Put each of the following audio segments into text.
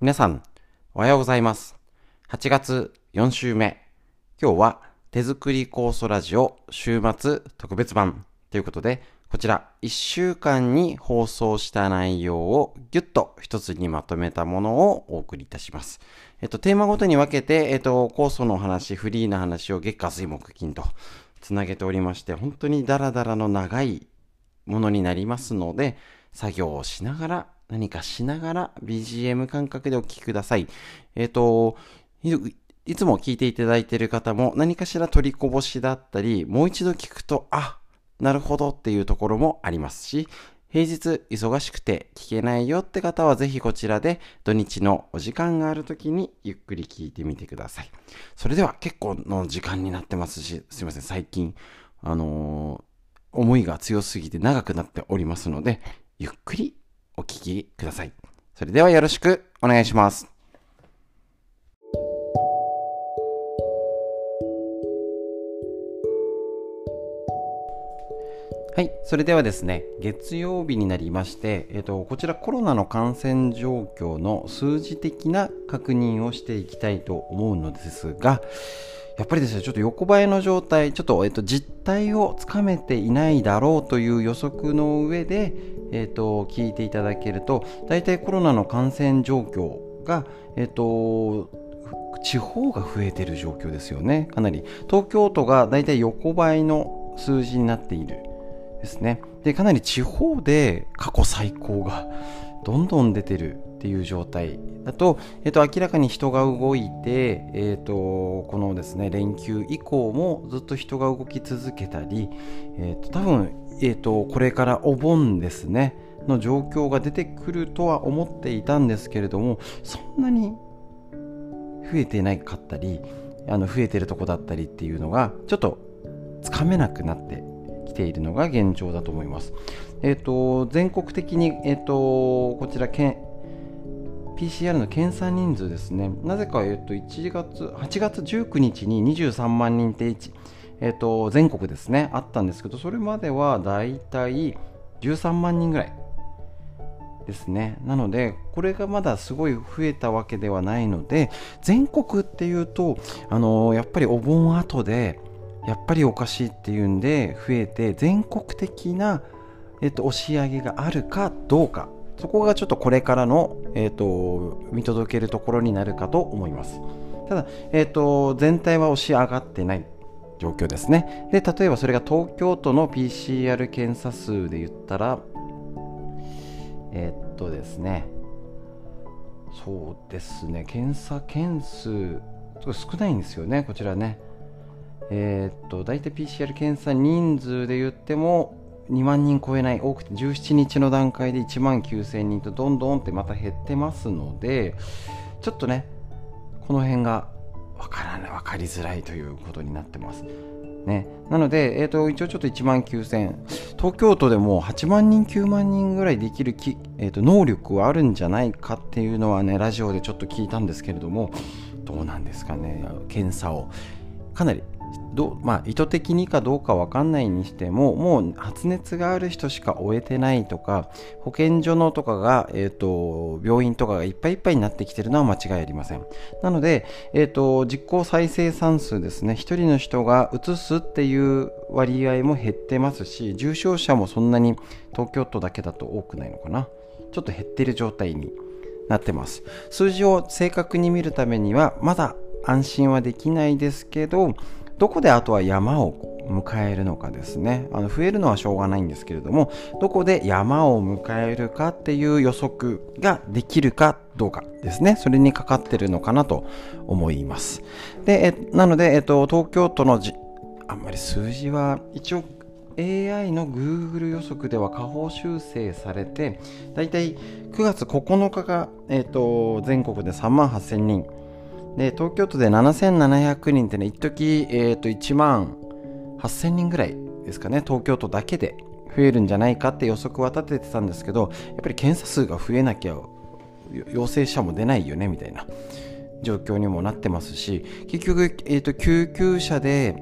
皆さん、おはようございます。8月4週目。今日は手作り酵素ラジオ週末特別版ということで、こちら1週間に放送した内容をギュッと一つにまとめたものをお送りいたします。テーマごとに分けて、酵素の話、フリーな話を月火水木金とつなげておりまして、本当にダラダラの長いものになりますので、作業をしながら何かしながら BGM 感覚でお聞きください。いつも聞いていただいている方も何かしら取りこぼしだったり、もう一度聞くと、なるほどっていうところもありますし、平日忙しくて聞けないよって方はぜひこちらで土日のお時間がある時にゆっくり聞いてみてください。それでは結構の時間になってますし、すいません、最近、思いが強すぎて長くなっておりますので、ゆっくりお聞きください。それではよろしくお願いします。はい。それではですね、月曜日になりまして、こちらコロナの感染状況の数字的な確認をしていきたいと思うのですが、やっぱりですね、ちょっと横ばいの状態、ちょっと、実態をつかめていないだろうという予測の上で、聞いていただけると、大体コロナの感染状況が、地方が増えている状況ですよね。かなり。東京都が大体横ばいの数字になっている。ですね。で、かなり地方で過去最高がどんどん出てるっていう状態だと、明らかに人が動いて、このですね、連休以降もずっと人が動き続けたり、多分、これからお盆ですね、の状況が出てくるとは思っていたんですけれども、そんなに増えてないかったり、増えてるとこだったりっていうのが、ちょっとつかめなくなってているのが現状だと思います。全国的に、こちらPCR の検査人数ですね。なぜか、8月19日に23万人定値、全国ですね、あったんですけど、それまではだいたい13万人ぐらいですね。なので、これがまだすごい増えたわけではないので、全国っていうと、やっぱりお盆後で、やっぱりおかしいっていうんで増えて全国的な、押し上げがあるかどうか、そこがちょっとこれからの、見届けるところになるかと思います。ただ、全体は押し上がってない状況ですね。で、例えばそれが東京都の PCR 検査数で言ったらですね、そうですね、検査件数少ないんですよね、こちらね。大体 PCR 検査人数で言っても2万人超えない、多くて17日の段階で1万9000人とどんどんってまた減ってますので、ちょっとね、この辺が分かりづらいということになってますね。なので、一応ちょっと1万9000、東京都でも8万人9万人ぐらいできる能力はあるんじゃないかっていうのはね、ラジオでちょっと聞いたんですけれども、どうなんですかね。検査をかなり意図的にかどうか分かんないにしても、もう発熱がある人しか終えてないとか、保健所のとかが、病院とかがいっぱいいっぱいになってきてるのは間違いありません。なので、実効再生産数ですね、一人の人が移すっていう割合も減ってますし、重症者もそんなに東京都だけだと多くないのかな、ちょっと減ってる状態になってます。数字を正確に見るためにはまだ安心はできないですけど、どこであとは山を迎えるのかですね。増えるのはしょうがないんですけれども、どこで山を迎えるかっていう予測ができるかどうかですね。それにかかってるのかなと思います。で、なので、東京都のあんまり数字は一応 AI の Google 予測では下方修正されて、だいたい9月9日が、全国で3万8000人。で、東京都で7700人ってね、一時1万8000人ぐらいですかね、東京都だけで増えるんじゃないかって予測は立ててたんですけど、やっぱり検査数が増えなきゃ陽性者も出ないよねみたいな状況にもなってますし、結局、救急車で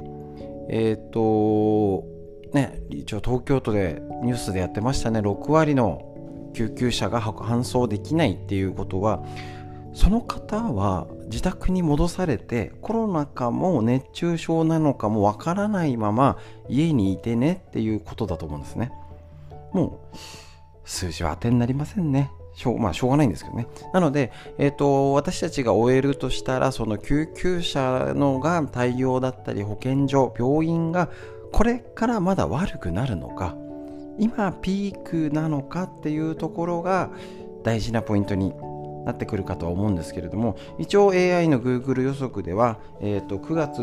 一応東京都でニュースでやってましたね。6割の救急車が搬送できないっていうことは、 その方は自宅に戻されて、コロナかも熱中症なのかもわからないまま家にいてねっていうことだと思うんですね。もう数字は当てになりませんね。しょうがないんですけどね。なので、私たちが終えるとしたら、その救急車のが対応だったり、保健所、病院がこれからまだ悪くなるのか、今ピークなのかっていうところが大事なポイントになってくるかとは思うんですけれども、一応 AI の Google 予測では、9月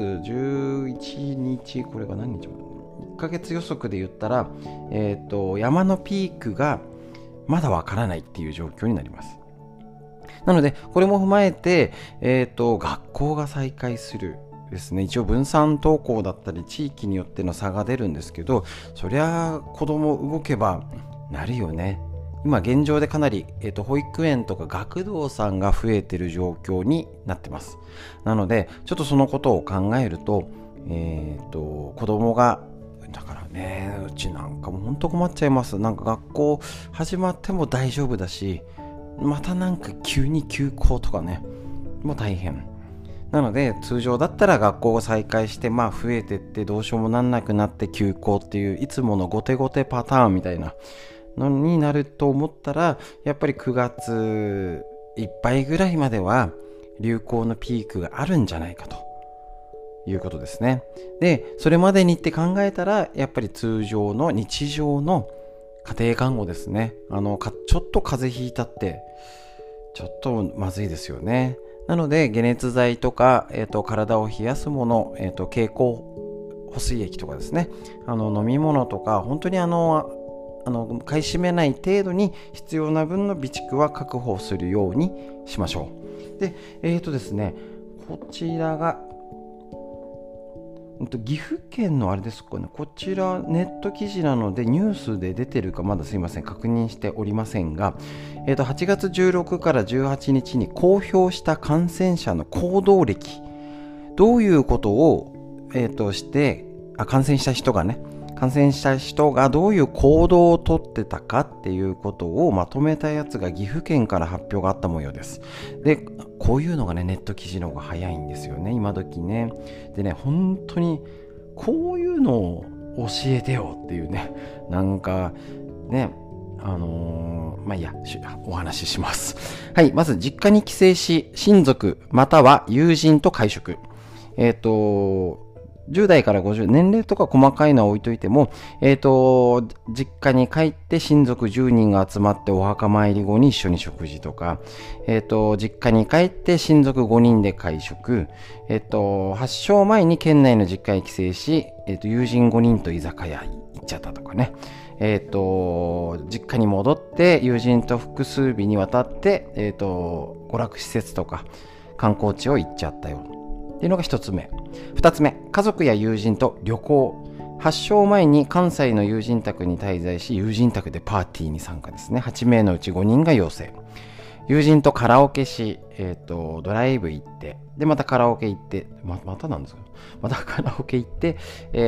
11日、これが何日も1ヶ月予測で言ったら、山のピークがまだわからないっていう状況になります。なのでこれも踏まえて、学校が再開するですね。一応分散登校だったり地域によっての差が出るんですけど、そりゃ子供動けばなるよね。今現状でかなり、保育園とか学童さんが増えてる状況になってます。なのでちょっとそのことを考えると、子供がだからね、うちなんかも本当困っちゃいます。なんか学校始まっても大丈夫だし、またなんか急に休校とかね、もう大変なので、通常だったら学校を再開して、増えてってどうしようもなんなくなって休校っていういつものゴテゴテパターンみたいなのになると思ったら、やっぱり9月いっぱいぐらいまでは流行のピークがあるんじゃないかということですね。で、それまでにって考えたら、やっぱり通常の日常の家庭看護ですね。ちょっと風邪ひいたってちょっとまずいですよね。なので解熱剤とか、体を冷やすもの、経口補水液とかですね、飲み物とか本当に買い占めない程度に必要な分の備蓄は確保するようにしましょう。で、ですね、こちらが岐阜県のあれですかね、こちらネット記事なのでニュースで出てるかまだすいません確認しておりませんが、8月16から18日に公表した感染者の行動歴、どういうことを、感染した人がどういう行動をとってたかっていうことをまとめたやつが岐阜県から発表があった模様です。で、こういうのがね、ネット記事の方が早いんですよね、今時ね。でね、本当にこういうのを教えてよっていうね、なんかね、いいや、お話しします。はい、まず実家に帰省し、親族または友人と会食。10代から50、年齢とか細かいのは置いといても、実家に帰って親族10人が集まってお墓参り後に一緒に食事とか、実家に帰って親族5人で会食、発症前に県内の実家に帰省し、友人5人と居酒屋行っちゃったとかね、実家に戻って友人と複数日にわたって、娯楽施設とか観光地を行っちゃったよっていうのが一つ目。二つ目、家族や友人と旅行。発症前に関西の友人宅に滞在し、友人宅でパーティーに参加ですね。8名のうち5人が陽性。友人とカラオケし、ドライブ行って、で、またカラオケ行って、またなんですか？またカラオケ行って、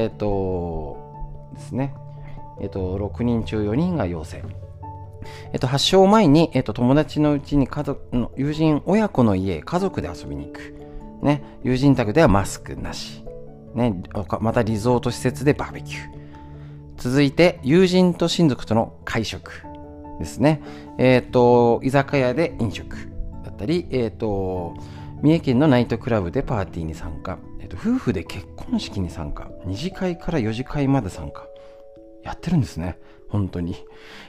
ですね。6人中4人が陽性。発症前に、友達のうちに家族の友人親子の家、家族で遊びに行く。ね、友人宅ではマスクなし、ね、またリゾート施設でバーベキュー。続いて友人と親族との会食ですね。居酒屋で飲食だったり、三重県のナイトクラブでパーティーに参加、夫婦で結婚式に参加、2次会から4次会まで参加やってるんですね、本当に。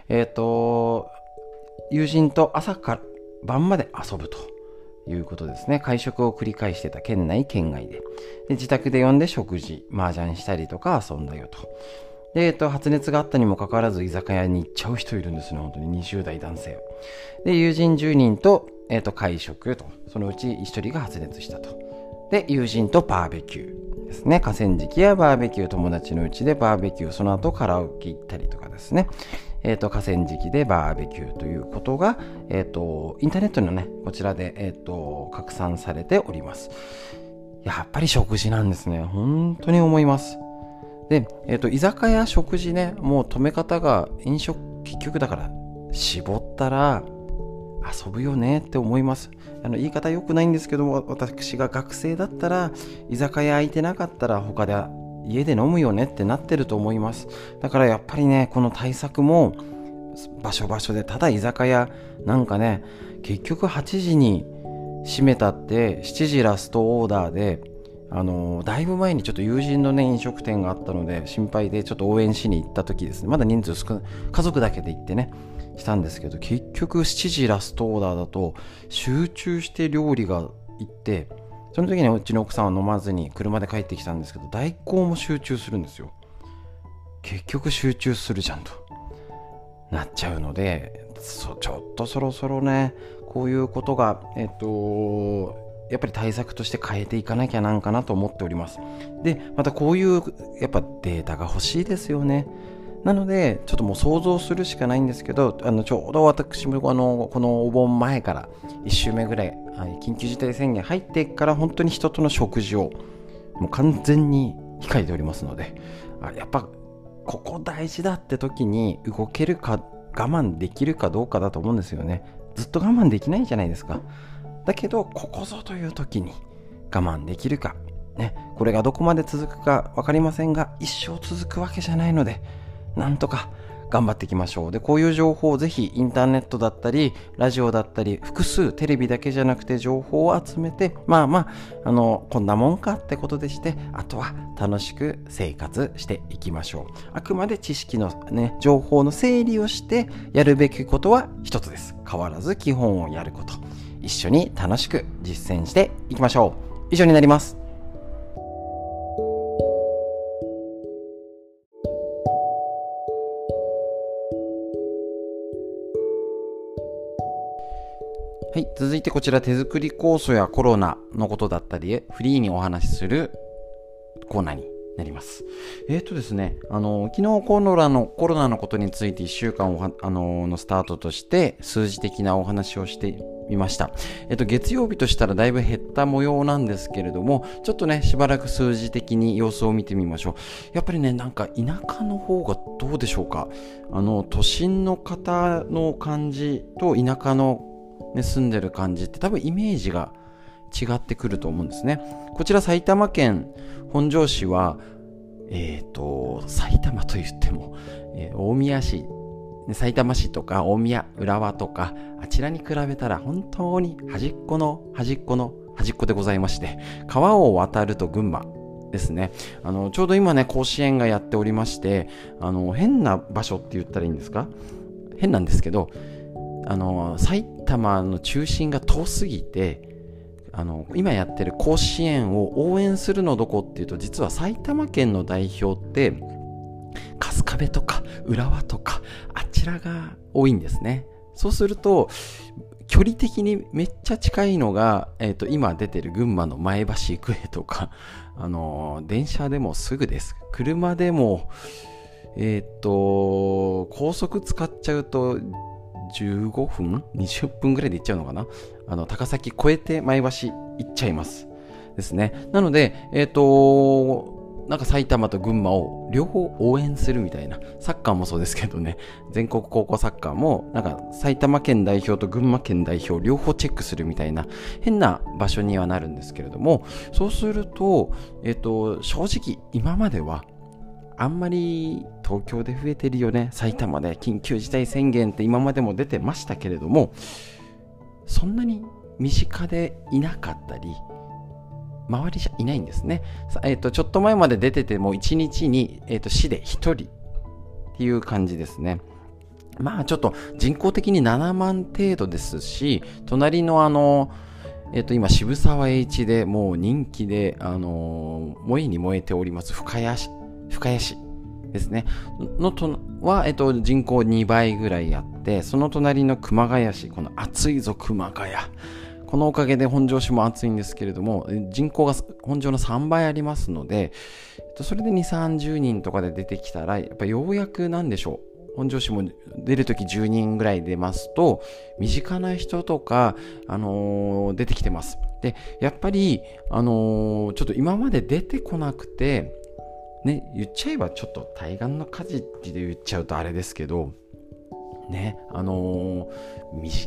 友人と朝から晩まで遊ぶということですね。会食を繰り返してた県内県外で、自宅で呼んで食事麻雀したりとか遊んだよと。で、発熱があったにもかかわらず居酒屋に行っちゃう人いるんですね、本当に。20代男性で、友人10人と、会食と、そのうち1人が発熱したと。で、友人とバーベキューですね。河川敷やバーベキュー、友達のうちでバーベキュー、その後カラオケ行ったりとかですね。河川敷でバーベキューということが、インターネットのね、こちらで、拡散されております。やっぱり食事なんですね。本当に思います。で、居酒屋食事ね、もう止め方が結局だから、絞ったら遊ぶよねって思います。言い方良くないんですけども、私が学生だったら居酒屋空いてなかったら他で家で飲むよねってなってると思います。だからやっぱりね、この対策も場所場所で、ただ居酒屋なんかね、結局8時に閉めたって7時ラストオーダーで、だいぶ前にちょっと友人のね飲食店があったので心配でちょっと応援しに行った時ですね、まだ人数少ない家族だけで行ってねしたんですけど、結局7時ラストオーダーだと集中して料理がいって、その時にうちの奥さんは飲まずに車で帰ってきたんですけど、代行も集中するんですよ。結局集中するじゃんとなっちゃうので、ちょっとそろそろねこういうことがやっぱり対策として変えていかなきゃなんかなと思っております。でまたこういうやっぱデータが欲しいですよね。なのでちょっともう想像するしかないんですけど、ちょうど私もこのお盆前から1週目ぐらい、緊急事態宣言入ってから本当に人との食事をもう完全に控えておりますので、やっぱここ大事だって時に動けるか我慢できるかどうかだと思うんですよね。ずっと我慢できないじゃないですか。だけどここぞという時に我慢できるか、ね、これがどこまで続くか分かりませんが、一生続くわけじゃないので、なんとか頑張っていきましょう。でこういう情報をぜひインターネットだったりラジオだったり複数テレビだけじゃなくて情報を集めて、こんなもんかってことでして、あとは楽しく生活していきましょう。あくまで知識のね情報の整理をしてやるべきことは一つです。変わらず基本をやること、一緒に楽しく実践していきましょう。以上になります。はい、続いてこちら手作り酵素やコロナのことだったりフリーにお話しするコーナーになります。ですね、昨日コロナのことについて1週間のスタートとして数字的なお話をしてみました。月曜日としたらだいぶ減った模様なんですけれども、ちょっとねしばらく数字的に様子を見てみましょう。やっぱりね、なんか田舎の方がどうでしょうか。都心の方の感じと田舎の住んでる感じって多分イメージが違ってくると思うんですね。こちら埼玉県本庄市は埼玉といっても、大宮市、埼玉市とか大宮浦和とかあちらに比べたら本当に端っこの端っこの端っこでございまして、川を渡ると群馬ですね。ちょうど今ね甲子園がやっておりまして、変な場所って言ったらいいんですか、変なんですけど、埼玉の中心が遠すぎて、今やってる甲子園を応援するのどこっていうと、実は埼玉県の代表って春日部とか浦和とかあちらが多いんですね。そうすると距離的にめっちゃ近いのが、今出てる群馬の前橋育英とか、電車でもすぐです。車でも高速使っちゃうと15分20分ぐらいで行っちゃうのかな。高崎越えて前橋行っちゃいますですね。なのでなんか埼玉と群馬を両方応援するみたいな、サッカーもそうですけどね、全国高校サッカーもなんか埼玉県代表と群馬県代表両方チェックするみたいな変な場所にはなるんですけれども、そうすると正直今まではあんまり東京で増えてるよね、埼玉で緊急事態宣言って今までも出てましたけれども、そんなに身近でいなかったり周りじゃいないんですね。ちょっと前まで出てても1日に、市で1人っていう感じですね。ちょっと人口的に7万程度ですし、隣の今渋沢栄一でもう人気で、燃えに燃えております深谷市ですねは、人口2倍ぐらいあって、その隣の熊谷市、この暑いぞ熊谷、このおかげで本庄市も暑いんですけれども、人口が本庄の3倍ありますので、それで2、30人とかで出てきたら、やっぱようやくなんでしょう、本庄市も出るとき10人ぐらい出ますと身近な人とか、出てきてます。でやっぱり、ちょっと今まで出てこなくてね、言っちゃえばちょっと対岸の火事で言っちゃうとあれですけどね、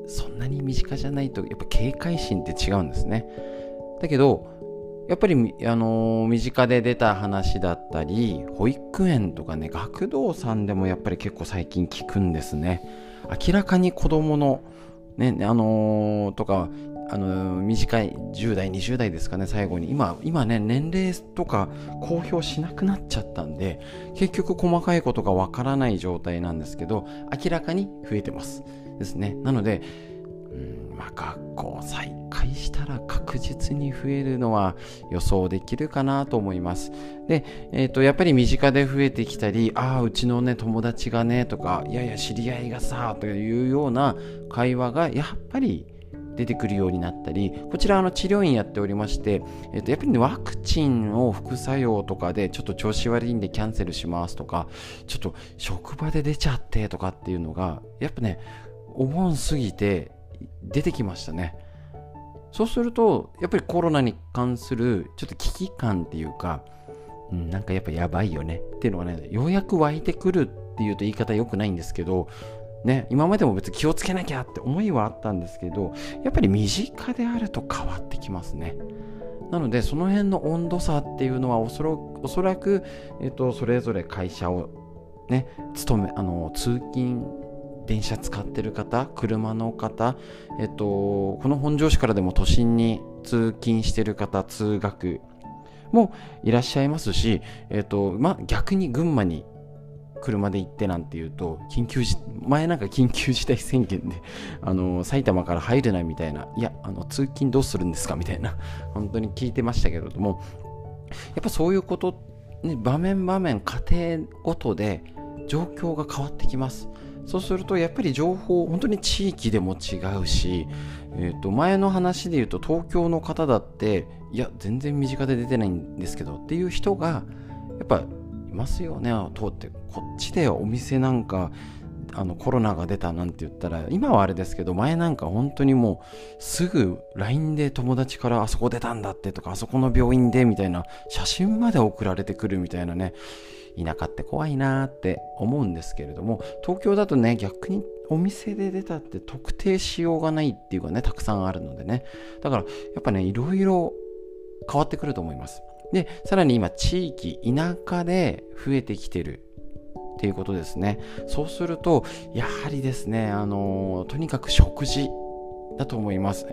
そんなに身近じゃないとやっぱ警戒心って違うんですね。だけどやっぱり身近で出た話だったり、保育園とかね、学童さんでもやっぱり結構最近聞くんですね。明らかに子供のね、とか短い10代20代ですかね、最後に今ね、年齢とか公表しなくなっちゃったんで、結局細かいことがわからない状態なんですけど、明らかに増えてますですね。なので学校再開したら確実に増えるのは予想できるかなと思います。で、やっぱり身近で増えてきたり、うちのね友達がねとか、いやいや知り合いがさというような会話がやっぱり出てくるようになったり、こちら治療院やっておりまして、やっぱりね、ワクチンを副作用とかでちょっと調子悪いんでキャンセルしますとか、ちょっと職場で出ちゃってとかっていうのがやっぱね、お盆過ぎて出てきましたね。そうするとやっぱりコロナに関するちょっと危機感っていうか、なんかやっぱやばいよねっていうのがね、ようやく湧いてくるっていうと言い方良くないんですけどね、今までも別に気をつけなきゃって思いはあったんですけど、やっぱり身近であると変わってきますね。なのでその辺の温度差っていうのはおそらく、それぞれ会社をね通勤電車使ってる方、車の方、この本庄市からでも都心に通勤してる方、通学もいらっしゃいますし、逆に群馬に車で行ってなんていうと、前なんか緊急事態宣言で埼玉から入れないみたいな、いや通勤どうするんですかみたいな本当に聞いてましたけれども、やっぱそういうこと、ね、場面家庭ごとで状況が変わってきます。そうするとやっぱり情報、本当に地域でも違うし、前の話で言うと東京の方だって、いや全然身近で出てないんですけどっていう人がやっぱいますよね。通ってこっちでお店なんかコロナが出たなんて言ったら、今はあれですけど、前なんか本当にもうすぐ LINE で友達からあそこ出たんだってとか、あそこの病院でみたいな写真まで送られてくるみたいなね、田舎って怖いなって思うんですけれども、東京だとね、逆にお店で出たって特定しようがないっていうかね、たくさんあるのでね、だからやっぱね、いろいろ変わってくると思います。で、さらに今地域、田舎で増えてきてるっていうことですね。そうするとやはりですね、とにかく食事だと思います。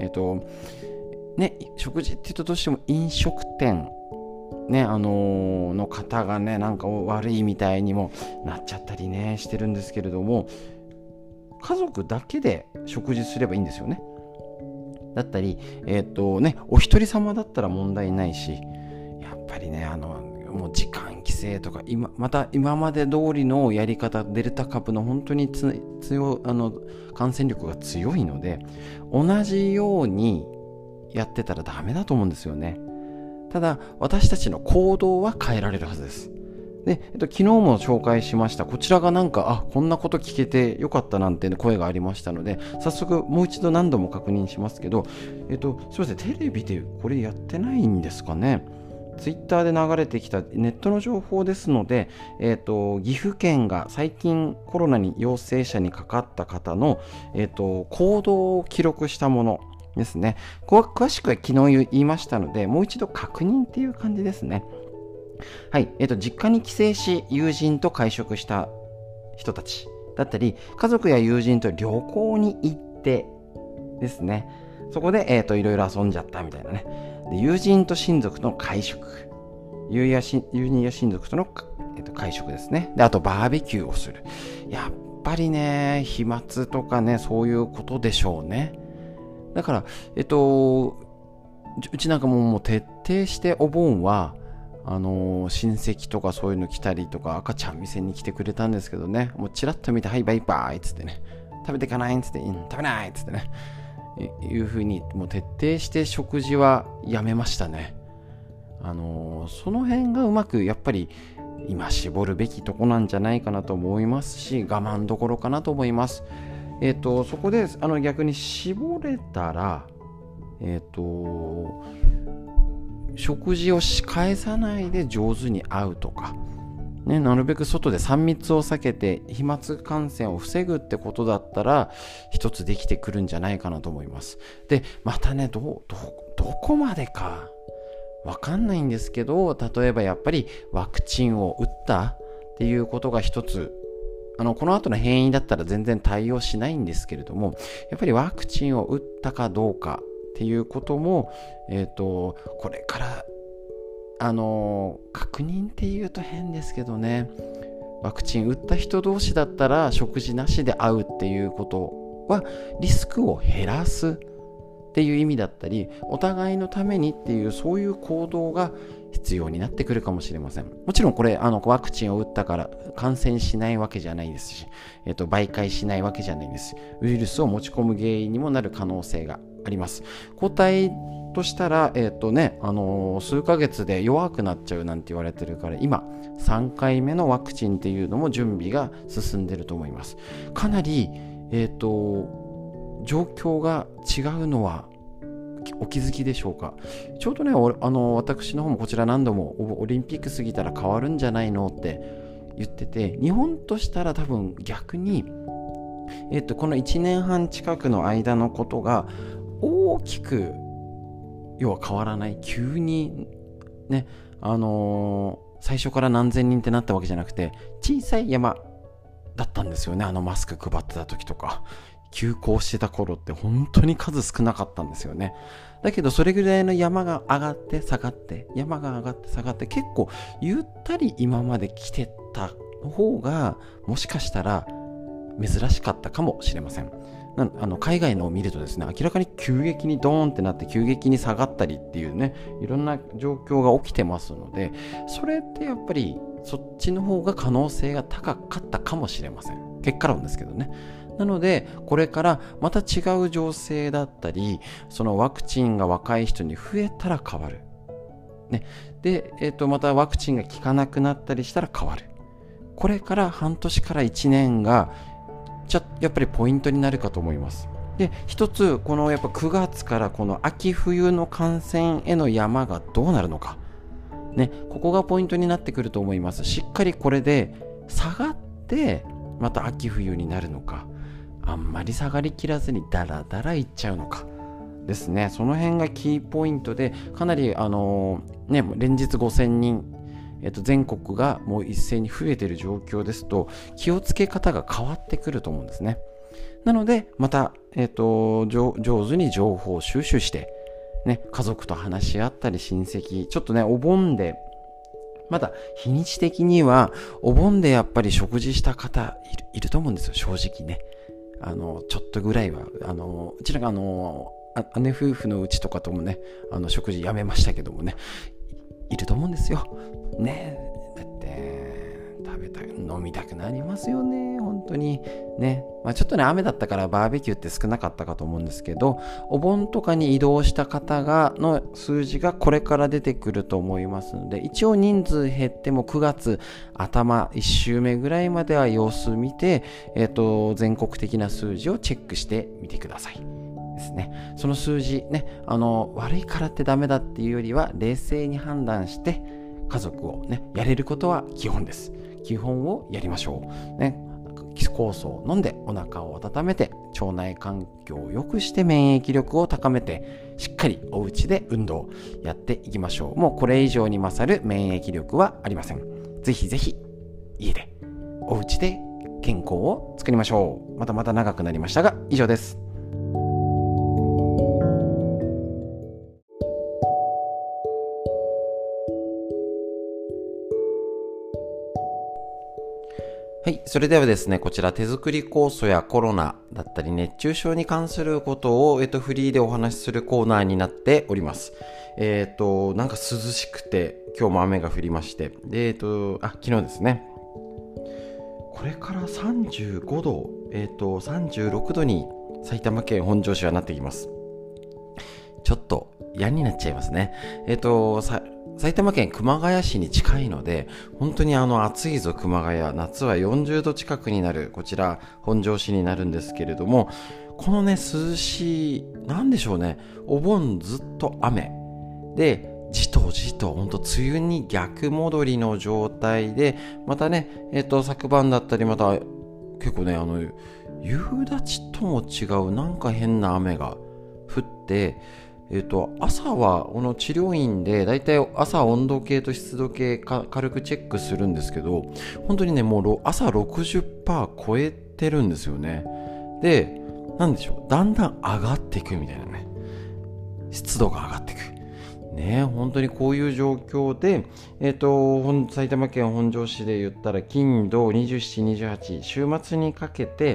食事って言うとどうしても飲食店ね、の方がね、なんか悪いみたいにもなっちゃったりねしてるんですけれども、家族だけで食事すればいいんですよね。だったり、お一人様だったら問題ないし、やっぱりね、もう時間規制とか、今まで通りのやり方、デルタ株の本当に感染力が強いので、同じようにやってたらダメだと思うんですよね。ただ私たちの行動は変えられるはずです。で、昨日も紹介しました、こちらがなんかこんなこと聞けてよかったなんて、声がありましたので、早速もう一度何度も確認しますけど、すいません、テレビでこれやってないんですかね。ツイッターで流れてきたネットの情報ですので、岐阜県が最近コロナに陽性者にかかった方の、行動を記録したものですね。詳しくは昨日言いましたので、もう一度確認っていう感じですね。はい、実家に帰省し友人と会食した人たちだったり、家族や友人と旅行に行ってですね、そこで、いろいろ遊んじゃったみたいなね。で、友人と親族との会食、友人や親族との、会食ですね。で、あとバーベキューをする。やっぱりね、飛沫とかね、そういうことでしょうね。だから、うちなんかもう徹底してお盆は親戚とかそういうの来たりとか、赤ちゃん店に来てくれたんですけどね、もうチラッと見て、はいバイバイっつってね、食べていかないっつって、食べないっつってね、いう風にもう徹底して食事はやめましたね。その辺がうまくやっぱり今絞るべきとこなんじゃないかなと思いますし、我慢どころかなと思います。そこで逆に絞れたら、食事を返さないで上手に会うとかね、なるべく外で3密を避けて飛沫感染を防ぐってことだったら一つできてくるんじゃないかなと思います。でまたね、どこまでかわかんないんですけど、例えばやっぱりワクチンを打ったっていうことが一つ、この後の変異だったら全然対応しないんですけれども、やっぱりワクチンを打ったかどうかっていうことも、これから確認っていうと変ですけどね、ワクチン打った人同士だったら食事なしで会うっていうことはリスクを減らすっていう意味だったり、お互いのためにっていうそういう行動が必要になってくるかもしれません。もちろんこれワクチンを打ったから感染しないわけじゃないですし、媒介しないわけじゃないです。ウイルスを持ち込む原因にもなる可能性があります。抗体としたら、数ヶ月で弱くなっちゃうなんて言われてるから、今3回目のワクチンっていうのも準備が進んでると思います。かなり、状況が違うのはお気づきでしょうか。ちょうどね、私の方もこちら何度もオリンピック過ぎたら変わるんじゃないのって言ってて、日本としたら多分逆に、この1年半近くの間のことが大きく要は変わらない、急にね、最初から何千人ってなったわけじゃなくて小さい山だったんですよね。マスク配ってた時とか休校してた頃って本当に数少なかったんですよね。だけどそれぐらいの山が上がって下がって山が上がって下がって、結構ゆったり今まで来てた方がもしかしたら珍しかったかもしれません。海外のを見るとですね、明らかに急激にドーンってなって急激に下がったりっていうね、いろんな状況が起きてますので、それってやっぱりそっちの方が可能性が高かったかもしれません。結果論ですけどね。なのでこれからまた違う情勢だったり、そのワクチンが若い人に増えたら変わる、ね、で、またワクチンが効かなくなったりしたら変わる。これから半年から1年がやっぱりポイントになるかと思います。で、一つこのやっぱ9月からこの秋冬の感染への山がどうなるのか、ね、ここがポイントになってくると思います。しっかりこれで下がってまた秋冬になるのか、あんまり下がりきらずにダラダラいっちゃうのかですね。その辺がキーポイントで、かなり連日5000人、全国がもう一斉に増えている状況ですと、気をつけ方が変わってくると思うんですね。なのでまた、上手に情報を収集して、ね、家族と話し合ったり、親戚ちょっとね、お盆でまだ日にち的にはお盆でやっぱり食事した方いると思うんですよ、正直ね。ちょっとぐらいはうちらが姉夫婦のうちとかともね、食事やめましたけどもね、いると思うんですよね。だって飲みたくなりますよね、本当にね。ちょっとね、雨だったからバーベキューって少なかったかと思うんですけど、お盆とかに移動した方の数字がこれから出てくると思いますので、一応人数減っても9月頭1週目ぐらいまでは様子見て、全国的な数字をチェックしてみてくださいですね。その数字ね、悪いからってダメだっていうよりは、冷静に判断して家族をね、やれることは基本です。基本をやりましょうね。酵素を飲んでお腹を温めて、腸内環境を良くして免疫力を高めて、しっかりお家で運動やっていきましょう。もうこれ以上に勝る免疫力はありません。ぜひぜひ家でお家で健康を作りましょう。また長くなりましたが、以上です。はい、それではですね、こちら手作り酵素やコロナだったり熱中症に関することを、フリーでお話しするコーナーになっております。なんか涼しくて今日も雨が降りまして、で、昨日ですね、これから35度、36度に埼玉県本庄市はなってきます。ちょっと嫌になっちゃいますね。埼玉県熊谷市に近いので、本当に暑いぞ熊谷、夏は40度近くになる、こちら本庄市になるんですけれども、このね、涼しい、なんでしょうね、お盆ずっと雨で、 じとじと本当梅雨に逆戻りの状態で、またね、昨晩だったり、また結構ね、夕立とも違うなんか変な雨が降って、朝はこの治療院でだいたい朝温度計と湿度計軽くチェックするんですけど、本当にね、もう朝 60% 超えてるんですよね。で、なんでしょう、だんだん上がっていくみたいなね、湿度が上がっていくね。本当にこういう状況で、埼玉県本庄市で言ったら金土27、28、週末にかけて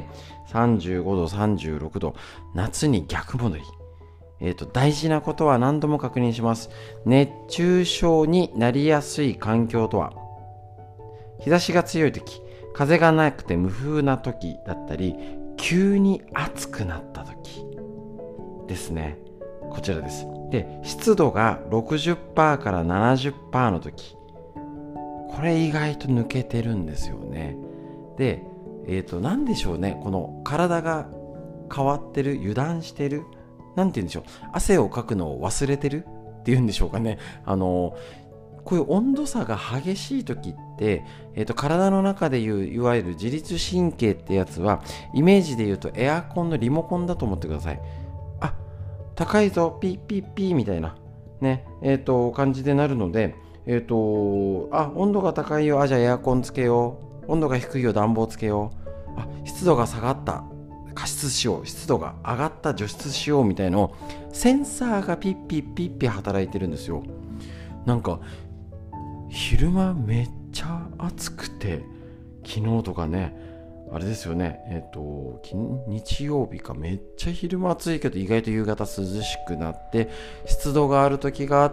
35度、36度、夏に逆戻り。大事なことは何度も確認します。熱中症になりやすい環境とは、日差しが強い時、風がなくて無風な時だったり、急に暑くなった時ですね。こちらです。で、湿度が 60% から 70% の時、これ意外と抜けてるんですよね。で、なんでしょうね、この体が変わってる、油断してる、なんて言うんでしょう、汗をかくのを忘れてるっていうんでしょうかね。こういう温度差が激しい時って、体の中でいういわゆる自律神経ってやつは、イメージで言うとエアコンのリモコンだと思ってください。あ、高いぞ、ピッピッピーみたいなね、感じでなるので、温度が高いよ、じゃあエアコンつけよう、温度が低いよ、暖房つけよう、湿度が下がった、加湿しよう、湿度が上がった、除湿しようみたいのを、センサーがピッピッピッピ働いてるんですよ。なんか昼間めっちゃ暑くて、昨日とかね、あれですよね、日曜日か、めっちゃ昼間暑いけど意外と夕方涼しくなって、湿度がある時があって、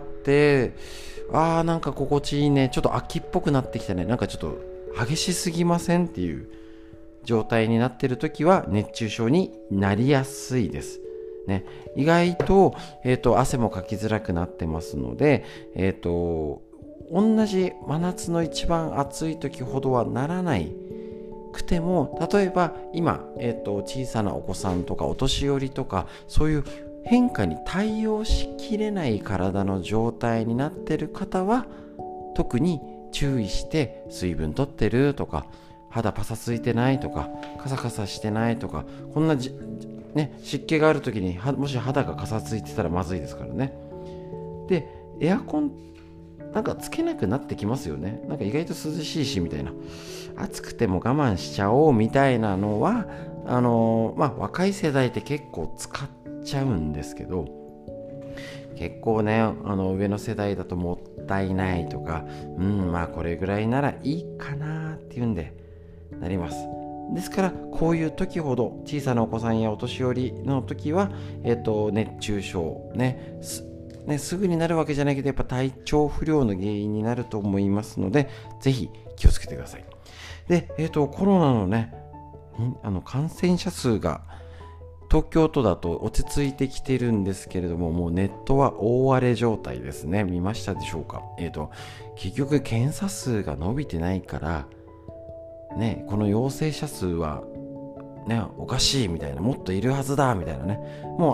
なんか心地いいね、ちょっと秋っぽくなってきたね、なんかちょっと激しすぎませんっていう状態になってる時は熱中症になりやすいですね。意外と、汗もかきづらくなってますので、同じ真夏の一番暑い時ほどはならないくても、例えば今、小さなお子さんとかお年寄りとか、そういう変化に対応しきれない体の状態になっている方は、特に注意して水分取ってるとか、肌パサついてないとか、カサカサしてないとか、こんな湿気がある時にもし肌がカサついてたらまずいですからね。で、エアコンなんかつけなくなってきますよね。なんか意外と涼しいしみたいな、暑くても我慢しちゃおうみたいなのは、若い世代って結構使っちゃうんですけど、結構ね、上の世代だともったいないとか、これぐらいならいいかなっていうんでなります。ですから、こういう時ほど、小さなお子さんやお年寄りの時は、熱中症すぐになるわけじゃないけど、やっぱ体調不良の原因になると思いますので、ぜひ気をつけてください。で、コロナのね、感染者数が東京都だと落ち着いてきてるんですけれども、もうネットは大荒れ状態ですね。見ましたでしょうか。結局検査数が伸びてないからね、この陽性者数はね、おかしいみたいな、もっといるはずだみたいなね、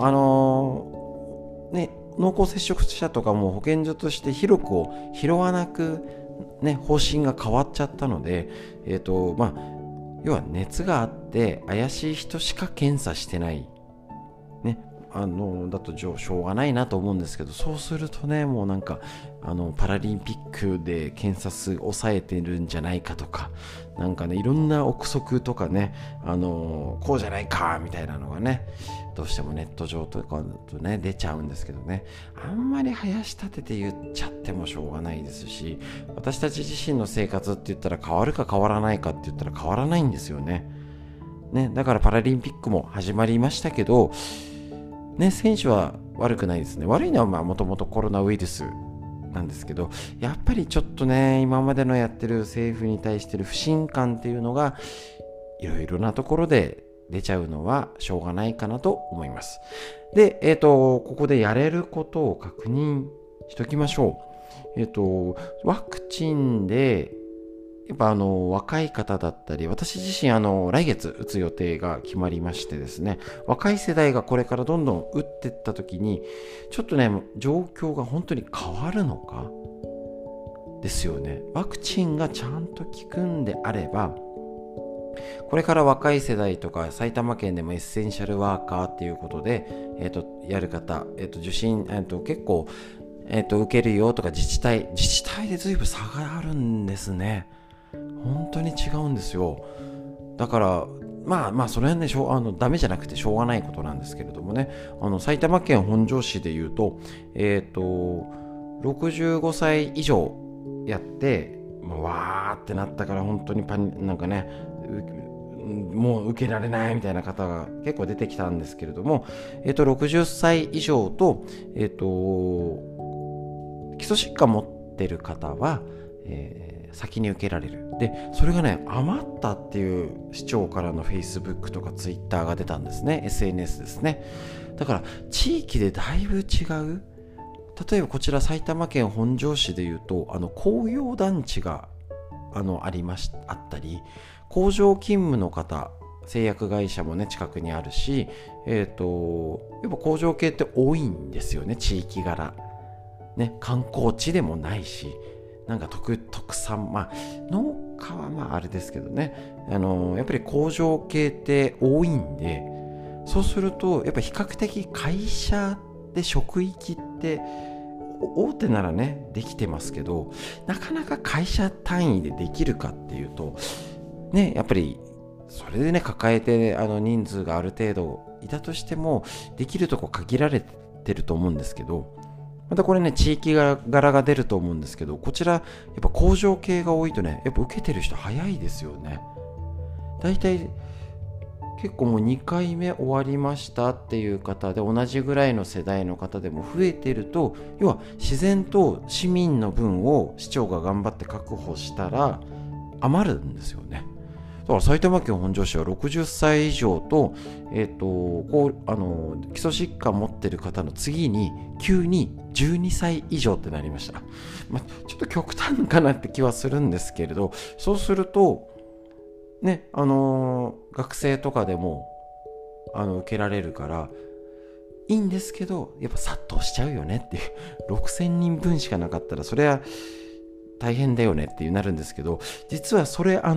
もう濃厚接触者とかも保健所として広くを拾わなくね、方針が変わっちゃったので、要は熱があって怪しい人しか検査してないね、だとしょうがないなと思うんですけど、そうするとね、もうなんかパラリンピックで検査数抑えてるんじゃないかとか、なんかね、いろんな憶測とかね、こうじゃないかみたいなのがね、どうしてもネット上とかだとね出ちゃうんですけどね、あんまり林立てて言っちゃってもしょうがないですし、私たち自身の生活って言ったら変わるか変わらないかって言ったら変わらないんですよね。だからパラリンピックも始まりましたけどね、選手は悪くないですね。悪いのはもともとコロナウイルスなんですけど、やっぱりちょっとね、今までのやってる政府に対してる不信感っていうのがいろいろなところで出ちゃうのはしょうがないかなと思います。で、ここでやれることを確認しときましょう。ワクチンでやっぱ若い方だったり、私自身来月打つ予定が決まりましてですね、若い世代がこれからどんどん打っていった時に、ちょっとね、状況が本当に変わるのかですよね。ワクチンがちゃんと効くんであれば、これから若い世代とか埼玉県でもエッセンシャルワーカーっていうことで、やる方、受診、結構、受けるよとか自治体で随分差があるんですね。本当に違うんですよ。だからまあそれはねダメじゃなくてしょうがないことなんですけれどもね、埼玉県本庄市でいうと65歳以上やってわーってなったから、本当になんかねもう受けられないみたいな方が結構出てきたんですけれども、60歳以上と基礎疾患持ってる方は、先に受けられる。でそれがね余ったっていう市長からの Facebook とか Twitter が出たんですね。 SNS ですね。だから地域でだいぶ違う。例えばこちら埼玉県本庄市でいうと工業団地があったり、工場勤務の方、製薬会社もね近くにあるし、やっぱ工場系って多いんですよね。地域柄ね、観光地でもないし、なんか特産、農家はあれですけどね、やっぱり工場系って多いんで、そうするとやっぱ比較的会社で職域って大手ならねできてますけど、なかなか会社単位でできるかっていうとね、やっぱりそれでね抱えて人数がある程度いたとしてもできるとこ限られてると思うんですけど、またこれね地域柄が出ると思うんですけど、こちらやっぱ工場系が多いとね、やっぱ受けてる人早いですよね。だいたい結構もう2回目終わりましたっていう方で、同じぐらいの世代の方でも増えていると、要は自然と市民の分を市長が頑張って確保したら余るんですよね。だから埼玉県本庄市は60歳以上と、基礎疾患持ってる方の次に急に12歳以上ってなりました。ちょっと極端かなって気はするんですけれど、そうするとね、学生とかでも受けられるからいいんですけど、やっぱ殺到しちゃうよねっていう、6000人分しかなかったらそれは大変だよねってなるんですけど、実はそれ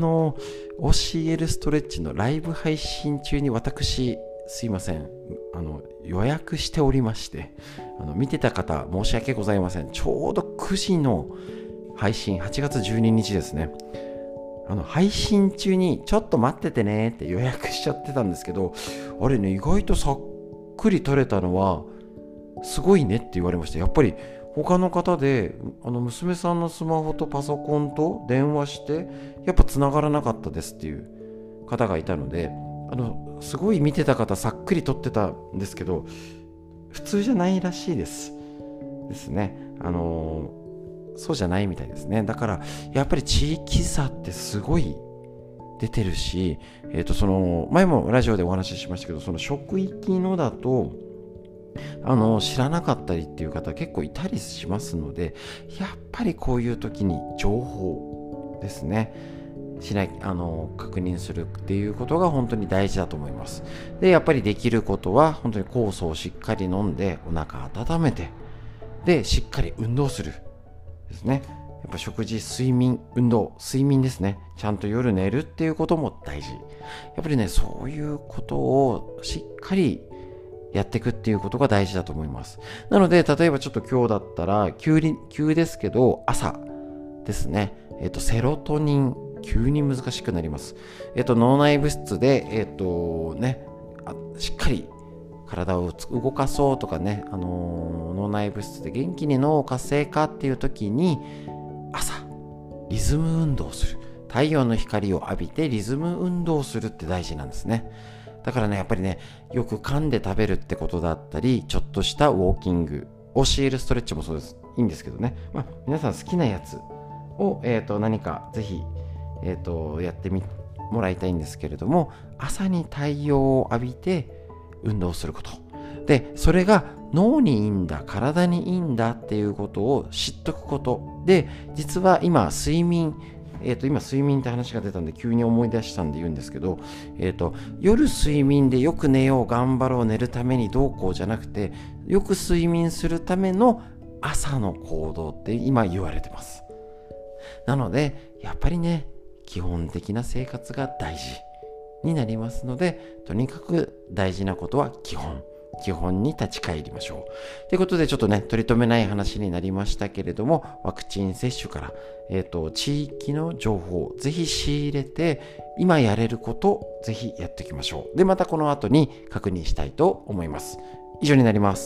OCL ストレッチのライブ配信中に私すいません予約しておりまして、見てた方申し訳ございません。ちょうど9時の配信、8月12日ですね。配信中にちょっと待っててねって予約しちゃってたんですけど、あれね意外とさっくり取れたのはすごいねって言われました。やっぱり他の方で娘さんのスマホとパソコンと電話してやっぱ繋がらなかったですっていう方がいたので、すごい見てた方さっくり撮ってたんですけど、普通じゃないらしいですね。そうじゃないみたいですね。だからやっぱり地域差ってすごい出てるし、前もラジオでお話ししましたけど、その職域のだと知らなかったりっていう方結構いたりしますので、やっぱりこういう時に情報ですね確認するっていうことが本当に大事だと思います。でやっぱりできることは本当に酵素をしっかり飲んでお腹温めて、でしっかり運動するですね。やっぱ食事、睡眠、運動、睡眠ですね。ちゃんと夜寝るっていうことも大事。やっぱりねそういうことをしっかりやっていくっていうことが大事だと思います。なので例えばちょっと今日だったら急ですけど朝ですね、セロトニン急に難しくなります。脳内物質でしっかり体を動かそうとかね、脳内物質で元気に脳を活性化っていう時に朝リズム運動をする、太陽の光を浴びてリズム運動をするって大事なんですね。だからねやっぱりねよく噛んで食べるってことだったり、ちょっとしたウォーキング、OCL ストレッチもそうです、いいんですけどね、皆さん好きなやつを、何かぜひ、やってもらいたいんですけれども、朝に太陽を浴びて運動することで、それが脳にいいんだ体にいいんだっていうことを知っとくことで、実は今睡眠今睡眠って話が出たんで急に思い出したんで言うんですけど、夜睡眠でよく寝よう、頑張ろう、寝るためにどうこうじゃなくて、よく睡眠するための朝の行動って今言われてます。なのでやっぱりね、基本的な生活が大事になりますので、とにかく大事なことは基本に立ち返りましょう。ということでちょっとね、取り留めない話になりましたけれども、ワクチン接種から、地域の情報をぜひ仕入れて、今やれることをぜひやっていきましょう。で、またこの後に確認したいと思います。以上になります。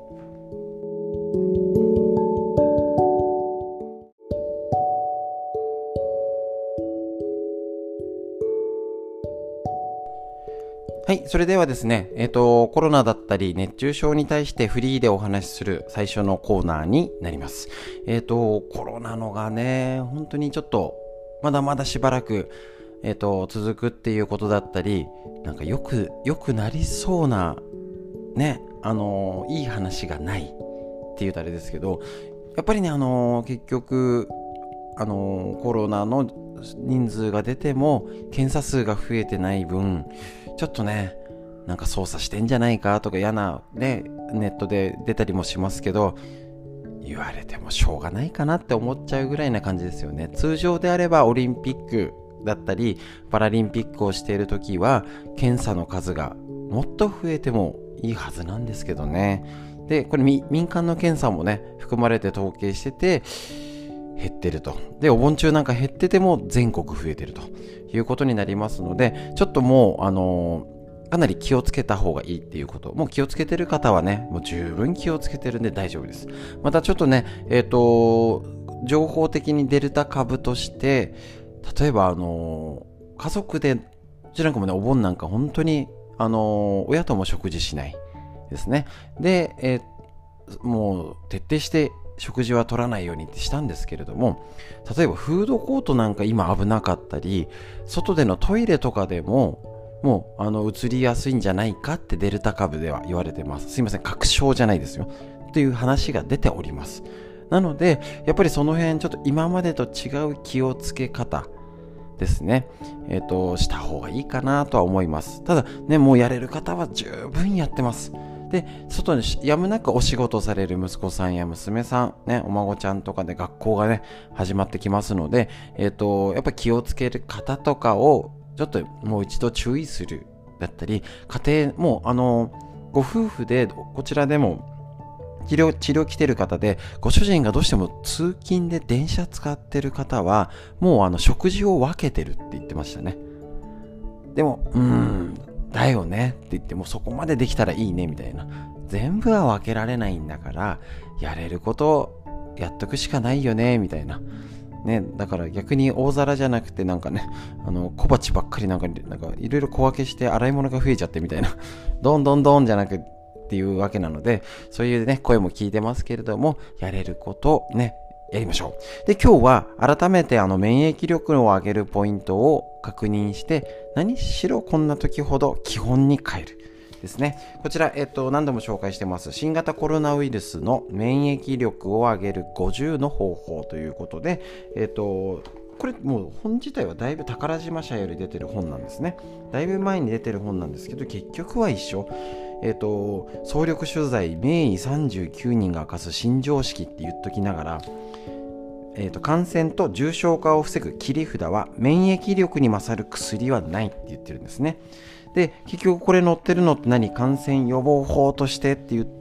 はい、それではですね、コロナだったり熱中症に対してフリーでお話しする最初のコーナーになります。コロナのがね、本当にちょっとまだまだしばらく、続くっていうことだったり、なんかよくなりそうなね、いい話がないっていうとあれですけど、やっぱりね、結局コロナの人数が出ても検査数が増えてない分、ちょっとね、なんか操作してんじゃないかとか嫌なね、ネットで出たりもしますけど、言われてもしょうがないかなって思っちゃうぐらいな感じですよね。通常であればオリンピックだったりパラリンピックをしている時は検査の数がもっと増えてもいいはずなんですけどね。で、これ民間の検査もね含まれて統計してて減ってると。で、お盆中なんか減ってても全国増えてるということになりますので、ちょっともうかなり気をつけた方がいいっていうこと。もう気をつけてる方はね、もう十分気をつけてるんで大丈夫です。またちょっとね、情報的にデルタ株として、例えば家族で、うちなんかもね、お盆なんか本当に親とも食事しないですね。で、もう徹底して食事は取らないようにってしたんですけれども、例えばフードコートなんか今危なかったり、外でのトイレとかでももう移りやすいんじゃないかってデルタ株では言われてます。すいません、確証じゃないですよっていう話が出ております。なのでやっぱりその辺ちょっと今までと違う気をつけ方ですね、した方がいいかなとは思います。ただね、もうやれる方は十分やってます。で、外にやむなくお仕事される息子さんや娘さん、ね、お孫ちゃんとかで学校がね、始まってきますので、やっぱ気をつける方とかを、ちょっともう一度注意するだったり、家庭、もうご夫婦で、こちらでも、治療来てる方で、ご主人がどうしても通勤で電車使ってる方は、もう食事を分けてるって言ってましたね。でも、だよねって言ってもそこまでできたらいいねみたいな。全部は分けられないんだから、やれることをやっとくしかないよねみたいな。ね、だから逆に大皿じゃなくてなんかね、小鉢ばっかりなんかいろいろ小分けして洗い物が増えちゃってみたいな。どんどんどんじゃなくっていうわけなので、そういうね、声も聞いてますけれども、やれることね、やりましょう。で、今日は改めて免疫力を上げるポイントを確認して、何しろこんな時ほど基本に帰るですね。こちら、何度も紹介してます新型コロナウイルスの免疫力を上げる50の方法ということで、これもう本自体はだいぶ宝島社より出てる本なんですね。だいぶ前に出てる本なんですけど、結局は一緒。総力取材名医39人が明かす新常識って言っときながら、感染と重症化を防ぐ切り札は免疫力に勝る薬はないって言ってるんですね。で、結局これ載ってるのって何？感染予防法としてって言って、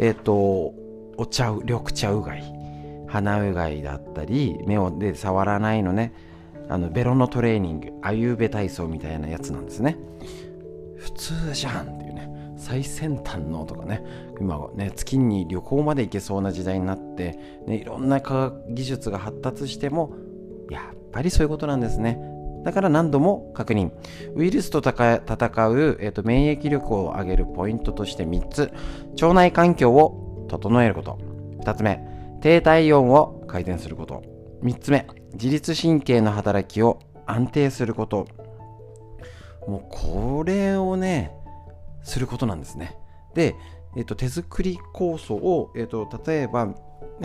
緑茶うがい、鼻うがいだったり、目をで触らないのね、ベロのトレーニング、アユーベ体操みたいなやつなんですね。普通じゃんっていうね、最先端のとかね、今はね、月に旅行まで行けそうな時代になって、ね、いろんな科学技術が発達しても、やっぱりそういうことなんですね。だから何度も確認。ウイルスと戦う、免疫力を上げるポイントとして3つ。腸内環境を整えること。2つ目、低体温を改善すること。3つ目、自律神経の働きを安定すること。もうこれをね、することなんですね。で、手作り酵素を、例えば、ね、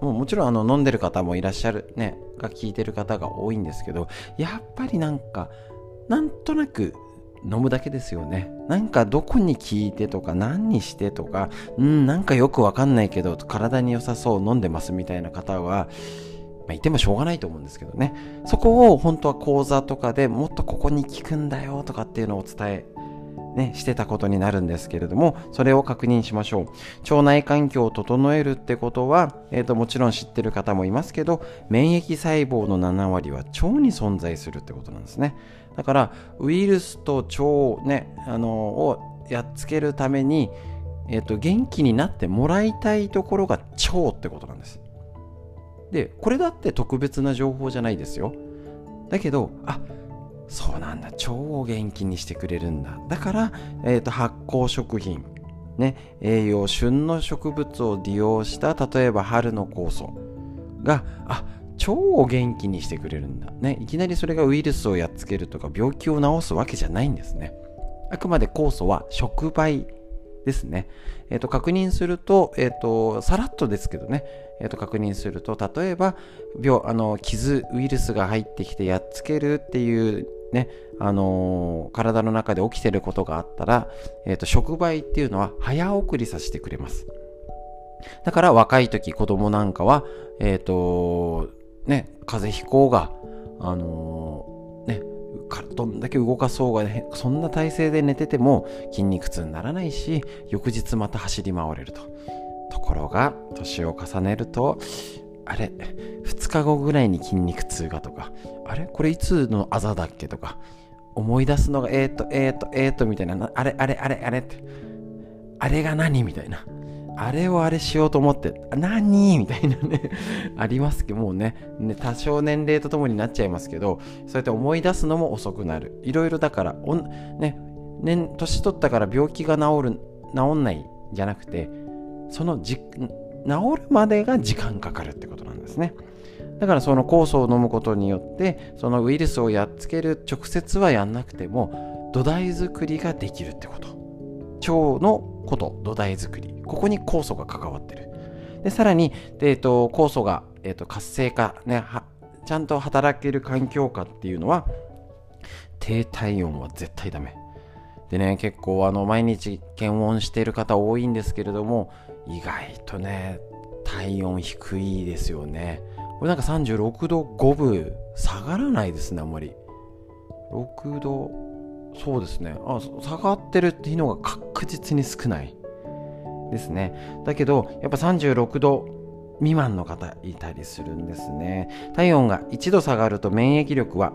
もちろん飲んでる方もいらっしゃるね、が聞いてる方が多いんですけど、やっぱりなんとなく飲むだけですよね。なんかどこに効いてとか何にしてとか、なんかよくわかんないけど体に良さそう飲んでますみたいな方は、いてもしょうがないと思うんですけどね。そこを本当は講座とかでもっとここに効くんだよとかっていうのをお伝えしてたことになるんですけれども、それを確認しましょう。腸内環境を整えるってことは、もちろん知ってる方もいますけど、免疫細胞の7割は腸に存在するってことなんですね。だからウイルスと腸をやっつけるために、元気になってもらいたいところが腸ってことなんです。で、これだって特別な情報じゃないですよ。だけど、そうなんだ、腸を元気にしてくれるんだ。だから、発酵食品、栄養旬の植物を利用した例えば春の酵素が腸を元気にしてくれるんだ、いきなりそれがウイルスをやっつけるとか病気を治すわけじゃないんですね。あくまで酵素は触媒ですね。確認すると、さらっとですけどね、確認すると、例えば傷ウイルスが入ってきてやっつけるっていうね、体の中で起きてることがあったら、触媒っていうのは早送りさせてくれます。だから若い時子供なんかは風邪ひこうがどんだけ動かそうが、そんな体勢で寝てても筋肉痛にならないし、翌日また走り回れると。ところが年を重ねると2日後ぐらいに筋肉痛がとか、これいつのあざだっけとか思い出すのがみたいな、あれってあれが何みたいな、あれをしようと思って何みたいなねありますけどもうね多少年齢とともになっちゃいますけど、そうやって思い出すのも遅くなる。いろいろだから年取ったから病気が治んないじゃなくて、治るまでが時間かかるってことなんですね。だからその酵素を飲むことによってそのウイルスをやっつける直接はやんなくても土台作りができるってこと。腸の土台作り、ここに酵素が関わってる。でさらに酵素が、活性化、ちゃんと働ける環境下っていうのは低体温は絶対ダメでね、結構毎日検温している方多いんですけれども、意外とね体温低いですよね。これなんか36度5分下がらないですね。あんまり6度、そうですね、下がってるっていうのが確実に少ないですね。だけどやっぱ36度未満の方いたりするんですね。体温が1度下がると免疫力は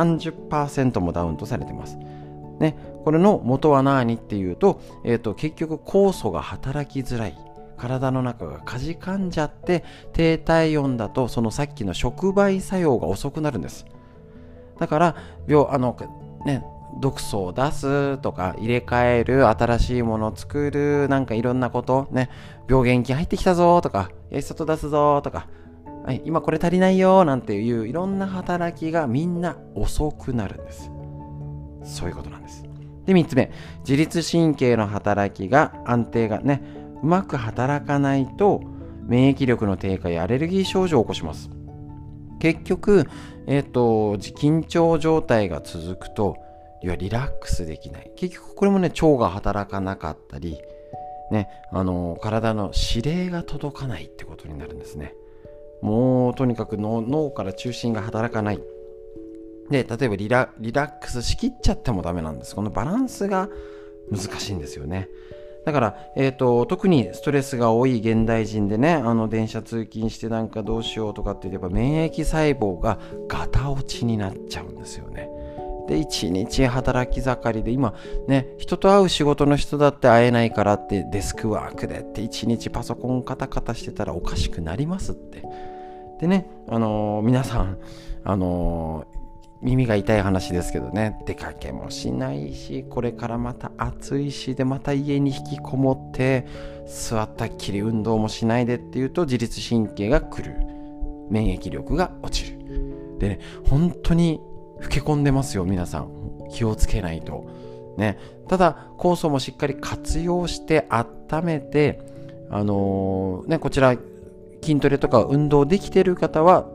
30% もダウンとされてますね。これの元は何っていうと、結局酵素が働きづらい、体の中がかじかんじゃって低体温だとそのさっきの触媒作用が遅くなるんです。だから毒素を出すとか入れ替える、新しいものを作る、なんかいろんなことね、病原菌入ってきたぞとか、外出すぞとか、今これ足りないよなんていういろんな働きがみんな遅くなるんです。そういうことなんです。で3つ目、自律神経の働きが安定がうまく働かないと免疫力の低下やアレルギー症状を起こします。結局、緊張状態が続くとリラックスできない。結局これも腸が働かなかったり体の指令が届かないってことになるんですね。もうとにかく脳から中心が働かないで、例えばリラックスしきっちゃってもダメなんです。このバランスが難しいんですよね。だから、特にストレスが多い現代人でね、電車通勤してなんかどうしようとかって言えば免疫細胞がガタ落ちになっちゃうんですよね。で一日働き盛りで、今人と会う仕事の人だって会えないからってデスクワークでって一日パソコンカタカタしてたらおかしくなりますって。でね、皆さん耳が痛い話ですけどね、出かけもしないし、これからまた暑いしでまた家に引きこもって座ったっきり運動もしないでっていうと自律神経が狂う、免疫力が落ちる。でね、本当に老け込んでますよ。皆さん気をつけないとね。ただ酵素もしっかり活用して温めてこちら筋トレとか運動できてる方は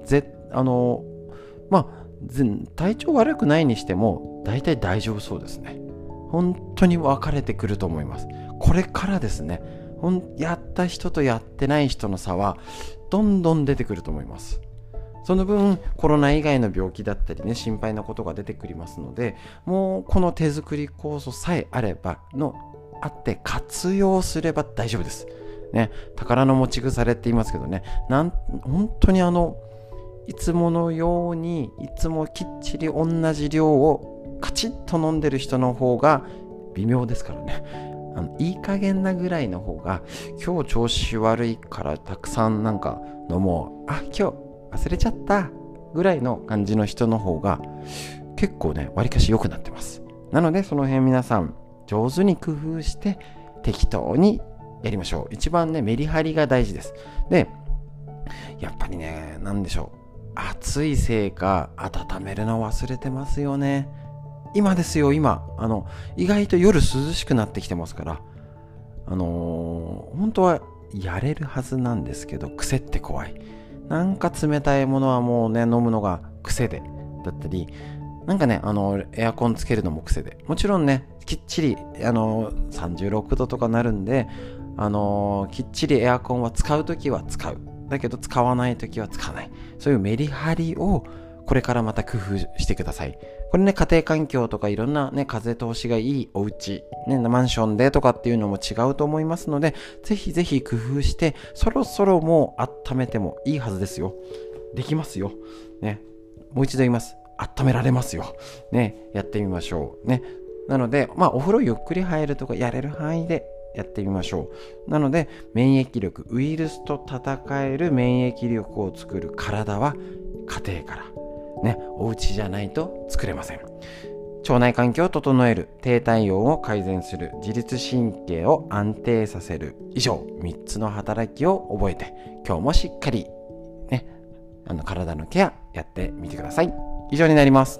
体調悪くないにしても大体大丈夫そうですね。本当に分かれてくると思います。これからですね。やった人とやってない人の差はどんどん出てくると思います。その分コロナ以外の病気だったりね、心配なことが出てくりますので、もうこの手作り酵素さえあって活用すれば大丈夫ですね。宝の持ち腐れって言いますけどね、本当にいつものようにいつもきっちり同じ量をカチッと飲んでる人の方が微妙ですからね。いい加減なぐらいの方が、今日調子悪いからたくさん飲もう、今日忘れちゃったぐらいの感じの人の方が結構ね、わりかし良くなってます。なのでその辺皆さん上手に工夫して適当にやりましょう。一番ね、メリハリが大事です。で、やっぱりね、暑いせいか温めるの忘れてますよね。今ですよ、今意外と夜涼しくなってきてますから、本当はやれるはずなんですけど、癖って怖い。なんか冷たいものはもうね、飲むのが癖でだったり、エアコンつけるのも癖で、もちろんね、きっちり36度とかなるんで、きっちりエアコンは使うときは使う、だけど使わないときは使わない、そういうメリハリをこれからまた工夫してください。これね、家庭環境とかいろんなね、風通しがいいお家、ね、マンションでとかっていうのも違うと思いますので、ぜひぜひ工夫して、そろそろもう温めてもいいはずですよ。できますよ。ね。もう一度言います。温められますよ。ね。やってみましょう。ね。なので、お風呂ゆっくり入るとかやれる範囲でやってみましょう。なので、免疫力、ウイルスと戦える免疫力を作る体は家庭からね、お家じゃないと作れません。腸内環境を整える、低体温を改善する、自律神経を安定させる、以上3つの働きを覚えて、今日もしっかりね、体のケアやってみてください。以上になります。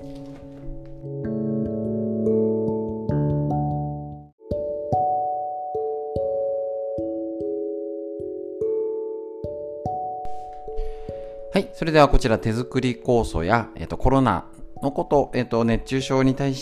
はい、それではこちら手作り酵素や、コロナのこと、熱中症に対して、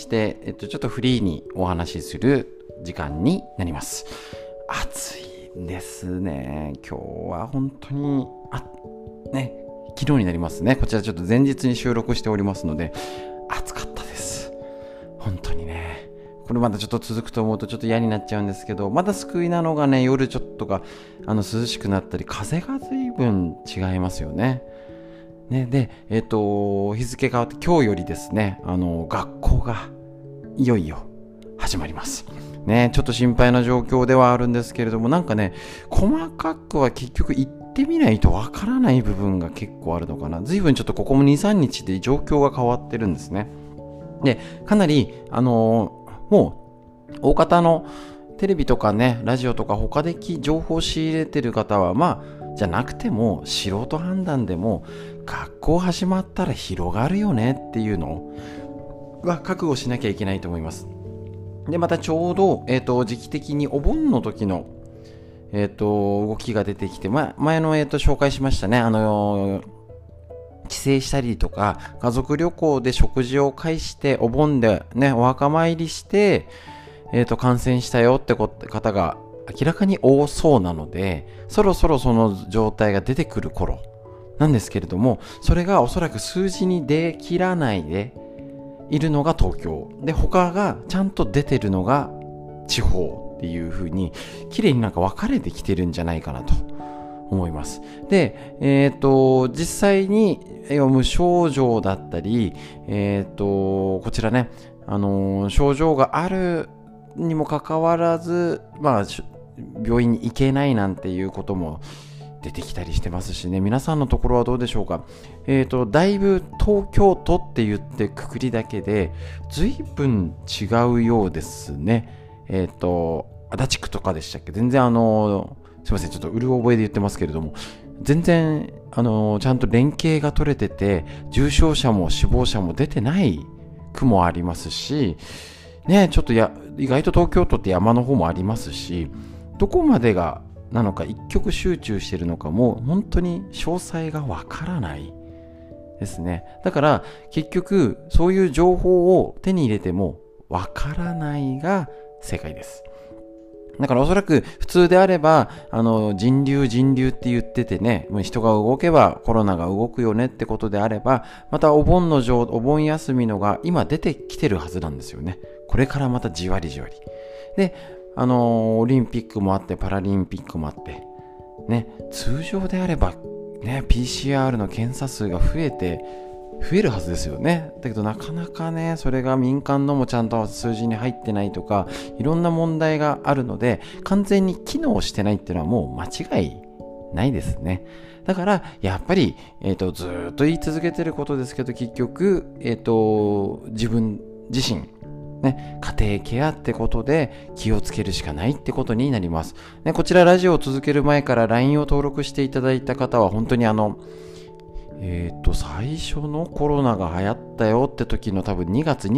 ちょっとフリーにお話しする時間になります。暑いですね。今日は本当に昨日になりますね。こちらちょっと前日に収録しておりますので、暑かったです。本当にね。これまだちょっと続くと思うとちょっと嫌になっちゃうんですけど、まだ救いなのがね、夜ちょっとが涼しくなったり、風が随分違いますよね。で、日付変わって今日よりですね、学校がいよいよ始まります。ね、ちょっと心配な状況ではあるんですけれども、細かくは結局行ってみないとわからない部分が結構あるのかな。随分ちょっとここも2、3日で状況が変わってるんですね。で、かなり、もう、大方のテレビとかね、ラジオとか他で情報を仕入れてる方は、じゃなくても素人判断でも学校始まったら広がるよねっていうのは覚悟しなきゃいけないと思います。で、またちょうど、時期的にお盆の時の、動きが出てきて、前の、紹介しましたね。帰省したりとか、家族旅行で食事を介して、お盆でね、お墓参りして、感染したよって方が明らかに多そうなので、そろそろその状態が出てくる頃なんですけれども、それがおそらく数字に出きらないでいるのが東京で、他がちゃんと出てるのが地方っていう風に綺麗に分かれてきてるんじゃないかなと思います。で、実際に無症状だったり、こちらね、症状があるにもかかわらず、病院に行けないなんていうことも出てきたりしてますしね。皆さんのところはどうでしょうか。だいぶ東京都って言ってくくりだけで随分違うようですね。足立区とかでしたっけ。全然すいません、ちょっとうる覚えで言ってますけれども、全然ちゃんと連携が取れてて、重症者も死亡者も出てない区もありますしね。ちょっと意外と東京都って山の方もありますし、どこまでがなのか一極集中しているのかも本当に詳細がわからないですね。だから結局そういう情報を手に入れてもわからないが正解です。だからおそらく普通であれば人流って言っててね、人が動けばコロナが動くよねってことであれば、またお盆休みのが今出てきてるはずなんですよね。これからまたじわりじわりでオリンピックもあってパラリンピックもあってね、通常であればね PCR の検査数が増えるはずですよね。だけどなかなかねそれが民間のもちゃんと数字に入ってないとかいろんな問題があるので完全に機能してないっていうのはもう間違いないですね。だからやっぱり、ずっと言い続けてることですけど結局、自分自身ね、家庭ケアってことで気をつけるしかないってことになります、ね、こちらラジオを続ける前から LINE を登録していただいた方は本当に最初のコロナが流行ったよって時の多分2月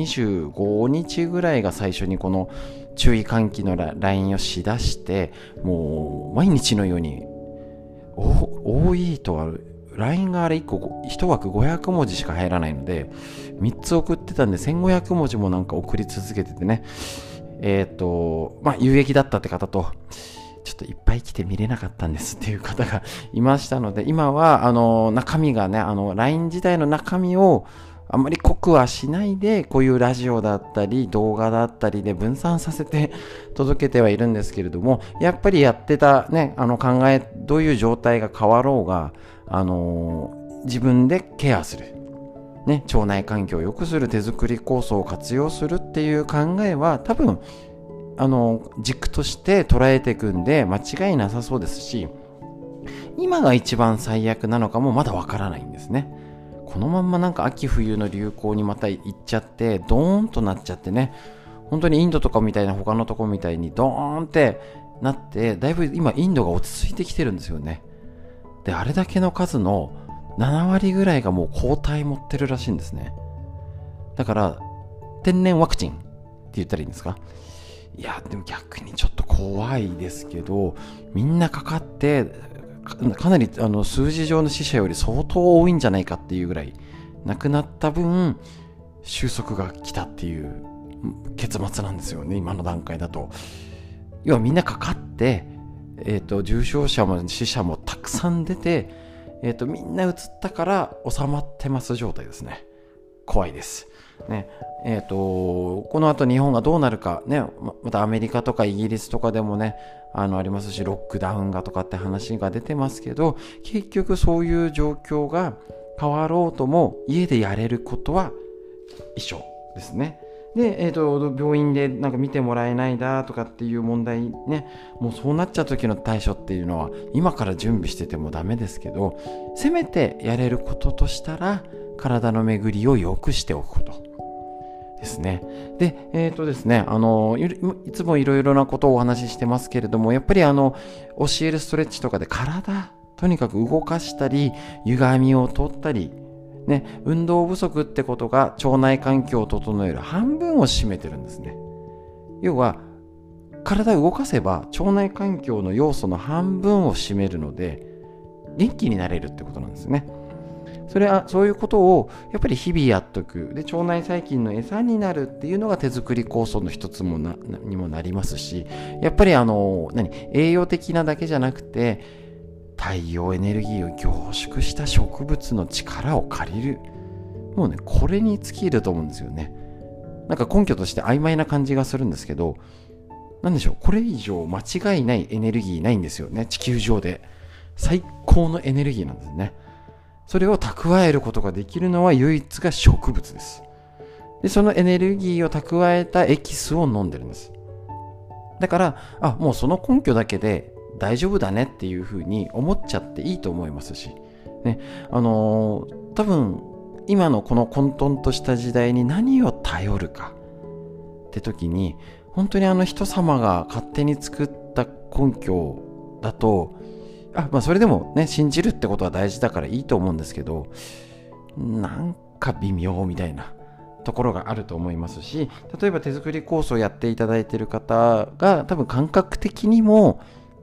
25日ぐらいが最初にこの注意喚起の LINE をしだしてもう毎日のように多いとはLINE があれ1枠500文字しか入らないので3つ送ってたんで1500文字もなんか送り続けててね有益だったって方とちょっといっぱい来て見れなかったんですっていう方がいましたので今は中身がねLINE 自体の中身をあんまり濃くはしないでこういうラジオだったり動画だったりで分散させて届けてはいるんですけれどもやっぱりやってたねどういう状態が変わろうが自分でケアする、ね、腸内環境を良くする手作り酵素を活用するっていう考えは多分軸として捉えていくんで間違いなさそうですし今が一番最悪なのかもまだわからないんですね。このまんまなんか秋冬の流行にまた行っちゃってドーンとなっちゃってね本当にインドとかみたいな他のとこみたいにドーンってなってだいぶ今インドが落ち着いてきてるんですよね。であれだけの数の7割ぐらいがもう抗体持ってるらしいんですね。だから天然ワクチンって言ったらいいんですか。いやでも逆にちょっと怖いですけどみんなかかってかなり数字上の死者より相当多いんじゃないかっていうぐらい亡くなった分収束が来たっていう結末なんですよね今の段階だと。要はみんなかかって重症者も死者もたくさん出て、みんな移ったから収まってます状態ですね。怖いです。ねこの後日本がどうなるか、ね、またアメリカとかイギリスとかでもねありますしロックダウンがとかって話が出てますけど結局そういう状況が変わろうとも家でやれることは一緒ですね。で、病院でなんか見てもらえないだとかっていう問題ねもうそうなっちゃう時の対処っていうのは今から準備しててもダメですけどせめてやれることとしたら体の巡りを良くしておくことですね。で、ですね、いつもいろいろなことをお話ししてますけれども、やっぱり教えるストレッチとかでとにかく動かしたり、歪みを取ったり、ね、運動不足ってことが腸内環境を整える半分を占めてるんですね。要は、体を動かせば腸内環境の要素の半分を占めるので、元気になれるってことなんですね。そういうことをやっぱり日々やっとく。で腸内細菌の餌になるっていうのが手作り酵素の一つにもなりますしやっぱり栄養的なだけじゃなくて太陽エネルギーを凝縮した植物の力を借りるもうねこれに尽きると思うんですよね。なんか根拠として曖昧な感じがするんですけどなんでしょうこれ以上間違いないエネルギーないんですよね。地球上で最高のエネルギーなんですね。それを蓄えることができるのは唯一が植物です。で、そのエネルギーを蓄えたエキスを飲んでるんです。だから、もうその根拠だけで大丈夫だねっていうふうに思っちゃっていいと思いますし、ね、多分今のこの混沌とした時代に何を頼るかって時に、本当に人様が勝手に作った根拠だと、それでもね信じるってことは大事だからいいと思うんですけどなんか微妙みたいなところがあると思いますし例えば手作り酵素をやっていただいている方が多分感覚的にも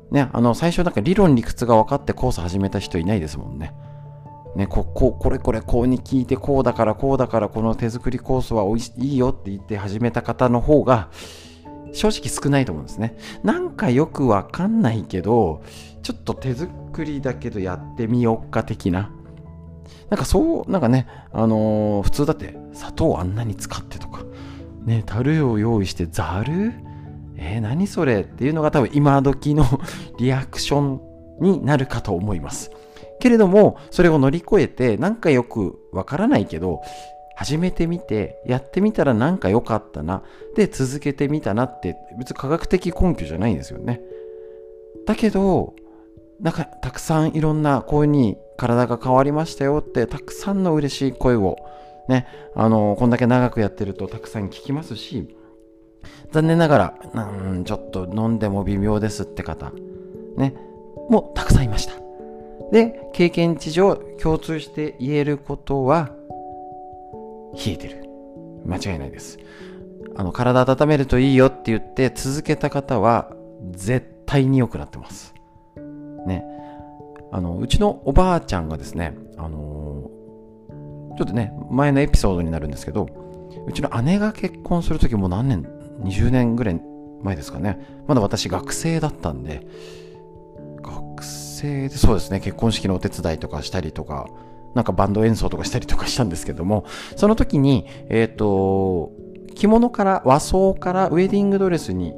ね、最初なんか理論理屈が分かってコース始めた人いないですもんね。ね、これこうに聞いてこうだからこの手作りコースはいいよって言って始めた方の方が正直少ないと思うんですね。なんかよくわかんないけど、ちょっと手作りだけどやってみよっか的な。なんかね、普通だって砂糖あんなに使ってとか、ね、樽を用意してざる何それっていうのが多分今時のリアクションになるかと思います。けれども、それを乗り越えて、なんかよくわからないけど、始めてみて、やってみたらなんか良かったな。で、続けてみたなって、別に科学的根拠じゃないんですよね。だけど、なんかたくさんいろんな声に体が変わりましたよって、たくさんの嬉しい声を、ね、こんだけ長くやってるとたくさん聞きますし、残念ながら、ちょっと飲んでも微妙ですって方、ね、もたくさんいました。で、経験値上共通して言えることは、冷えてる。間違いないです。体温めるといいよって言って続けた方は、絶対に良くなってます。ね。うちのおばあちゃんがですね、ちょっとね、前のエピソードになるんですけど、うちの姉が結婚するときも何年、20年ぐらい前ですかね。まだ私学生だったんで、そうですね、結婚式のお手伝いとかしたりとか、なんかバンド演奏とかしたりとかしたんですけども、その時に、着物から和装からウェディングドレスに、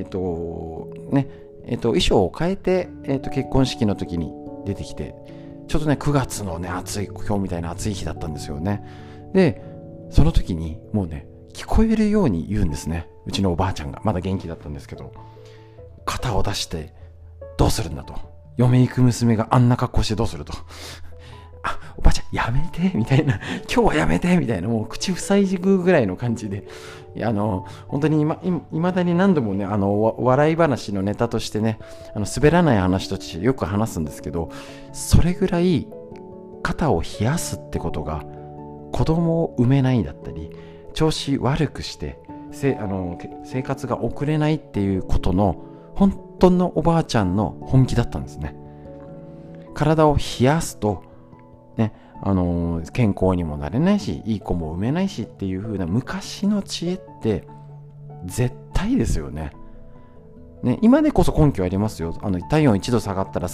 衣装を変えて、結婚式の時に出てきて、ちょっとね、9月のね、今日みたいな暑い日だったんですよね。で、その時にもうね、聞こえるように言うんですね。うちのおばあちゃんが、まだ元気だったんですけど、肩を出して、どうするんだと。嫁行く娘があんな格好してどうすると。おばあちゃんやめてみたいな、今日はやめてみたいな、もう口塞ぐぐらいの感じで、本当にいまだに何度もね、笑い話のネタとしてね、滑らない話としてよく話すんですけど、それぐらい肩を冷やすってことが子供を産めないだったり、調子悪くして生活が送れないっていうことの本当のおばあちゃんの本気だったんですね。体を冷やすとね、健康にもなれないし、いい子も産めないしっていう風な昔の知恵って絶対ですよね。ね、今でこそ根拠ありますよ。体温1度下がったら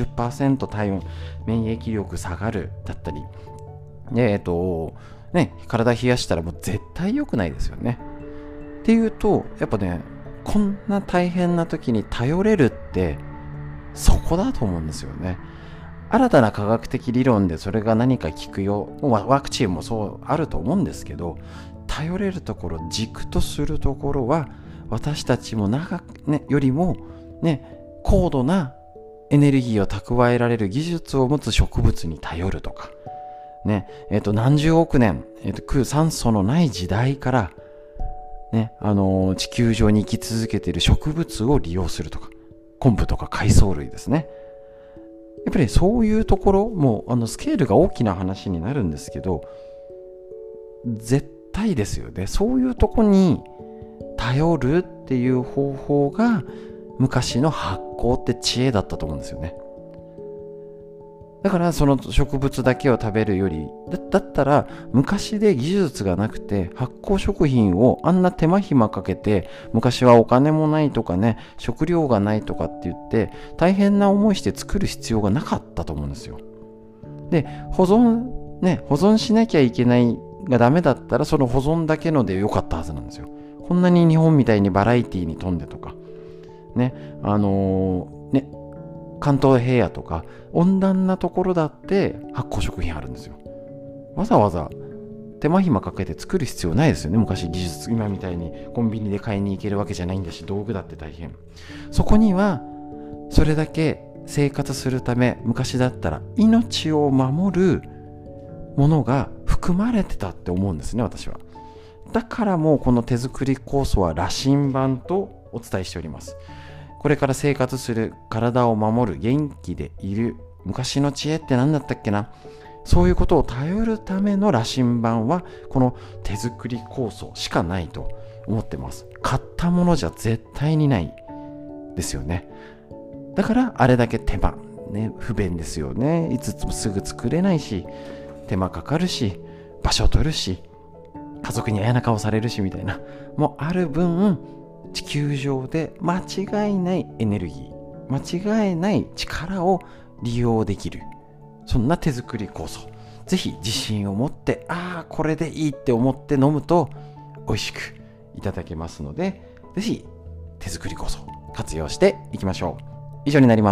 30% 免疫力下がるだったり、で体冷やしたらもう絶対良くないですよね。っていうと、やっぱね、こんな大変な時に頼れるってそこだと思うんですよね。新たな科学的理論でそれが何か効くよ、ワクチンもそうあると思うんですけど、頼れるところ、軸とするところは、私たちもよりもね、高度なエネルギーを蓄えられる技術を持つ植物に頼るとかね、何十億年、酸素のない時代からね、地球上に生き続けている植物を利用するとか、昆布とか海藻類ですね。やっぱりそういうところもスケールが大きな話になるんですけど、絶対ですよね。そういうとこに頼るっていう方法が昔の発酵って知恵だったと思うんですよね。だからその植物だけを食べるよりだったら、昔で技術がなくて発酵食品をあんな手間暇かけて、昔はお金もないとかね、食料がないとかって言って大変な思いして作る必要がなかったと思うんですよ。で、保存しなきゃいけないがダメだったら、その保存だけのでよかったはずなんですよ。こんなに日本みたいにバラエティに富んでとかね、関東平野とか温暖なところだって発酵食品あるんですよ。わざわざ手間暇かけて作る必要ないですよね。昔技術、今みたいにコンビニで買いに行けるわけじゃないんだし、道具だって大変。そこにはそれだけ生活するため、昔だったら命を守るものが含まれてたって思うんですね、私は。だからもうこの手作り酵素は羅針盤とお伝えしております。これから生活する、体を守る、元気でいる昔の知恵って何だったっけな。そういうことを頼るための羅針盤はこの手作り酵素しかないと思ってます。買ったものじゃ絶対にないですよね。 だからあれだけ手間、ね、不便ですよね。いつつもすぐ作れないし、手間かかるし、場所取るし、家族に嫌な顔されるしみたいな、もうある分、地球上で間違いないエネルギー、間違いない力を利用できる、そんな手作り酵素、ぜひ自信を持って、これでいいって思って飲むと美味しくいただけますので、ぜひ手作り酵素活用していきましょう。以上になります。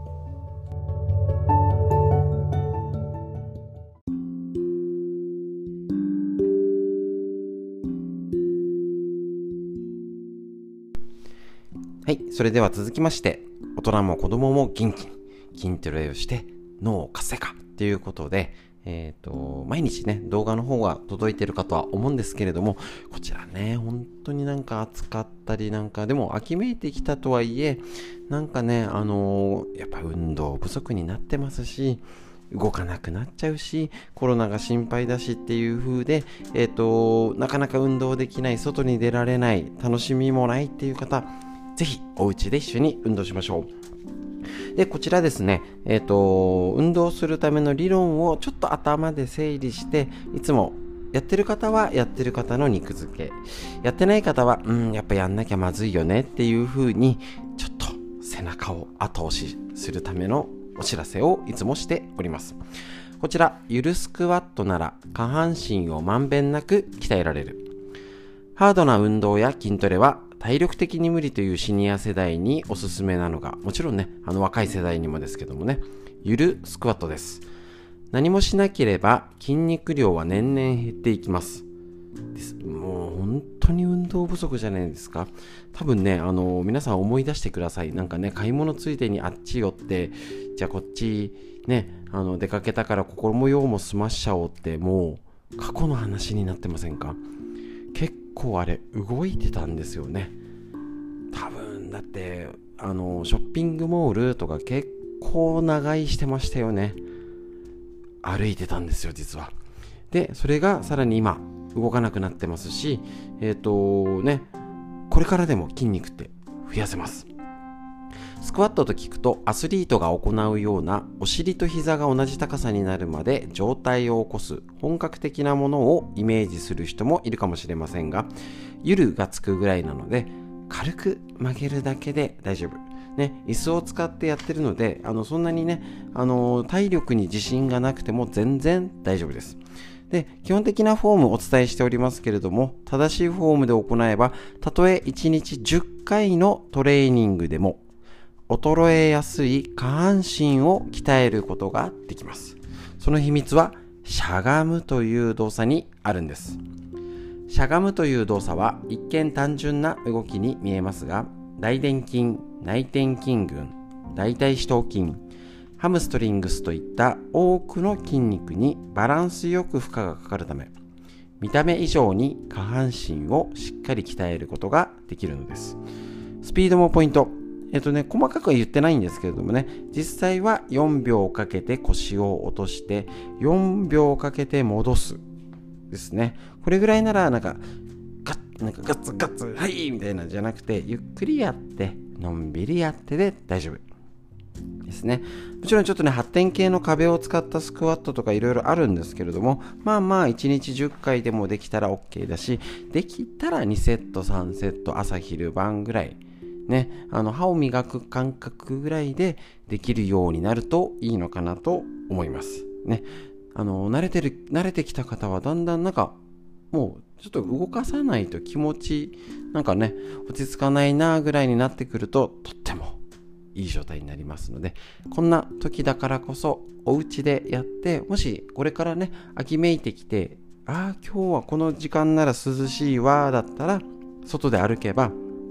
はい、それでは続きまして、大人も子供も元気に筋トレをして脳を活性化ということで、毎日ね動画の方が届いているかとは思うんですけれども、こちらね本当になんか暑かったりなんかでも秋めいてきたとはいえ、なんかねやっぱ運動不足になってますし、動かなくなっちゃうし、コロナが心配だしっていう風で、なかなか運動できない、外に出られない、楽しみもないっていう方、ぜひお家で一緒に運動しましょう。で、こちらですね、運動するための理論をちょっと頭で整理して、いつもやってる方はやってる方の肉付け、やってない方はやっぱやんなきゃまずいよねっていう風に、ちょっと背中を後押しするためのお知らせをいつもしております。こちら、ゆるスクワットなら下半身をまんべんなく鍛えられる。ハードな運動や筋トレは体力的に無理というシニア世代におすすめなのが、もちろんね若い世代にもですけどもね、ゆるスクワットです。何もしなければ筋肉量は年々減っていきます。もう本当に運動不足じゃないですか。多分ね皆さん思い出してください。なんかね、買い物ついでにあっち寄って、じゃあこっちね出かけたから心も用も済ましちゃおうって、もう過去の話になってませんか？結構あれ動いてたんですよね。多分だってショッピングモールとか結構長居してましたよね。歩いてたんですよ実は。でそれがさらに今動かなくなってますし、これからでも筋肉って増やせます。スクワットと聞くとアスリートが行うようなお尻と膝が同じ高さになるまで上体を起こす本格的なものをイメージする人もいるかもしれませんが、ゆるがつくぐらいなので軽く曲げるだけで大丈夫ね。椅子を使ってやってるのでそんなにね体力に自信がなくても全然大丈夫です。で、基本的なフォームをお伝えしておりますけれども、正しいフォームで行えばたとえ1日10回のトレーニングでも衰えやすい下半身を鍛えることができます。その秘密はしゃがむという動作にあるんです。しゃがむという動作は一見単純な動きに見えますが、大臀筋、内転筋群、大腿四頭筋、ハムストリングスといった多くの筋肉にバランスよく負荷がかかるため、見た目以上に下半身をしっかり鍛えることができるのです。スピードもポイント。細かくは言ってないんですけれどもね、実際は4秒かけて腰を落として4秒かけて戻すですね。これぐらいならなんかガッツガッツはいみたいなじゃなくて、ゆっくりやってのんびりやってで大丈夫ですね。もちろんちょっとね発展系の壁を使ったスクワットとかいろいろあるんですけれども、1日10回でもできたら OK だし、できたら2セット3セット朝昼晩ぐらいね、歯を磨く感覚ぐらいでできるようになるといいのかなと思いますね。慣れてきた方はだんだんなんかもうちょっと動かさないと気持ちなんかね落ち着かないなぐらいになってくると、とってもいい状態になりますので、こんな時だからこそお家でやって、もしこれからね秋めいてきて、今日はこの時間なら涼しいわだったら外で歩けば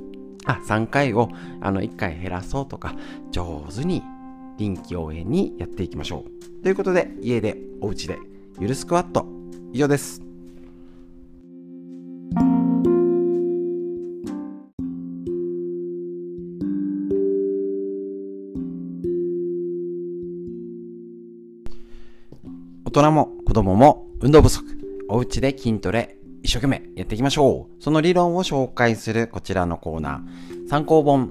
3回を1回減らそうとか、上手に臨機応変にやっていきましょう。ということで、家でお家でゆるスクワット以上です。大人も子供も運動不足、お家で筋トレ一生懸命やっていきましょう。その理論を紹介するこちらのコーナー、参考本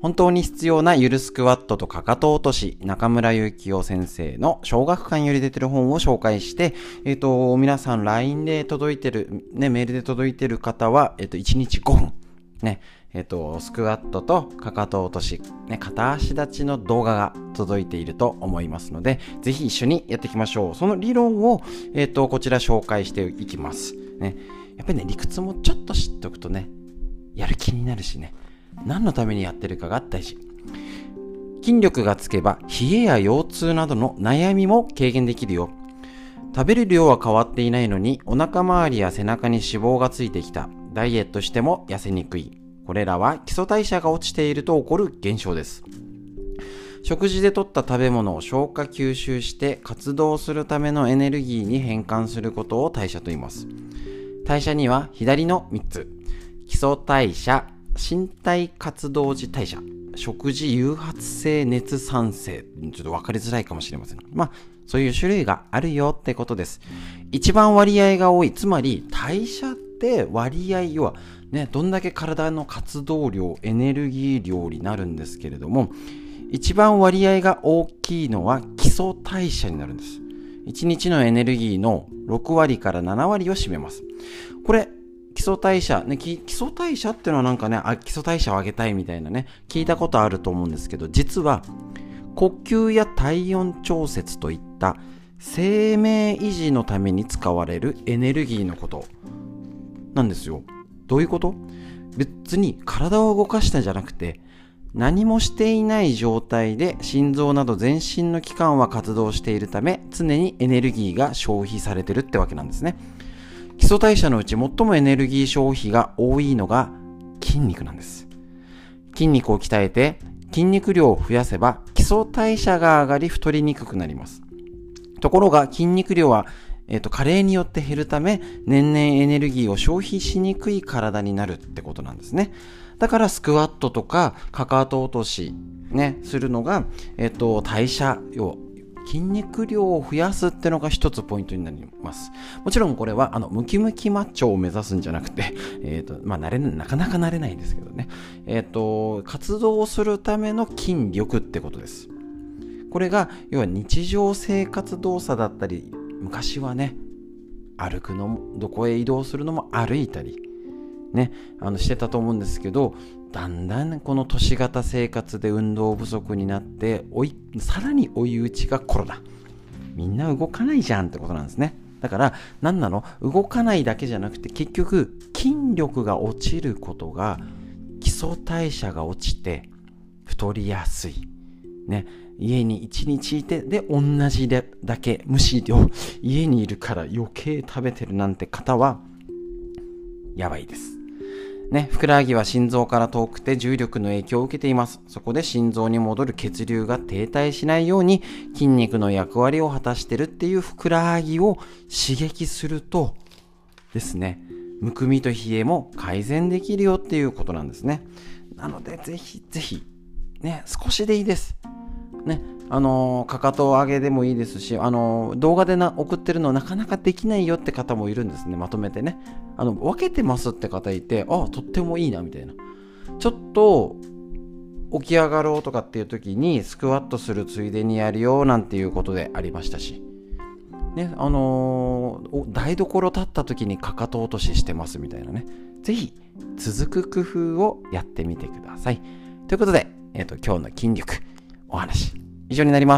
本当に必要なゆるスクワットとかかと落とし、中村幸雄先生の小学館より出てる本を紹介して、皆さん LINE で届いてる、ね、メールで届いてる方は、1日5分、ね、スクワットとかかと落とし、ね、片足立ちの動画が届いていると思いますので、ぜひ一緒にやっていきましょう。その理論を、こちら紹介していきます。ね、やっぱりね、理屈もちょっと知っておくとね、やる気になるしね、何のためにやってるかが大事。筋力がつけば冷えや腰痛などの悩みも軽減できるよ。食べる量は変わっていないのにお腹周りや背中に脂肪がついてきた。ダイエットしても痩せにくい。これらは基礎代謝が落ちていると起こる現象です。食事で摂った食べ物を消化吸収して活動するためのエネルギーに変換することを代謝と言います。代謝には左の3つ。基礎代謝、身体活動時代謝、食事誘発性熱産生。ちょっと分かりづらいかもしれません。そういう種類があるよってことです。一番割合が多い、つまり代謝って割合、要はね、どんだけ体の活動量、エネルギー量になるんですけれども、一番割合が大きいのは基礎代謝になるんです。1日のエネルギーの6割から7割を占めます。これ、基礎代謝、ね、基礎代謝っていうのはなんかね、基礎代謝を上げたいみたいなね、聞いたことあると思うんですけど、実は呼吸や体温調節といった生命維持のために使われるエネルギーのことなんですよ。どういうこと？別に体を動かしたんじゃなくて、何もしていない状態で心臓など全身の器官は活動しているため、常にエネルギーが消費されてるってわけなんですね。基礎代謝のうち最もエネルギー消費が多いのが筋肉なんです。筋肉を鍛えて筋肉量を増やせば基礎代謝が上がり太りにくくなります。ところが筋肉量は、加齢によって減るため年々エネルギーを消費しにくい体になるってことなんですね。だからスクワットとかかかと落とし、ね、するのが、代謝要筋肉量を増やすってのが一つポイントになります。もちろんこれはムキムキマッチョを目指すんじゃなくて、なかなかなれないんですけどね、活動するための筋力ってことです。これが要は日常生活動作だったり、昔はね、歩くのもどこへ移動するのも歩いたりね、してたと思うんですけど、だんだんこの都市型生活で運動不足になってさらに追い打ちがコロナ。みんな動かないじゃんってことなんですね。だから何なの、動かないだけじゃなくて、結局筋力が落ちることが基礎代謝が落ちて太りやすいね。家に1日いてで同じだけむしろ家にいるから余計食べてるなんて方はやばいですね。ふくらはぎは心臓から遠くて重力の影響を受けています。そこで心臓に戻る血流が停滞しないように筋肉の役割を果たしてるっていうふくらはぎを刺激するとですね、むくみと冷えも改善できるよっていうことなんですね。なのでぜひぜひね、少しでいいですね。かかと上げでもいいですし、動画で送ってるのなかなかできないよって方もいるんですね。まとめてね、分けてますって方いて、とってもいいなみたいな。ちょっと起き上がろうとかっていう時にスクワットするついでにやるよなんていうことでありましたしね、台所立った時にかかと落とししてますみたいなね。ぜひ続く工夫をやってみてください。ということで、今日の筋力お話以上になります。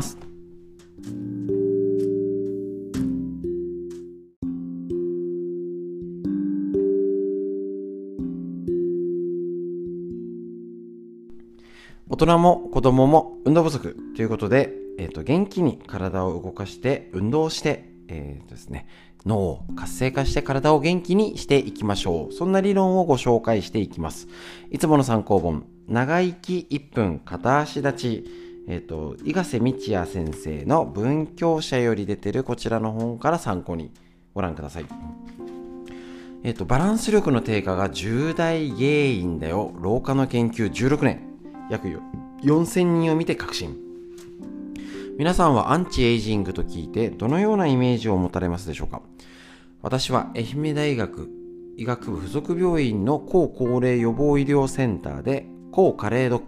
大人も子供も運動不足ということで、元気に体を動かして運動して、ですね、脳を活性化して体を元気にしていきましょう。そんな理論をご紹介していきます。いつもの参考本、長生き1分片足立ち、伊賀瀬道也先生の文教社より出てるこちらの本から参考にご覧ください。バランス力の低下が重大原因だよ。老化の研究16年。約4000人を見て確信。皆さんはアンチエイジングと聞いてどのようなイメージを持たれますでしょうか。私は愛媛大学医学部附属病院の抗高齢予防医療センターで抗加齢ドック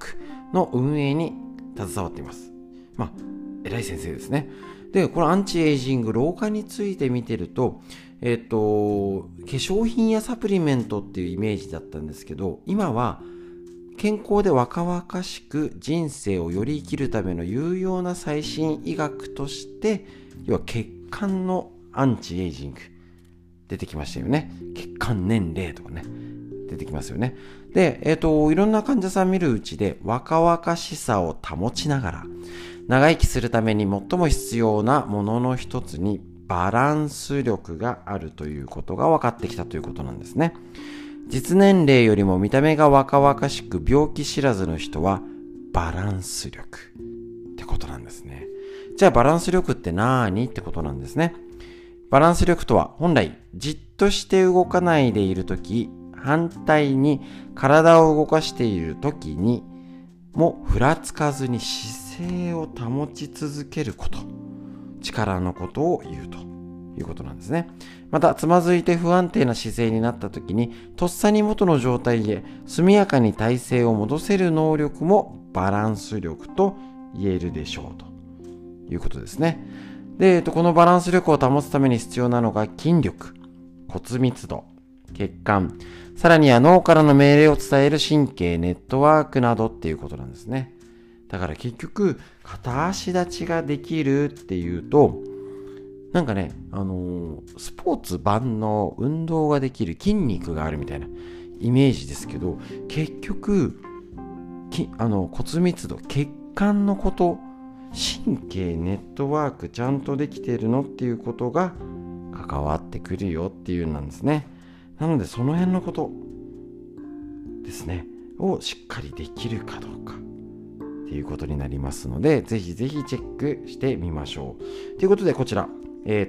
の運営に携わっています。偉い先生ですね。で、このアンチエイジング、老化について見てると、化粧品やサプリメントっていうイメージだったんですけど、今は健康で若々しく人生をより生きるための有用な最新医学として、要は血管のアンチエイジング出てきましたよね。血管年齢とかね、出てきますよね。で、いろんな患者さん見るうちで若々しさを保ちながら長生きするために最も必要なものの一つにバランス力があるということが分かってきたということなんですね。実年齢よりも見た目が若々しく病気知らずの人はバランス力ってことなんですね。じゃあバランス力って何ってことなんですね。バランス力とは本来じっとして動かないでいるとき、反対に体を動かしているときにもふらつかずに姿勢を保ち続けること、力のことを言うということなんですね。またつまずいて不安定な姿勢になったときにとっさに元の状態へ速やかに体勢を戻せる能力もバランス力と言えるでしょうということですね。で、このバランス力を保つために必要なのが筋力、骨密度、血管、さらには脳からの命令を伝える神経ネットワークなどっていうことなんですね。だから結局片足立ちができるっていうと、なんかね、スポーツ万能、運動ができる、筋肉があるみたいなイメージですけど、結局骨密度、血管のこと、神経ネットワークちゃんとできているのっていうことが関わってくるよっていうなんですね。なのでその辺のことですねをしっかりできるかどうかっていうことになりますので、ぜひぜひチェックしてみましょうということで、こちら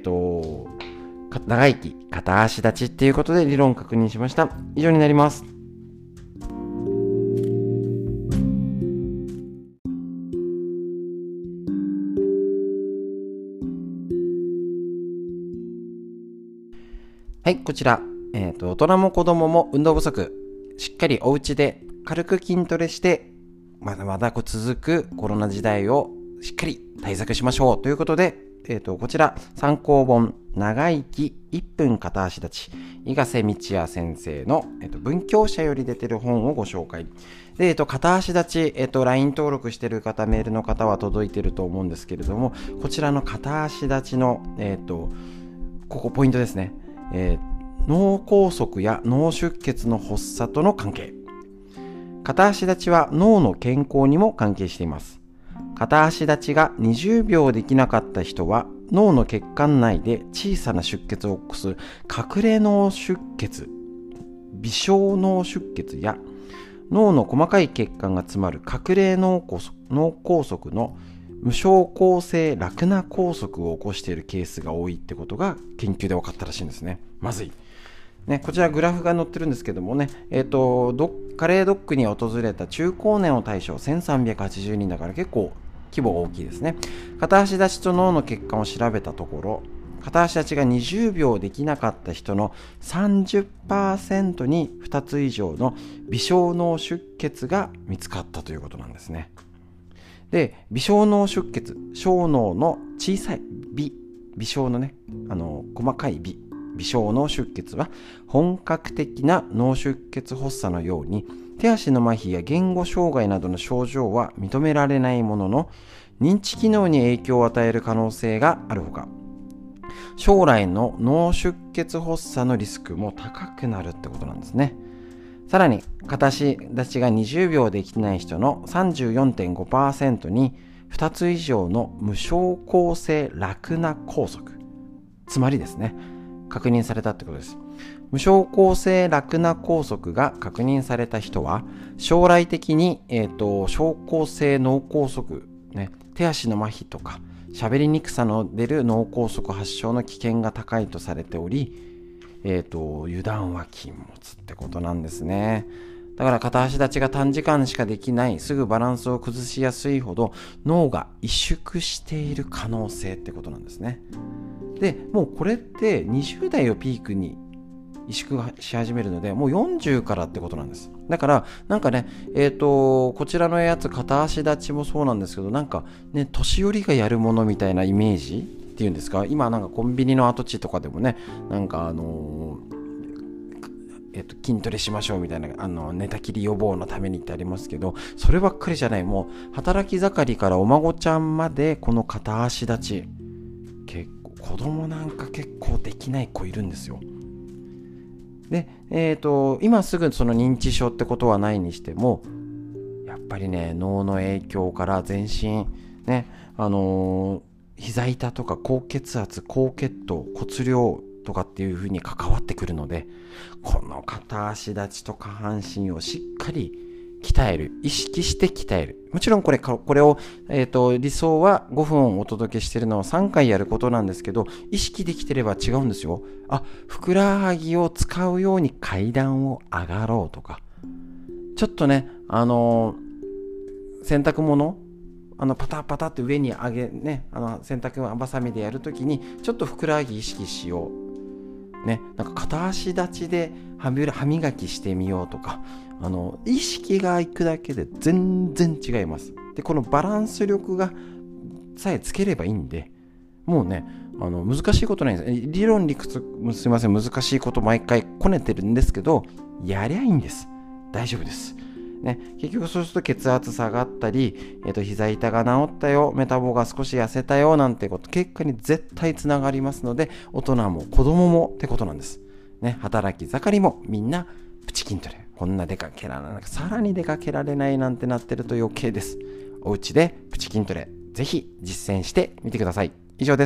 長生き片足立ちっていうことで理論確認しました。以上になります。はい、こちら、大人も子供も運動不足、しっかりお家で軽く筋トレして、まだまだ続くコロナ時代をしっかり対策しましょうということで、こちら参考本、長生き1分片足立ち、伊賀瀬道也先生の、文教社より出てる本をご紹介で、片足立ち、LINE 登録してる方、メールの方は届いてると思うんですけれども、こちらの片足立ちの、ここポイントですね。脳梗塞や脳出血の発作との関係。片足立ちは脳の健康にも関係しています。片足立ちが20秒できなかった人は脳の血管内で小さな出血を起こす隠れ脳出血、微小脳出血や脳の細かい血管が詰まる隠れ脳梗塞の無症候性ラクナ梗塞を起こしているケースが多いってことが研究で分かったらしいんですね。まずい。ね、こちらグラフが載ってるんですけどもね、カレードックに訪れた中高年を対象1380人だから結構規模が大きいですね。片足立ちと脳の血管を調べたところ、片足立ちが20秒できなかった人の 30% に2つ以上の微小脳出血が見つかったということなんですね。で、微小脳出血、小脳の小さい微小のね、細かい微小脳出血は本格的な脳出血発作のように手足の麻痺や言語障害などの症状は認められないものの、認知機能に影響を与える可能性があるほか、将来の脳出血発作のリスクも高くなるってことなんですね。さらに片足立ちが20秒できない人の 34.5% に2つ以上の無症候性ラクナ梗塞、つまりですね、確認されたってことです。無症候性ラクナ梗塞が確認された人は将来的に、症候性脳梗塞、ね、手足の麻痺とか喋りにくさの出る脳梗塞発症の危険が高いとされており、油断は禁物ってことなんですね。だから片足立ちが短時間しかできない、すぐバランスを崩しやすいほど脳が萎縮している可能性ってことなんですね。で、もうこれって20代をピークに萎縮し始めるので、もう40からってことなんです。だからなんかね、こちらのやつ、片足立ちもそうなんですけど、なんかね、年寄りがやるものみたいなイメージっていうんですか。今なんかコンビニの跡地とかでもね、なんか筋トレしましょうみたいな寝たきり予防のためにってありますけど、そればっかりじゃない。もう働き盛りからお孫ちゃんまでこの片足立ち、結構子供なんか結構できない子いるんですよ。で、今すぐその認知症ってことはないにしても、やっぱりね、脳の影響から全身ね、膝痛とか高血圧、高血糖、骨量とかっていう風に関わってくるので、この片足立ちと下半身をしっかり鍛える、意識して鍛える。もちろんこれを、理想は5分お届けしているのを3回やることなんですけど、意識できてれば違うんですよ。ふくらはぎを使うように階段を上がろうとか、ちょっとね、洗濯物パタパタって上に上げね、洗濯バサミでやるときにちょっとふくらはぎ意識しようね、なんか片足立ちで歯磨きしてみようとか、意識がいくだけで全然違います。で、このバランス力がさえつければいいんで、もうね、難しいことないんです。理論理屈、すいません、難しいこと毎回こねてるんですけど、やりゃいいんです。大丈夫ですね。結局そうすると血圧下がったり、膝痛が治ったよ、メタボが少し痩せたよなんてこと、結果に絶対つながりますので、大人も子供もってことなんですね。働き盛りもみんなプチ筋トレ、こんな出かけられない、さらに出かけられないなんてなってると余計です。お家でプチ筋トレ、ぜひ実践してみてください。以上です。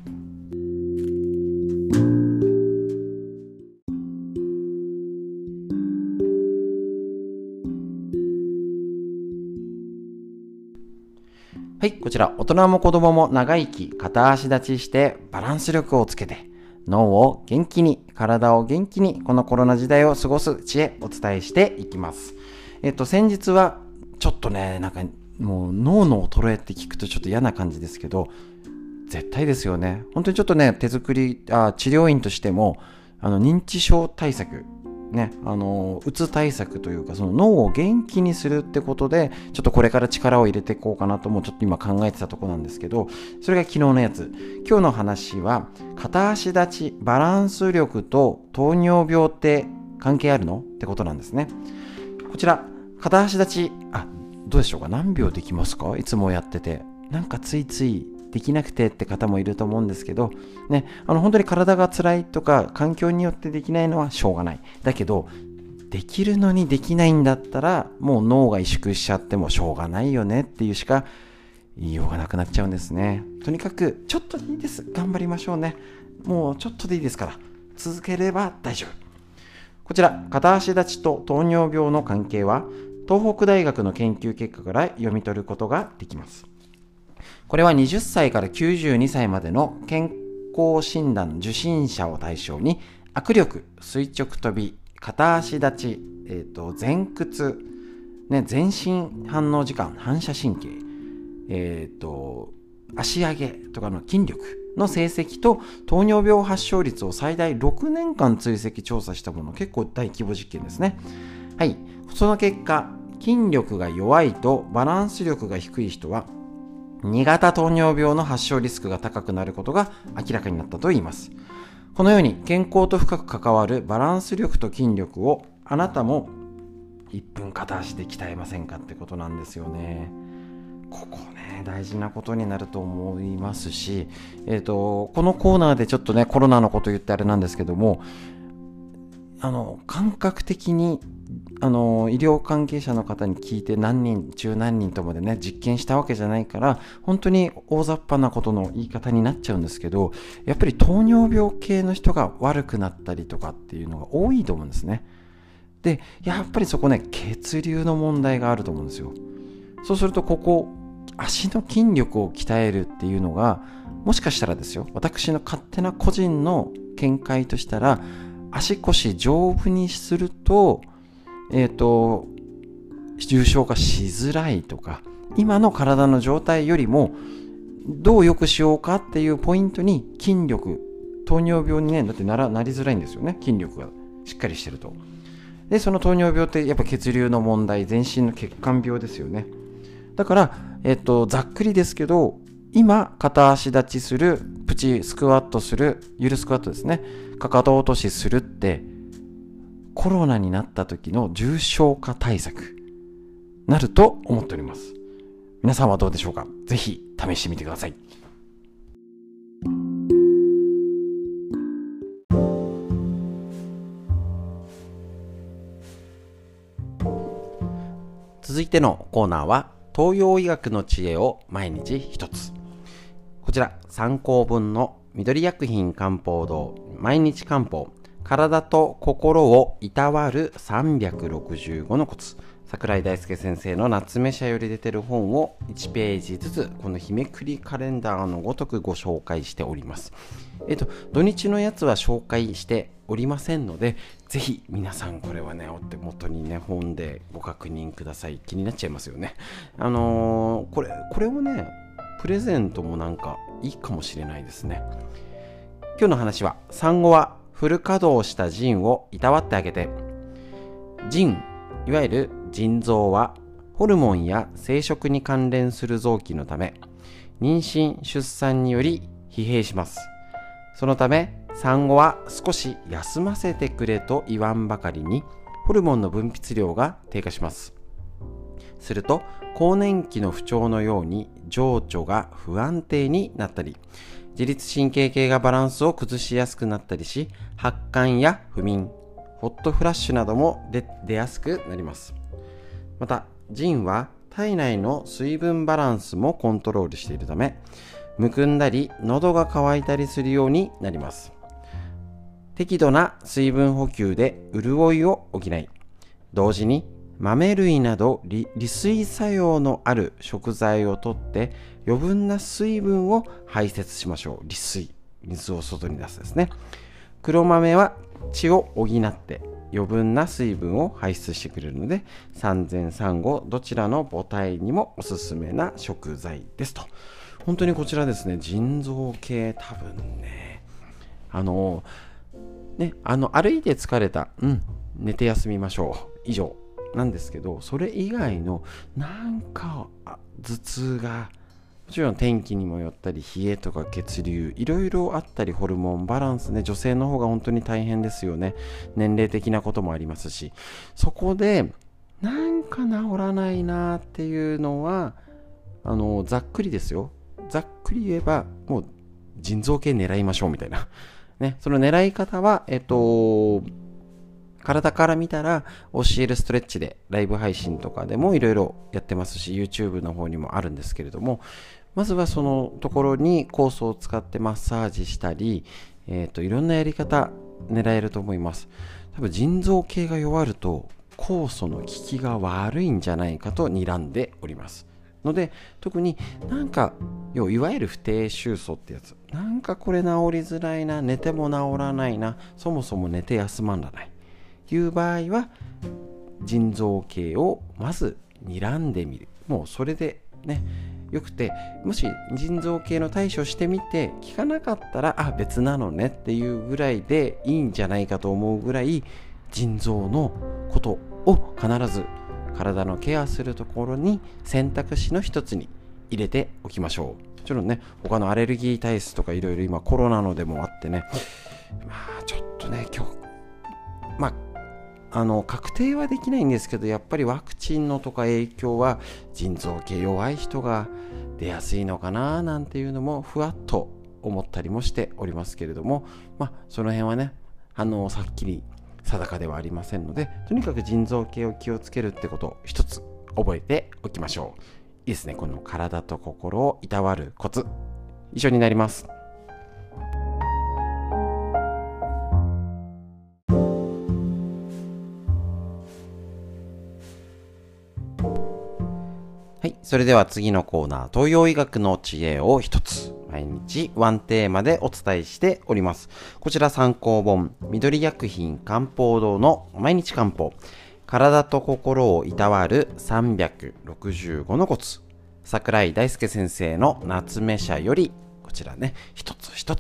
はい、こちら大人も子供も長生き、片足立ちしてバランス力をつけて脳を元気に、体を元気に、このコロナ時代を過ごす知恵お伝えしていきます。先日はちょっとね、なんかもう脳の衰えって聞くとちょっと嫌な感じですけど、絶対ですよね。本当にちょっとね、治療院としても認知症対策ね、うつ対策というか、その脳を元気にするってことで、ちょっとこれから力を入れていこうかなともちょっと今考えてたところなんですけど、それが昨日のやつ。今日の話は、片足立ち、バランス力と糖尿病って関係あるのってことなんですね。こちら、片足立ち、どうでしょうか、何秒できますか？いつもやってて。なんかついついできなくてって方もいると思うんですけど、ね、本当に体が辛いとか環境によってできないのはしょうがない。だけど、できるのにできないんだったら、もう脳が萎縮しちゃってもしょうがないよねっていうしか言いようがなくなっちゃうんですね。とにかく、ちょっとでいいです。頑張りましょうね。もうちょっとでいいですから。続ければ大丈夫。こちら、片足立ちと糖尿病の関係は、東北大学の研究結果から読み取ることができます。これは20歳から92歳までの健康診断受診者を対象に、握力、垂直跳び、片足立ち、前屈、ね、全身反応時間、反射神経、足上げとかの筋力の成績と糖尿病発症率を最大6年間追跡調査したもの、結構大規模実験ですね。はい。その結果、筋力が弱いとバランス力が低い人は2型糖尿病の発症リスクが高くなることが明らかになったといいます。このように健康と深く関わるバランス力と筋力をあなたも1分片足で鍛えませんかってことなんですよね。ここね、大事なことになると思いますし、このコーナーでちょっとね、コロナのこと言ってあれなんですけども、感覚的に医療関係者の方に聞いて何人中何人とまでね実験したわけじゃないから、本当に大雑把なことの言い方になっちゃうんですけど、やっぱり糖尿病系の人が悪くなったりとかっていうのが多いと思うんですね。で、やっぱりそこね、血流の問題があると思うんですよ。そうすると、ここ足の筋力を鍛えるっていうのが、もしかしたらですよ、私の勝手な個人の見解としたら、足腰丈夫にすると重症化しづらいとか、今の体の状態よりもどう良くしようかっていうポイントに筋力糖尿病にね、だってなりづらいんですよね、筋力がしっかりしてると。でその糖尿病ってやっぱ血流の問題、全身の血管病ですよね。だから、ざっくりですけど、今片足立ちする、プチスクワットする、ゆるスクワットですね、かかと落としするって、コロナになった時の重症化対策なると思っております。皆さんはどうでしょうか。ぜひ試してみてください。続いてのコーナーは、東洋医学の知恵を毎日一つ。こちら参考文の緑薬品漢方堂毎日漢方、体と心をいたわる365のコツ、櫻井大輔先生の夏目社より出てる本を1ページずつこの日めくりカレンダーのごとくご紹介しております。土日のやつは紹介しておりませんので、ぜひ皆さんこれはね、お手元にね、本でご確認ください。気になっちゃいますよね。これをね、プレゼントもなんかいいかもしれないですね。今日の話は、産後はフル稼働した腎をいたわってあげて。腎、いわゆる腎臓はホルモンや生殖に関連する臓器のため、妊娠・出産により疲弊します。そのため産後は少し休ませてくれと言わんばかりに、ホルモンの分泌量が低下します。すると更年期の不調のように情緒が不安定になったり、自律神経系がバランスを崩しやすくなったりし、発汗や不眠、ホットフラッシュなども出やすくなります。また腎は体内の水分バランスもコントロールしているため、むくんだり喉が渇いたりするようになります。適度な水分補給で潤いを補い、同時に豆類など利水作用のある食材をとって余分な水分を排泄しましょう。利水、水を外に出すですね。黒豆は血を補って余分な水分を排出してくれるので、産前産後どちらの母体にもおすすめな食材ですと。本当にこちらですね、腎臓系、多分ね、歩いて疲れた、寝て休みましょう以上なんですけど、それ以外のなんか頭痛が、もちろん天気にもよったり、冷えとか血流いろいろあったり、ホルモンバランスね、女性の方が本当に大変ですよね。年齢的なこともありますし、そこでなんか治らないなっていうのは、ざっくりですよ、ざっくり言えばもう腎臓系狙いましょうみたいなね。その狙い方は体から見たら教えるストレッチでライブ配信とかでもいろいろやってますし、 YouTube の方にもあるんですけれども、まずはそのところに酵素を使ってマッサージしたり、いろんなやり方狙えると思います。多分腎臓系が弱ると酵素の効きが悪いんじゃないかと睨んでおりますので、特になんかいわゆる不定収素ってやつ、なんかこれ治りづらいな、寝ても治らないな、そもそも寝て休まらないいう場合は、腎臓系をまず睨んでみる。もうそれでねよくて、もし腎臓系の対処してみて効かなかったら別なのねっていうぐらいでいいんじゃないかと思うぐらい、腎臓のことを必ず体のケアするところに選択肢の一つに入れておきましょう。もちろんね、他のアレルギー体質とかいろいろ今コロナのでもあってね、ちょっとね今日確定はできないんですけど、やっぱりワクチンのとか影響は腎臓系弱い人が出やすいのかななんていうのもふわっと思ったりもしておりますけれども、その辺はねさっきり定かではありませんので、とにかく腎臓系を気をつけるってことを一つ覚えておきましょう。いいですね、この体と心をいたわるコツ、以上になります。はい、それでは次のコーナー、東洋医学の知恵を一つ、毎日ワンテーマでお伝えしております。こちら参考本、緑薬品漢方堂の毎日漢方、体と心をいたわる365のコツ、櫻井大輔先生の夏目社より、こちらね、一つ一つ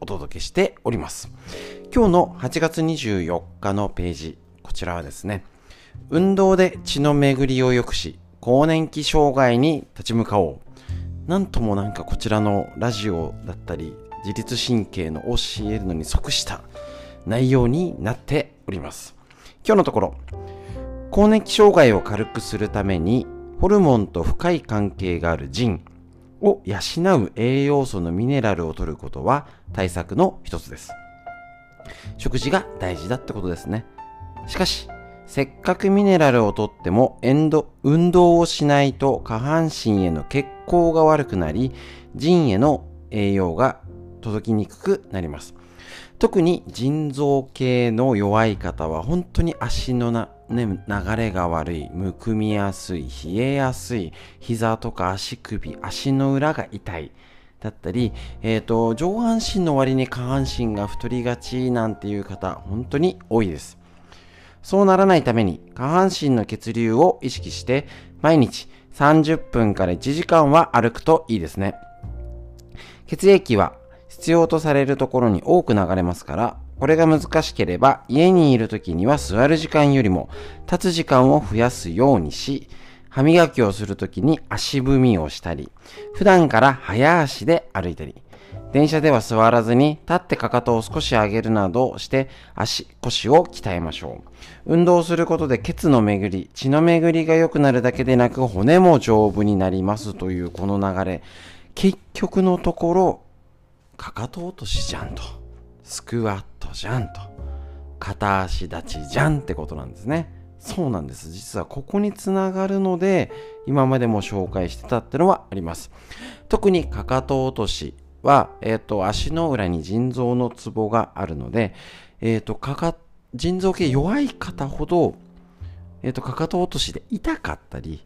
お届けしております。今日の8月24日のページ、こちらはですね、運動で血の巡りを良くし、更年期障害に立ち向かおう。なんともこちらのラジオだったり、自律神経の教えるのに即した内容になっております。今日のところ、更年期障害を軽くするために、ホルモンと深い関係がある腎を養う栄養素のミネラルを摂ることは対策の一つです。食事が大事だってことですね。しかし、せっかくミネラルを摂っても運動をしないと下半身への血行が悪くなり、腎への栄養が届きにくくなります。特に腎臓系の弱い方は本当に足の流れが悪い、むくみやすい、冷えやすい、膝とか足首、足の裏が痛いだったり、上半身の割に下半身が太りがちなんていう方本当に多いです。そうならないために下半身の血流を意識して毎日30分から1時間は歩くといいですね。血液は必要とされるところに多く流れますから、これが難しければ家にいる時には座る時間よりも立つ時間を増やすようにし、歯磨きをする時に足踏みをしたり、普段から早足で歩いたり、電車では座らずに立ってかかとを少し上げるなどして腰を鍛えましょう。運動することで血の巡り、血の巡りが良くなるだけでなく骨も丈夫になりますというこの流れ。結局のところ、かかと落としじゃんと、スクワットじゃんと、片足立ちじゃんってことなんですね。そうなんです。実はここにつながるので、今までも紹介してたってのはあります。特にかかと落としは、足の裏に腎臓のツボがあるので、腎臓系弱い方ほど、かかと落としで痛かったり、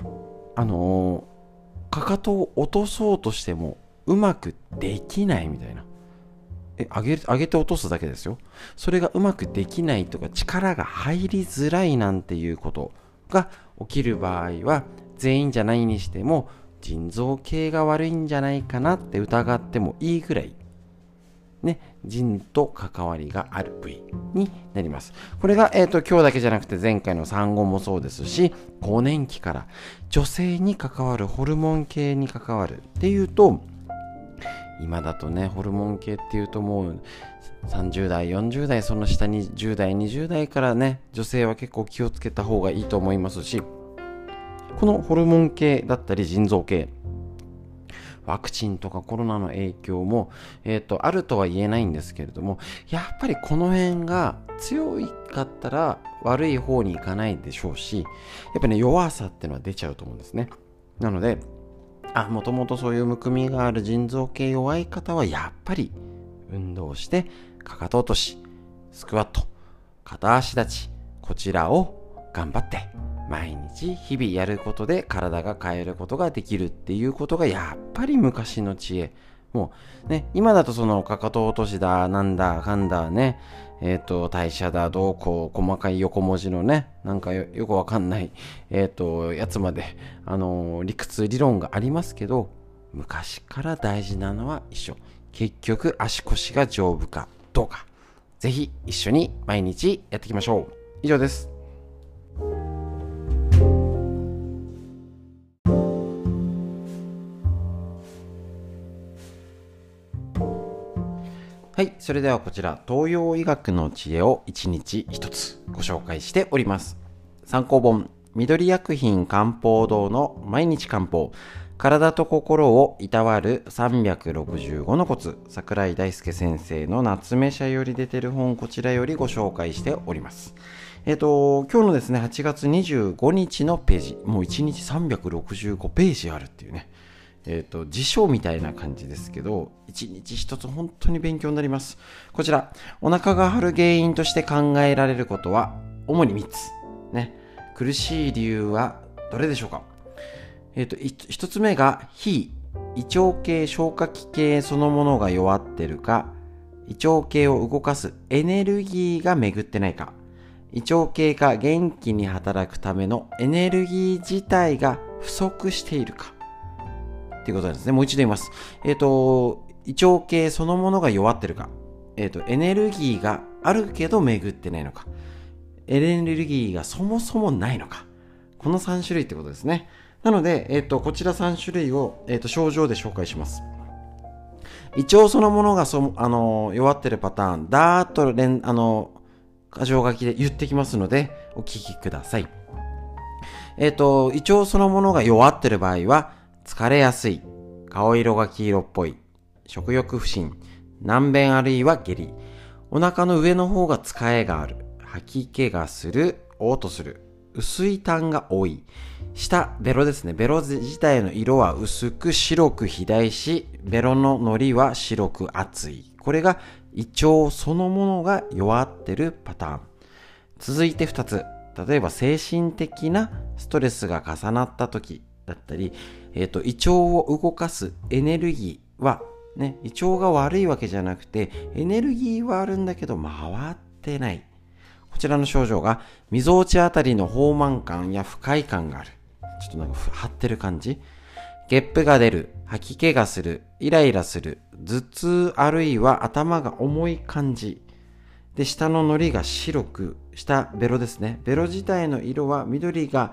かかとを落とそうとしてもうまくできないみたいな。上げて落とすだけですよ。それがうまくできないとか力が入りづらいなんていうことが起きる場合は、全員じゃないにしても腎臓系が悪いんじゃないかなって疑ってもいいぐらいね、腎と関わりがある部位になります。これが、今日だけじゃなくて前回の産後もそうですし、更年期から女性に関わるホルモン系に関わるっていうと、今だとね、ホルモン系っていうともう30代、40代、その下に10代、20代からね、女性は結構気をつけた方がいいと思いますし、このホルモン系だったり腎臓系、ワクチンとかコロナの影響も、あるとは言えないんですけれども、やっぱりこの辺が強かったら悪い方に行かないでしょうし、やっぱりね、弱さっていうのは出ちゃうと思うんですね。なので、もともとそういうむくみがある腎臓系弱い方はやっぱり運動してかかと落とし、スクワット、片足立ち、こちらを頑張って毎日日々やることで体が変えることができるっていうことがやっぱり昔の知恵。もうね、今だとそのかかと落としだなんだかんだね、代謝だどうこう細かい横文字のね、よくわかんないやつまで理屈理論がありますけど、昔から大事なのは一緒。結局足腰が丈夫かどうか、ぜひ一緒に毎日やっていきましょう。以上です。はい、それではこちら東洋医学の知恵を1日1つご紹介しております。参考本、緑薬品漢方堂の毎日漢方、体と心をいたわる365のコツ、櫻井大輔先生の夏目社より出てる本、こちらよりご紹介しております。今日のですね、8月25日のページ、もう1日365ページあるっていうね、辞書みたいな感じですけど、一日一つ本当に勉強になります。こちら、お腹が張る原因として考えられることは主に3つね。苦しい理由はどれでしょうか。1つ目が胃腸系消化器系そのものが弱ってるか、胃腸系を動かすエネルギーが巡ってないか、胃腸系が元気に働くためのエネルギー自体が不足しているかっていうことなんですね。もう一度言います。胃胃腸系そのものが弱ってるか、エネルギーがあるけど巡ってないのか、エネルギーがそもそもないのか、この3種類ってことですね。なので、こちら3種類を、症状で紹介します。胃腸そのものが弱ってるパターン、だーっと箇条書きで言ってきますので、お聞きください。胃腸そのものが弱ってる場合は、疲れやすい、顔色が黄色っぽい、食欲不振、軟便あるいは下痢、お腹の上の方が疲れがある、吐き気がする、嘔吐する、薄い痰が多い、下、ベロですね。ベロ自体の色は薄く白く肥大し、ベロの糊りは白く厚い。これが胃腸そのものが弱ってるパターン。続いて2つ。例えば精神的なストレスが重なった時だったり、胃腸を動かすエネルギーは、ね、胃腸が悪いわけじゃなくて、エネルギーはあるんだけど回ってない。こちらの症状が、みぞおちあたりの放満感や不快感がある。ちょっとなんか張ってる感じ。ゲップが出る、吐き気がする、イライラする、頭痛あるいは頭が重い感じ。で、下の糊が白く、下ベロですね。ベロ自体の色は緑か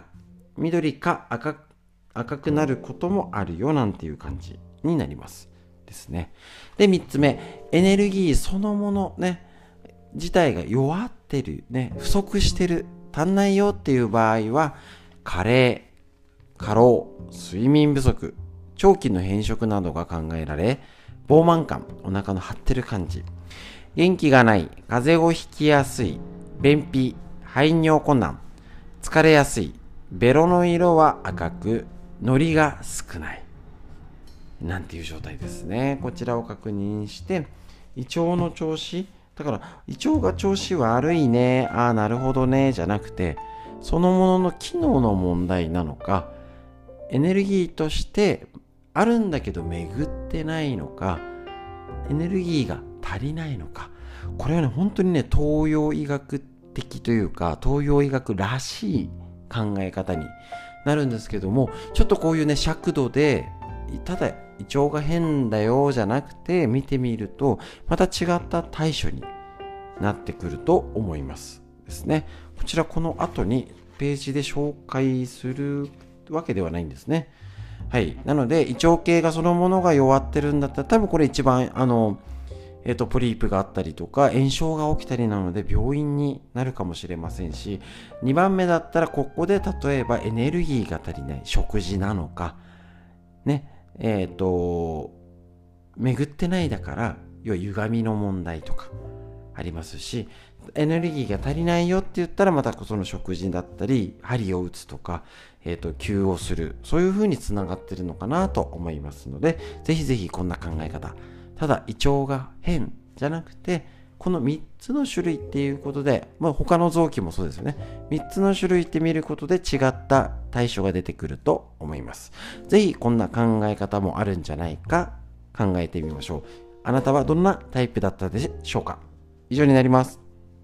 赤くなることもあるよなんていう感じになりますですね。で、3つ目、エネルギーそのものね、自体が弱ってるね、不足してる、足んないよっていう場合は、加齢、過労、睡眠不足、長期の変色などが考えられ、膨満感、お腹の張ってる感じ、元気がない、風邪をひきやすい、便秘、排尿困難、疲れやすい、ベロの色は赤く、糊が少ない。なんていう状態ですね。こちらを確認して、胃腸の調子、だから胃腸が調子悪いね、ああなるほどね、じゃなくて、そのものの機能の問題なのか、エネルギーとしてあるんだけど巡ってないのか、エネルギーが足りないのか、これはね、本当にね、東洋医学的というか、東洋医学らしい考え方になるんですけども、ちょっとこういうね、尺度で、ただ胃腸が変だよじゃなくて見てみると、また違った対処になってくると思いますですね。こちらこの後にページで紹介するわけではないんですね。はい。なので、胃腸系がそのものが弱ってるんだったら、多分これ一番、ポリープがあったりとか、炎症が起きたりなので、病院になるかもしれませんし、2番目だったら、ここで例えばエネルギーが足りない、食事なのか、ね、巡ってないだから、要は歪みの問題とかありますし、エネルギーが足りないよって言ったら、またその食事だったり、針を打つとか、急をする、そういう風につながってるのかなと思いますので、ぜひぜひこんな考え方。ただ胃腸が変じゃなくて、この3つの種類っていうことで、他の臓器もそうですよね。3つの種類って見ることで違った対処が出てくると思います。ぜひこんな考え方もあるんじゃないか考えてみましょう。あなたはどんなタイプだったでしょうか。以上になります。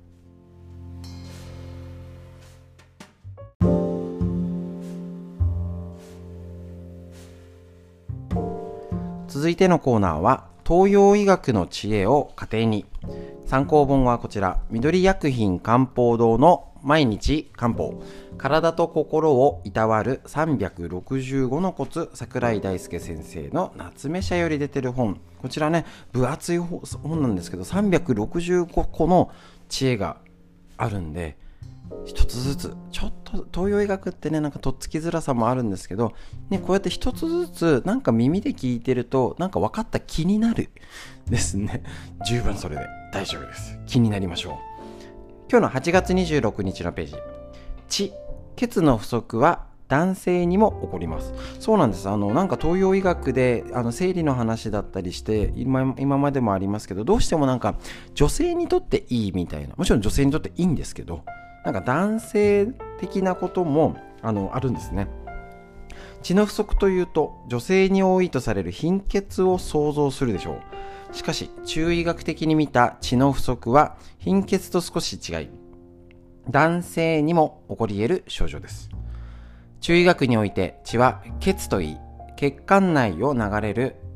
続いてのコーナーは、東洋医学の知恵を家庭に。参考本はこちら、緑薬品漢方堂の毎日漢方、体と心をいたわる365のコツ、櫻井大輔先生の夏目社より出てる本。こちらね、分厚い本なんですけど、365個の知恵があるんで、一つずつ、ちょっと東洋医学ってね、なんかとっつきづらさもあるんですけど、ね、こうやって一つずつなんか耳で聞いてると、なんか分かった気になるですね。十分それで大丈夫です。気になりましょう。今日の8月26日のページ。血の不足は男性にも起こります。そうなんです。なんか東洋医学で生理の話だったりして今までもありますけど、どうしてもなんか女性にとっていいみたいな、もちろん女性にとっていいんですけど、なんか男性的なこともあるんですね。血の不足というと、女性に多いとされる貧血を想像するでしょう。しかし中医学的に見た血の不足は貧血と少し違い、男性にも起こり得る症状です。中医学において血は血といい、血管内を流れる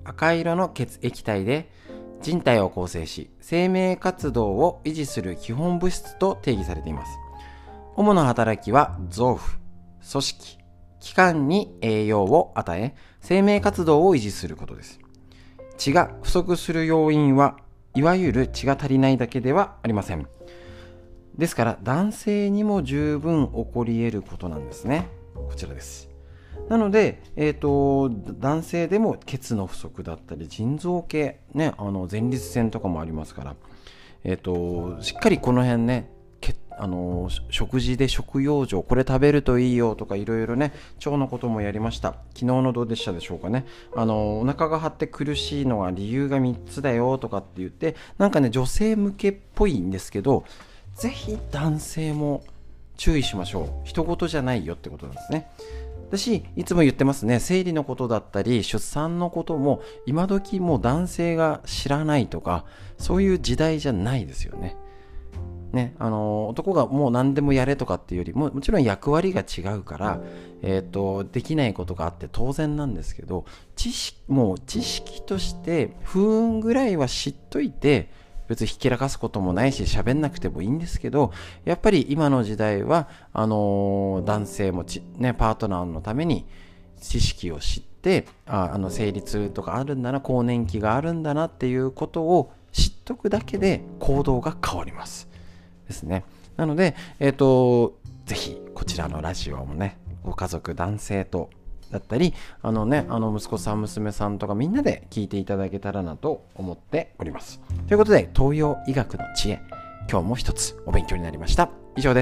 赤色の液体で人体を構成し、生命活動を維持する基本物質と定義されています。主な働きは臓腑、組織、器官に栄養を与え、生命活動を維持することです。血が不足する要因はいわゆる血が足りないだけではありません。ですから男性にも十分起こり得ることなんですね。こちらです。なので、男性でも血の不足だったり腎臓系、ね、前立腺とかもありますから、しっかりこの辺ね、食事で食用状これ食べるといいよとかいろいろね、腸のこともやりました。昨日のどうでしたでしょうかね。お腹が張って苦しいのは理由が3つだよとかって言って、なんかね女性向けっぽいんですけど、ぜひ男性も注意しましょう。人事じゃないよってことなんですね。私いつも言ってますね。生理のことだったり出産のことも今時もう男性が知らないとかそういう時代じゃないですよね。男がもう何でもやれとかっていうよりも、もちろん役割が違うから、できないことがあって当然なんですけど、もう知識として不運ぐらいは知っといて、別にひけらかすこともないし喋んなくてもいいんですけど、やっぱり今の時代は男性もパートナーのために知識を知って、生理痛とかあるんだな、更年期があるんだなっていうことを知っとくだけで行動が変わりますですね。なので、ぜひこちらのラジオもね、ご家族男性とだったり息子さん娘さんとかみんなで聞いていただけたらなと思っております。ということで、東洋医学の知恵、今日も一つお勉強になりました。以上です。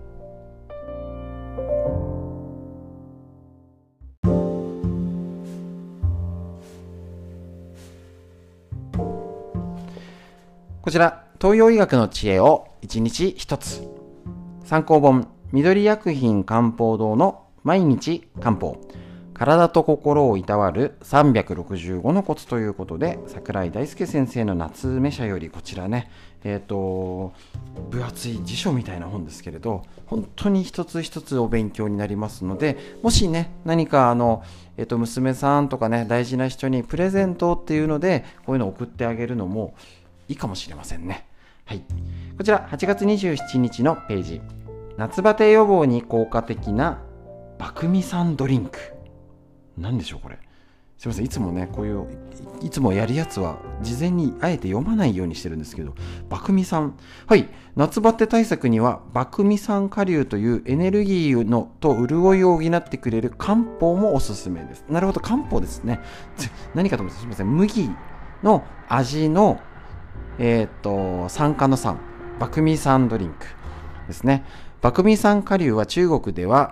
こちら東洋医学の知恵を一日一つ、参考本緑薬品漢方堂の毎日漢方、体と心をいたわる365のコツということで、櫻井大輔先生の夏目社より、こちらね、分厚い辞書みたいな本ですけれど、本当に一つ一つお勉強になりますので、もしね何か娘さんとかね、大事な人にプレゼントっていうのでこういうのを送ってあげるのもいいかもしれませんね。はい、こちら8月27日のページ、夏バテ予防に効果的なバクミ酸ドリンク。何でしょうこれ。すいません、いつもねこういういつもやるやつは事前にあえて読まないようにしてるんですけど、バクミ酸、はい、夏バテ対策にはバクミ酸顆粒というエネルギーのと潤いを補ってくれる漢方もおすすめです。なるほど、漢方ですね。何かと思います。すみません、麦の味の酸化の酸、バクミ酸ドリンクですね。バクミ酸顆粒は中国では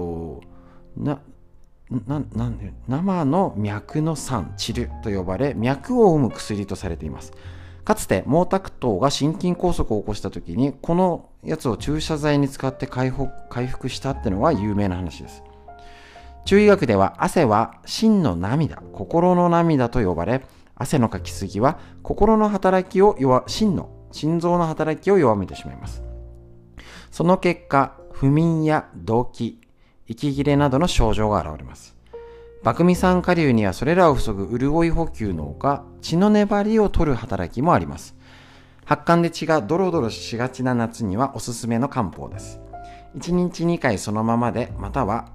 生の脈の酸、チルと呼ばれ、脈を生む薬とされています。かつて毛沢東が心筋梗塞を起こした時にこのやつを注射剤に使って回復したってのは有名な話です。中医学では汗は心の涙、心の涙と呼ばれ、汗のかきすぎは心の働きを心臓の働きを弱めてしまいます。その結果、不眠や動悸、息切れなどの症状が現れます。バクミ酸顆粒にはそれらを防ぐ潤い補給のほか、血の粘りを取る働きもあります。発汗で血がドロドロしがちな夏にはおすすめの漢方です。1日2回そのままで、または、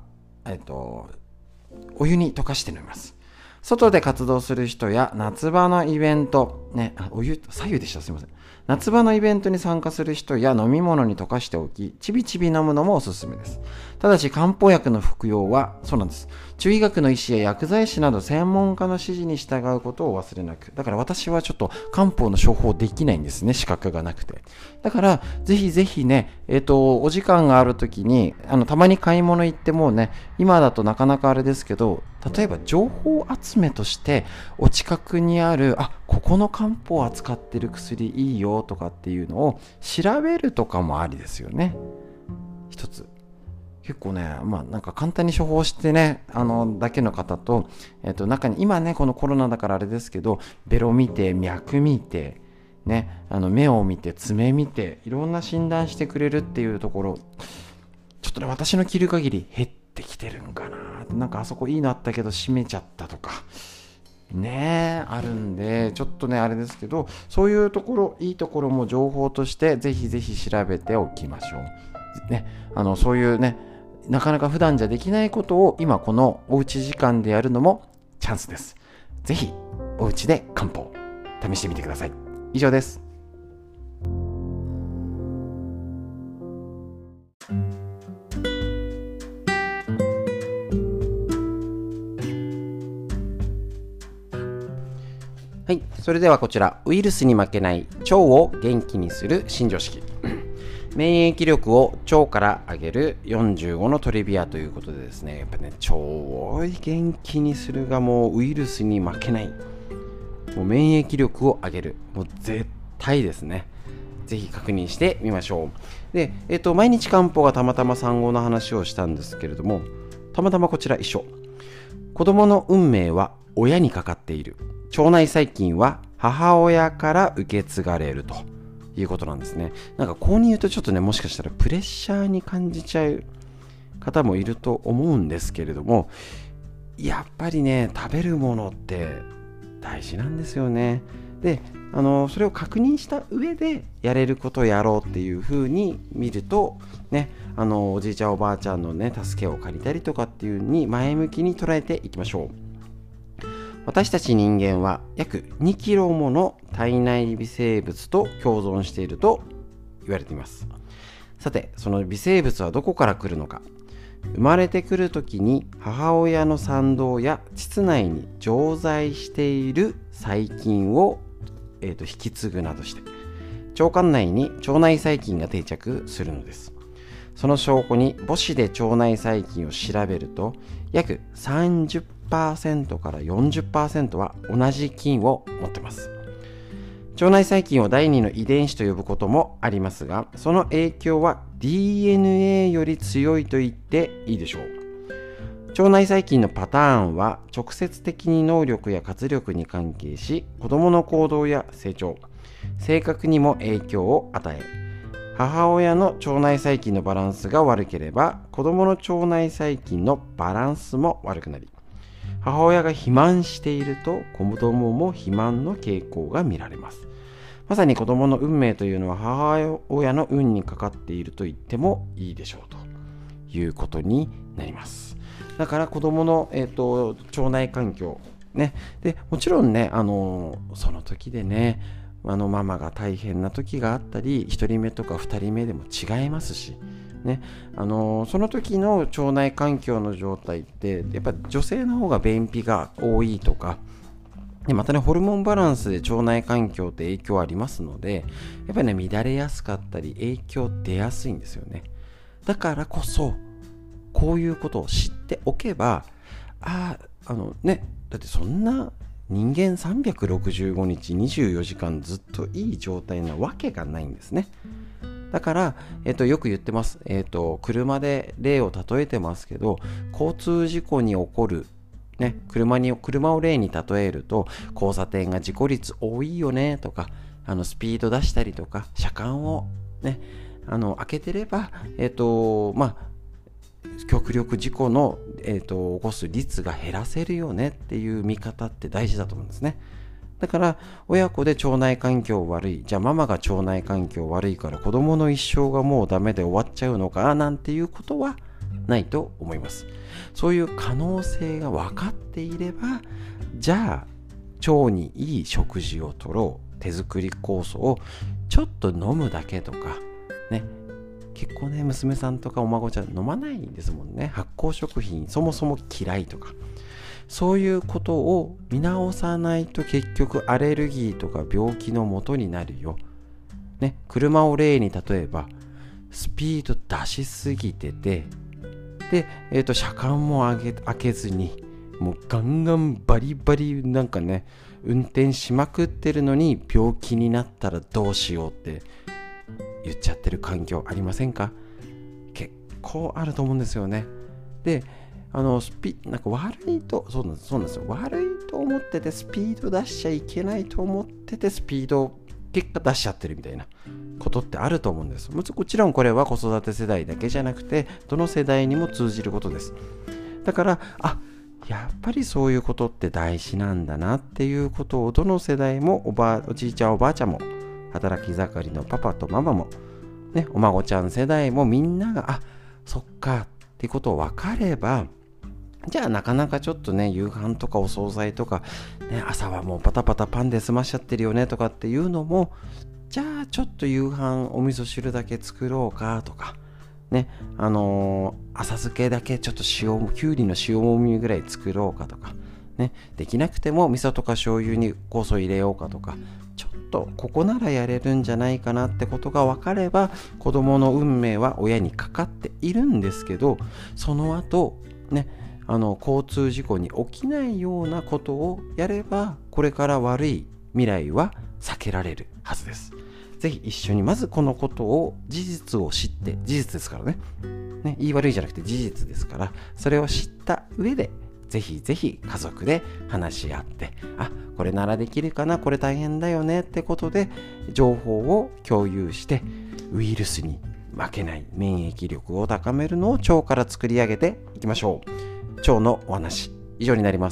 お湯に溶かして飲みます。外で活動する人や夏場のイベント、左右でした、すみません。夏場のイベントに参加する人や飲み物に溶かしておき、ちびちび飲むのもおすすめです。ただし漢方薬の服用は、そうなんです。中医学の医師や薬剤師など専門家の指示に従うことを忘れなく。だから私はちょっと漢方の処方できないんですね、資格がなくて。だからぜひぜひね、お時間があるときにたまに買い物行ってもね、今だとなかなかあれですけど、例えば情報集めとしてお近くにあるここの漢方を扱ってる薬いいよとかっていうのを調べるとかもありですよね。一つ結構ね、なんか簡単に処方してね、だけの方と、中に今ねこのコロナだからあれですけど、ベロ見て脈見てね、目を見て爪見ていろんな診断してくれるっていうところ、ちょっとね私の切る限り減ってきてるんかな。なんかあそこいいのあったけど閉めちゃったとか、 ねあるんで、ちょっとねあれですけど、そういうところ、いいところも情報としてぜひぜひ調べておきましょうね。そういうね、なかなか普段じゃできないことを今このおうち時間でやるのもチャンスです。ぜひおうちで漢方試してみてください。以上です。はい、それではこちら、ウイルスに負けない腸を元気にする新常識。免疫力を腸から上げる45のトリビアということでですね、やっぱね、腸を元気にするがもうウイルスに負けない、もう免疫力を上げる、もう絶対ですね。ぜひ確認してみましょう。で、毎日漢方がたまたま産後の話をしたんですけれども、たまたまこちら一緒。子供の運命は親にかかっている。腸内細菌は母親から受け継がれるということなんですね。なんかこうに言うとちょっとね、もしかしたらプレッシャーに感じちゃう方もいると思うんですけれども、やっぱりね、食べるものって大事なんですよね。で、それを確認した上でやれることをやろうっていう風に見るとね、おじいちゃんおばあちゃんのね助けを借りたりとかっていう風に前向きに捉えていきましょう。私たち人間は約2キロもの体内微生物と共存していると言われています。さて、その微生物はどこから来るのか。生まれてくるときに母親の産道や膣内に常在している細菌を、引き継ぐなどして腸管内に腸内細菌が定着するのです。その証拠に母子で腸内細菌を調べると約30% から 40% は同じ菌を持っています。腸内細菌を第二の遺伝子と呼ぶこともありますが、その影響は DNA より強いと言っていいでしょう。腸内細菌のパターンは直接的に能力や活力に関係し、子どもの行動や成長、性格にも影響を与え、母親の腸内細菌のバランスが悪ければ子どもの腸内細菌のバランスも悪くなり、母親が肥満していると子供も肥満の傾向が見られます。まさに子供の運命というのは母親の運にかかっていると言ってもいいでしょうということになります。だから子供の、腸内環境ね、でもちろんね、その時でね、ママが大変な時があったり、1人目とか2人目でも違いますしね、その時の腸内環境の状態ってやっぱ女性の方が便秘が多いとかで、またね、ホルモンバランスで腸内環境って影響ありますので、やっぱりね、乱れやすかったり影響出やすいんですよね。だからこそこういうことを知っておけば、だってそんな人間365日24時間ずっといい状態なわけがないんですね。だから、よく言ってます。車で例を例えてますけど、交通事故に起こる、ね、車を例に例えると、交差点が事故率多いよねとか、スピード出したりとか、車間をね、開けてれば、極力事故の、起こす率が減らせるよねっていう見方って大事だと思うんですね。だから親子で腸内環境悪い、じゃあママが腸内環境悪いから子供の一生がもうダメで終わっちゃうのかなんていうことはないと思います。そういう可能性が分かっていれば、じゃあ腸にいい食事をとろう、手作り酵素をちょっと飲むだけとかね、結構ね、娘さんとかお孫ちゃん飲まないんですもんね。発酵食品そもそも嫌いとか、そういうことを見直さないと結局アレルギーとか病気の元になるよ、ね、車を例に例えばスピード出しすぎてて、で、車間も開けずにもうガンガンバリバリなんかね運転しまくってるのに、病気になったらどうしようって言っちゃってる環境ありませんか？結構あると思うんですよね。で、なんか悪いと、そうなんですよ。悪いと思っててスピード出しちゃいけないと思っててスピード結果出しちゃってるみたいなことってあると思うんです。もちろんこれは子育て世代だけじゃなくてどの世代にも通じることです。だからやっぱりそういうことって大事なんだなっていうことを、どの世代もおじいちゃんおばあちゃんも、働き盛りのパパとママも、ね、お孫ちゃん世代もみんなが、そっかっていうことを分かれば、じゃあなかなかちょっとね、夕飯とかお惣菜とか、ね、朝はもうパタパタパンで済ましちゃってるよねとかっていうのも、じゃあちょっと夕飯お味噌汁だけ作ろうかとかね、浅漬けだけちょっときゅうりの塩もみぐらい作ろうかとかね、できなくても味噌とか醤油に酵素入れようかとか、ちょっとここならやれるんじゃないかなってことが分かれば、子供の運命は親にかかっているんですけど、その後ね、交通事故に起きないようなことをやれば、これから悪い未来は避けられるはずです。ぜひ一緒にまずこのことを、事実を知って、事実ですからね、言い悪いじゃなくて事実ですから、それを知った上でぜひぜひ家族で話し合って、これならできるかな、これ大変だよねってことで情報を共有して、ウイルスに負けない免疫力を高めるのを腸から作り上げていきましょう。腸のお話、以上になります。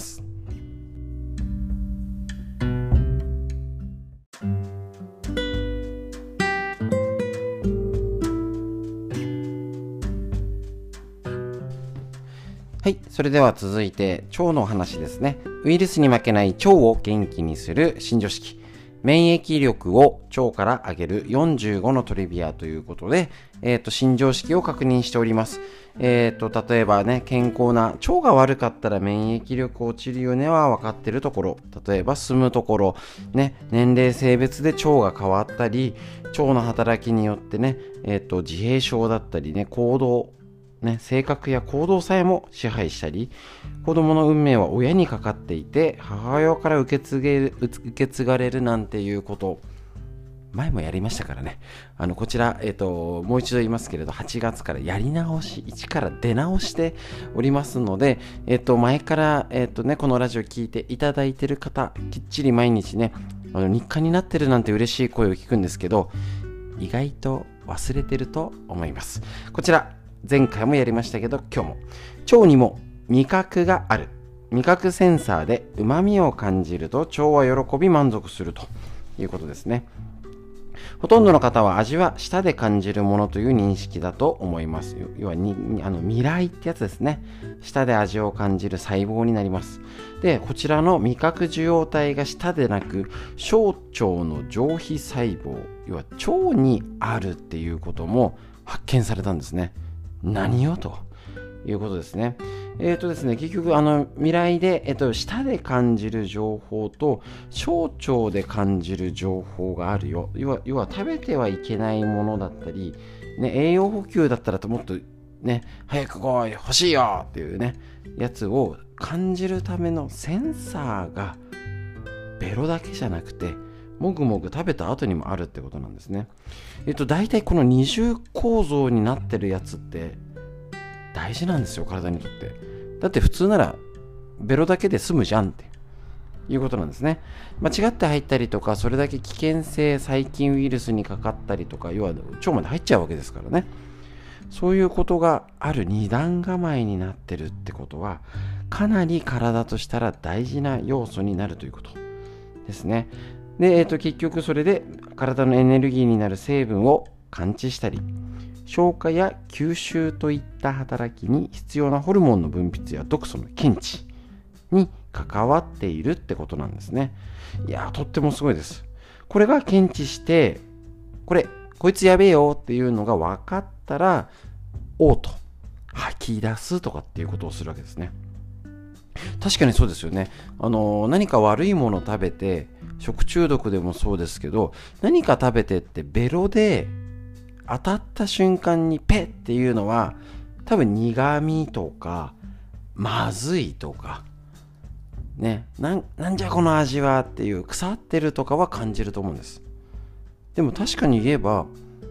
はい、それでは続いて腸の話ですね。ウイルスに負けない腸を元気にする新常識、免疫力を腸から上げる45のトリビアということで、新常識を確認しております。例えばね、健康な腸が悪かったら免疫力落ちるよねは分かってるところ、例えば住むところ、ね、年齢性別で腸が変わったり、腸の働きによってね、自閉症だったりね、行動性格や行動さえも支配したり、子供の運命は親にかかっていて、母親から受け継がれるなんていうこと、前もやりましたからね。こちら、もう一度言いますけれど、8月からやり直し、一から出直しておりますので、前から、このラジオ聞いていただいている方、きっちり毎日ね、日課になってるなんて嬉しい声を聞くんですけど、意外と忘れてると思います。こちら、前回もやりましたけど、今日も腸にも味覚がある。味覚センサーで旨味を感じると腸は喜び満足するということですね。ほとんどの方は味は舌で感じるものという認識だと思います。要は味蕾ってやつですね。舌で味を感じる細胞になります。で、こちらの味覚受容体が舌でなく小腸の上皮細胞、要は腸にあるっていうことも発見されたんですね。何よということですね。ですね、結局未来で、舌で感じる情報と小腸で感じる情報があるよ。要は食べてはいけないものだったり、ね、栄養補給だったらもっとね、早く来い、欲しいよっていうね、やつを感じるためのセンサーがベロだけじゃなくて、もぐもぐ食べた後にもあるってことなんですね。大体この二重構造になってるやつって大事なんですよ、体にとって。だって普通ならベロだけで済むじゃんっていうことなんですね。間違って入ったりとか、それだけ危険性細菌ウイルスにかかったりとか、要は腸まで入っちゃうわけですからね。そういうことがある二段構えになってるってことは、かなり体としたら大事な要素になるということですね。で、結局それで体のエネルギーになる成分を感知したり、消化や吸収といった働きに必要なホルモンの分泌や毒素の検知に関わっているってことなんですね。いやー、とってもすごいです。これが検知して、こいつやべえよっていうのが分かったら、おうと吐き出すとかっていうことをするわけですね。確かにそうですよね。何か悪いものを食べて、食中毒でもそうですけど、何か食べてってベロで当たった瞬間にペッっていうのは、多分苦味とかまずいとかね、なんじゃこの味はっていう腐ってるとかは感じると思うんです。でも確かに言えば、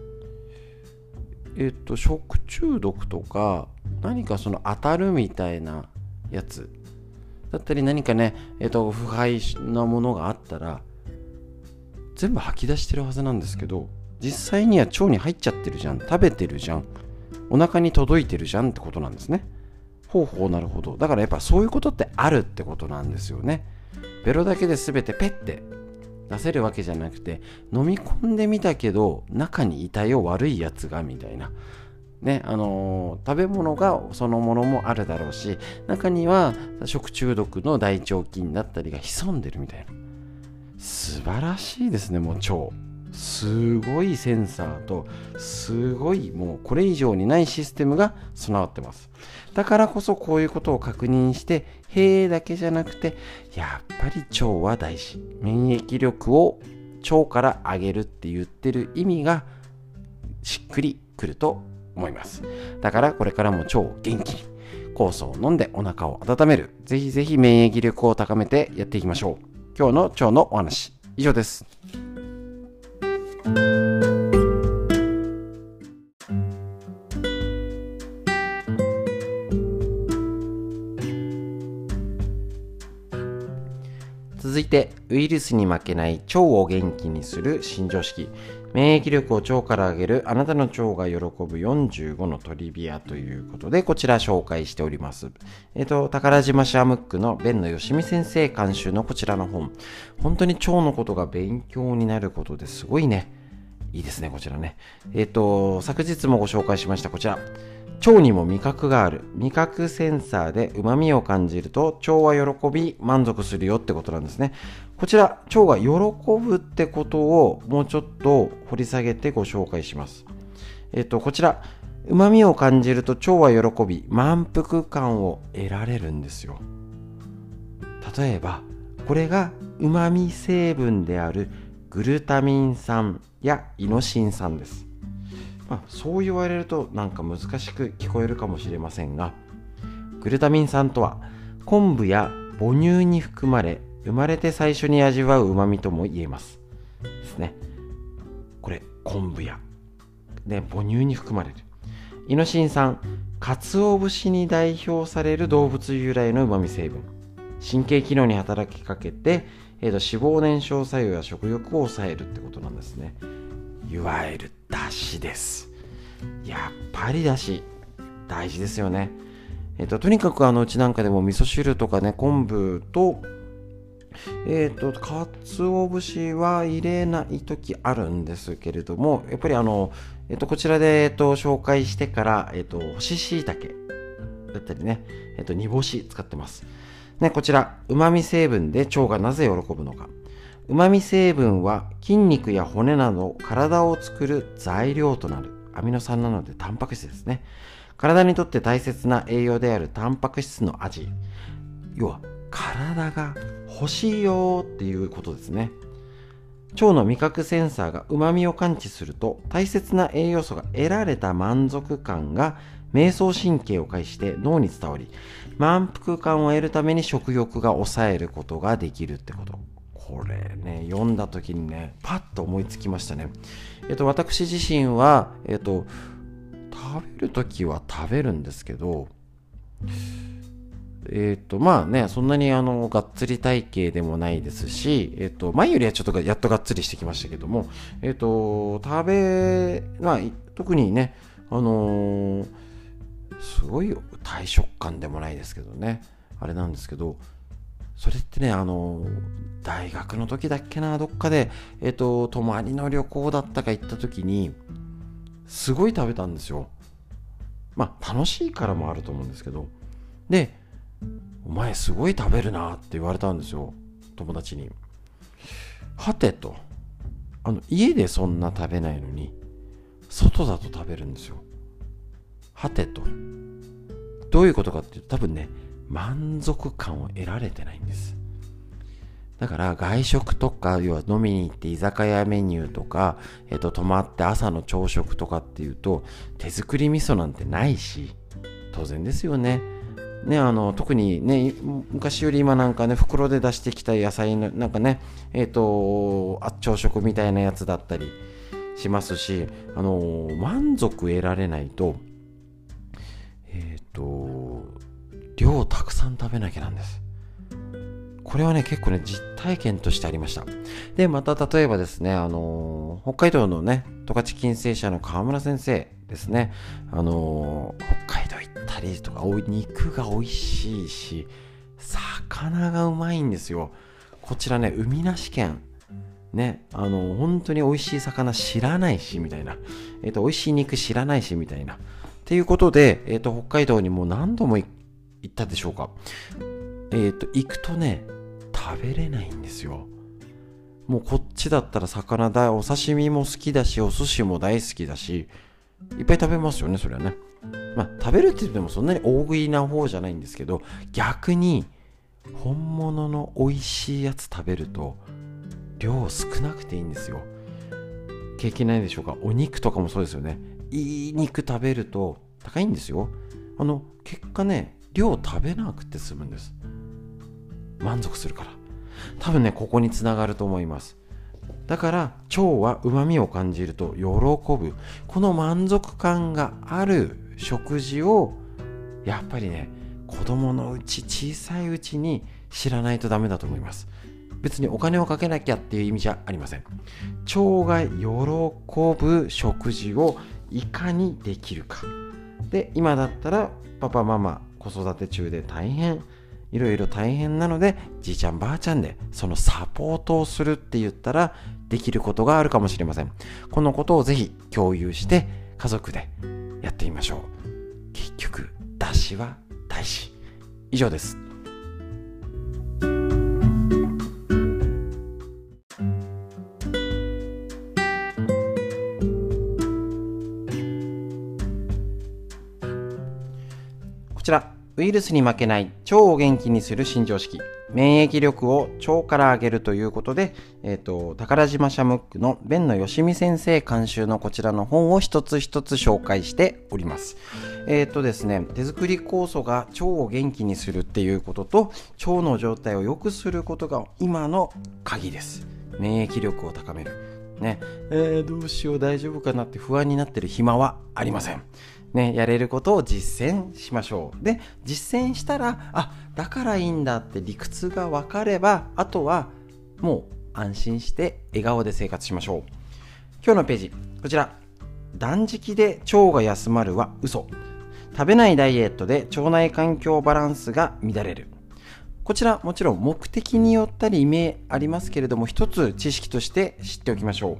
食中毒とか何かその当たるみたいなやつだったり、何かね、腐敗なものがあったら全部吐き出してるはずなんですけど、実際には腸に入っちゃってるじゃん、食べてるじゃん、お腹に届いてるじゃんってことなんですね。 ほうほう、なるほど。だからやっぱそういうことってあるってことなんですよね。ベロだけで全てペッて出せるわけじゃなくて、飲み込んでみたけど中にいたよ悪いやつがみたいなね、食べ物がそのものもあるだろうし、中には食中毒の大腸菌だったりが潜んでるみたいな。素晴らしいですね。もう腸すごいセンサーとすごいもうこれ以上にないシステムが備わってます。だからこそこういうことを確認して、へーだけじゃなくて、やっぱり腸は大事、免疫力を腸から上げるって言ってる意味がしっくりくると思います。だからこれからも腸を元気に、酵素を飲んでお腹を温める、ぜひぜひ免疫力を高めてやっていきましょう。今日の腸のお話以上です。続いて、ウイルスに負けない腸を元気にする新常識、免疫力を腸から上げるあなたの腸が喜ぶ45のトリビアということで、こちら紹介しております。宝島シャムックの弁野よしみ先生監修のこちらの本、本当に腸のことが勉強になることですごいね、いいですね、こちらね。昨日もご紹介しましたこちら、腸にも味覚がある、味覚センサーで旨味を感じると腸は喜び満足するよってことなんですね。こちら、腸が喜ぶってことをもうちょっと掘り下げてご紹介します。こちら、旨味を感じると腸は喜び満腹感を得られるんですよ。例えばこれが旨味成分であるグルタミン酸やイノシン酸です。そう言われるとなんか難しく聞こえるかもしれませんが、グルタミン酸とは昆布や母乳に含まれ、生まれて最初に味わう旨味とも言えますですね。これ昆布やで母乳に含まれる。イノシン酸、鰹節に代表される動物由来の旨味成分、神経機能に働きかけて、脂肪燃焼作用や食欲を抑えるってことなんですね。いわゆるだしです。やっぱりだし大事ですよね。とにかくうちなんかでも味噌汁とかね、昆布と鰹節は入れない時あるんですけれども、やっぱりこちらで紹介してから干し椎茸だったりね、煮干し使ってますね。こちら旨味成分で腸がなぜ喜ぶのか。旨味成分は筋肉や骨など体を作る材料となるアミノ酸なのでタンパク質ですね。体にとって大切な栄養であるタンパク質の味、要は体が欲しいよっていうことですね。腸の味覚センサーが旨味を感知すると、大切な栄養素が得られた満足感が迷走神経を介して脳に伝わり、満腹感を得るために食欲が抑えることができるってこと。これね、読んだ時にね、パッと思いつきましたね。私自身は、食べる時は食べるんですけど、まあね、そんなにがっつり体型でもないですし、前よりはちょっとやっとがっつりしてきましたけども、特にね、すごい大食感でもないですけどね、あれなんですけど、それってね、大学の時だっけな、どっかで、泊まりの旅行だったか行った時に、すごい食べたんですよ。楽しいからもあると思うんですけど、で、お前すごい食べるなって言われたんですよ、友達に。はてと、家でそんな食べないのに外だと食べるんですよ。はてと、どういうことかっていうと、多分ね、満足感を得られてないんです。だから外食とか、要は飲みに行って居酒屋メニューとか、泊まって朝の朝食とかっていうと、手作り味噌なんてないし、当然ですよね。特にね、昔より今なんかね、袋で出してきた野菜のなんかね、朝食みたいなやつだったりしますし、満足得られないと、量たくさん食べなきゃなんです。これはね、結構ね、実体験としてありました。で、また例えばですね、北海道のね、十勝金星社の川村先生ですね、北海道行っったりとか、肉が美味しいし、魚がうまいんですよ。こちらね、海なし県ね、本当に美味しい魚知らないしみたいな、美味しい肉知らないしみたいなっていうことで、北海道にもう何度も行ったでしょうか。行くとね、食べれないんですよ。もうこっちだったら魚だ、お刺身も好きだし、お寿司も大好きだし、いっぱい食べますよね、それはね。食べるって言ってもそんなに大食いな方じゃないんですけど、逆に本物の美味しいやつ食べると量少なくていいんですよ。経験ないでしょうか。お肉とかもそうですよね。いい肉食べると高いんですよ。結果ね、量食べなくて済むんです。満足するから。多分ね、ここにつながると思います。だから腸は旨味を感じると喜ぶ。この満足感がある食事をやっぱりね、子供のうち、小さいうちに知らないとダメだと思います。別にお金をかけなきゃっていう意味じゃありません。腸が喜ぶ食事をいかにできるか。で、今だったらパパママ子育て中でいろいろ大変なので、じいちゃんばあちゃんでそのサポートをするって言ったらできることがあるかもしれません。このことをぜひ共有して家族でやってみましょう。結局出汁は大事。以上です。こちら、ウイルスに負けない腸を元気にする新常識、免疫力を腸から上げるということで、宝島シャムックの弁野義美先生監修のこちらの本を一つ一つ紹介しております。ですね、手作り酵素が腸を元気にするっていうことと、腸の状態を良くすることが今の鍵です。免疫力を高める。ね、どうしよう大丈夫かなって不安になってる暇はありません。ね、やれることを実践しましょう。で、実践したら、だからいいんだって理屈が分かれば、あとはもう安心して笑顔で生活しましょう。今日のページ、こちら。断食で腸が休まるは嘘。食べないダイエットで腸内環境バランスが乱れる。こちらもちろん目的によったり意味ありますけれども、一つ知識として知っておきましょう。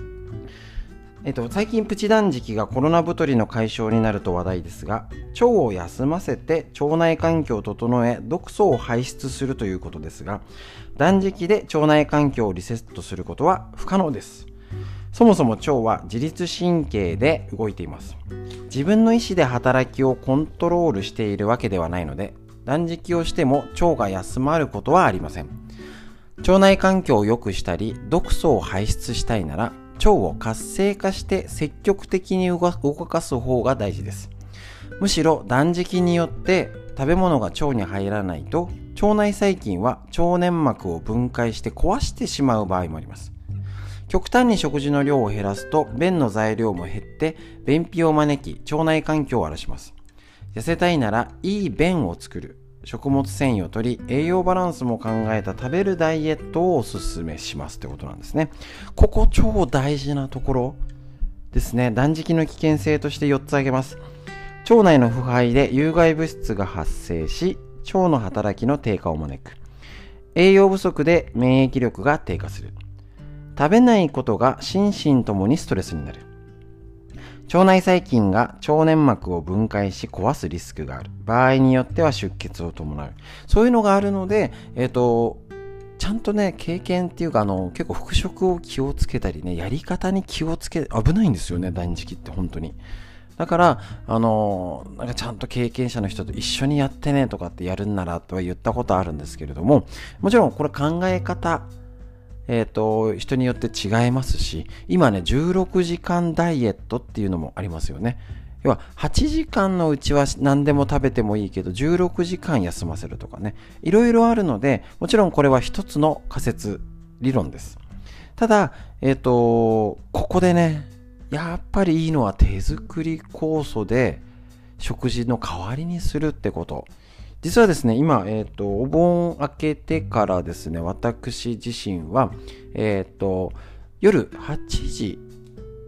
最近プチ断食がコロナ太りの解消になると話題ですが、腸を休ませて腸内環境を整え毒素を排出するということですが、断食で腸内環境をリセットすることは不可能です。そもそも腸は自律神経で動いています。自分の意思で働きをコントロールしているわけではないので、断食をしても腸が休まることはありません。腸内環境を良くしたり毒素を排出したいなら、腸を活性化して積極的に動かす方が大事です。むしろ断食によって食べ物が腸に入らないと、腸内細菌は腸粘膜を分解して壊してしまう場合もあります。極端に食事の量を減らすと便の材料も減って便秘を招き、腸内環境を荒らします。痩せたいならいい便を作る、食物繊維を取り栄養バランスも考えた食べるダイエットをおすすめしますということなんですね。ここ超大事なところですね。断食の危険性として4つ挙げます。腸内の腐敗で有害物質が発生し、腸の働きの低下を招く。栄養不足で免疫力が低下する。食べないことが心身ともにストレスになる。腸内細菌が腸粘膜を分解し壊すリスクがある。場合によっては出血を伴う。そういうのがあるので、ちゃんとね、経験っていうか、結構復食を気をつけたりね、やり方に気をつけ、危ないんですよね、断食って本当に。だから、なんかちゃんと経験者の人と一緒にやってねとかってやるんならとは言ったことあるんですけれども、もちろんこれ考え方、人によって違いますし、今ね、16時間ダイエットっていうのもありますよね。要は、8時間のうちは何でも食べてもいいけど、16時間休ませるとかね、いろいろあるので、もちろんこれは一つの仮説理論です。ただ、ここでね、やっぱりいいのは手作り酵素で食事の代わりにするってこと。実はですね、今、お盆明けてからですね、私自身は、夜8時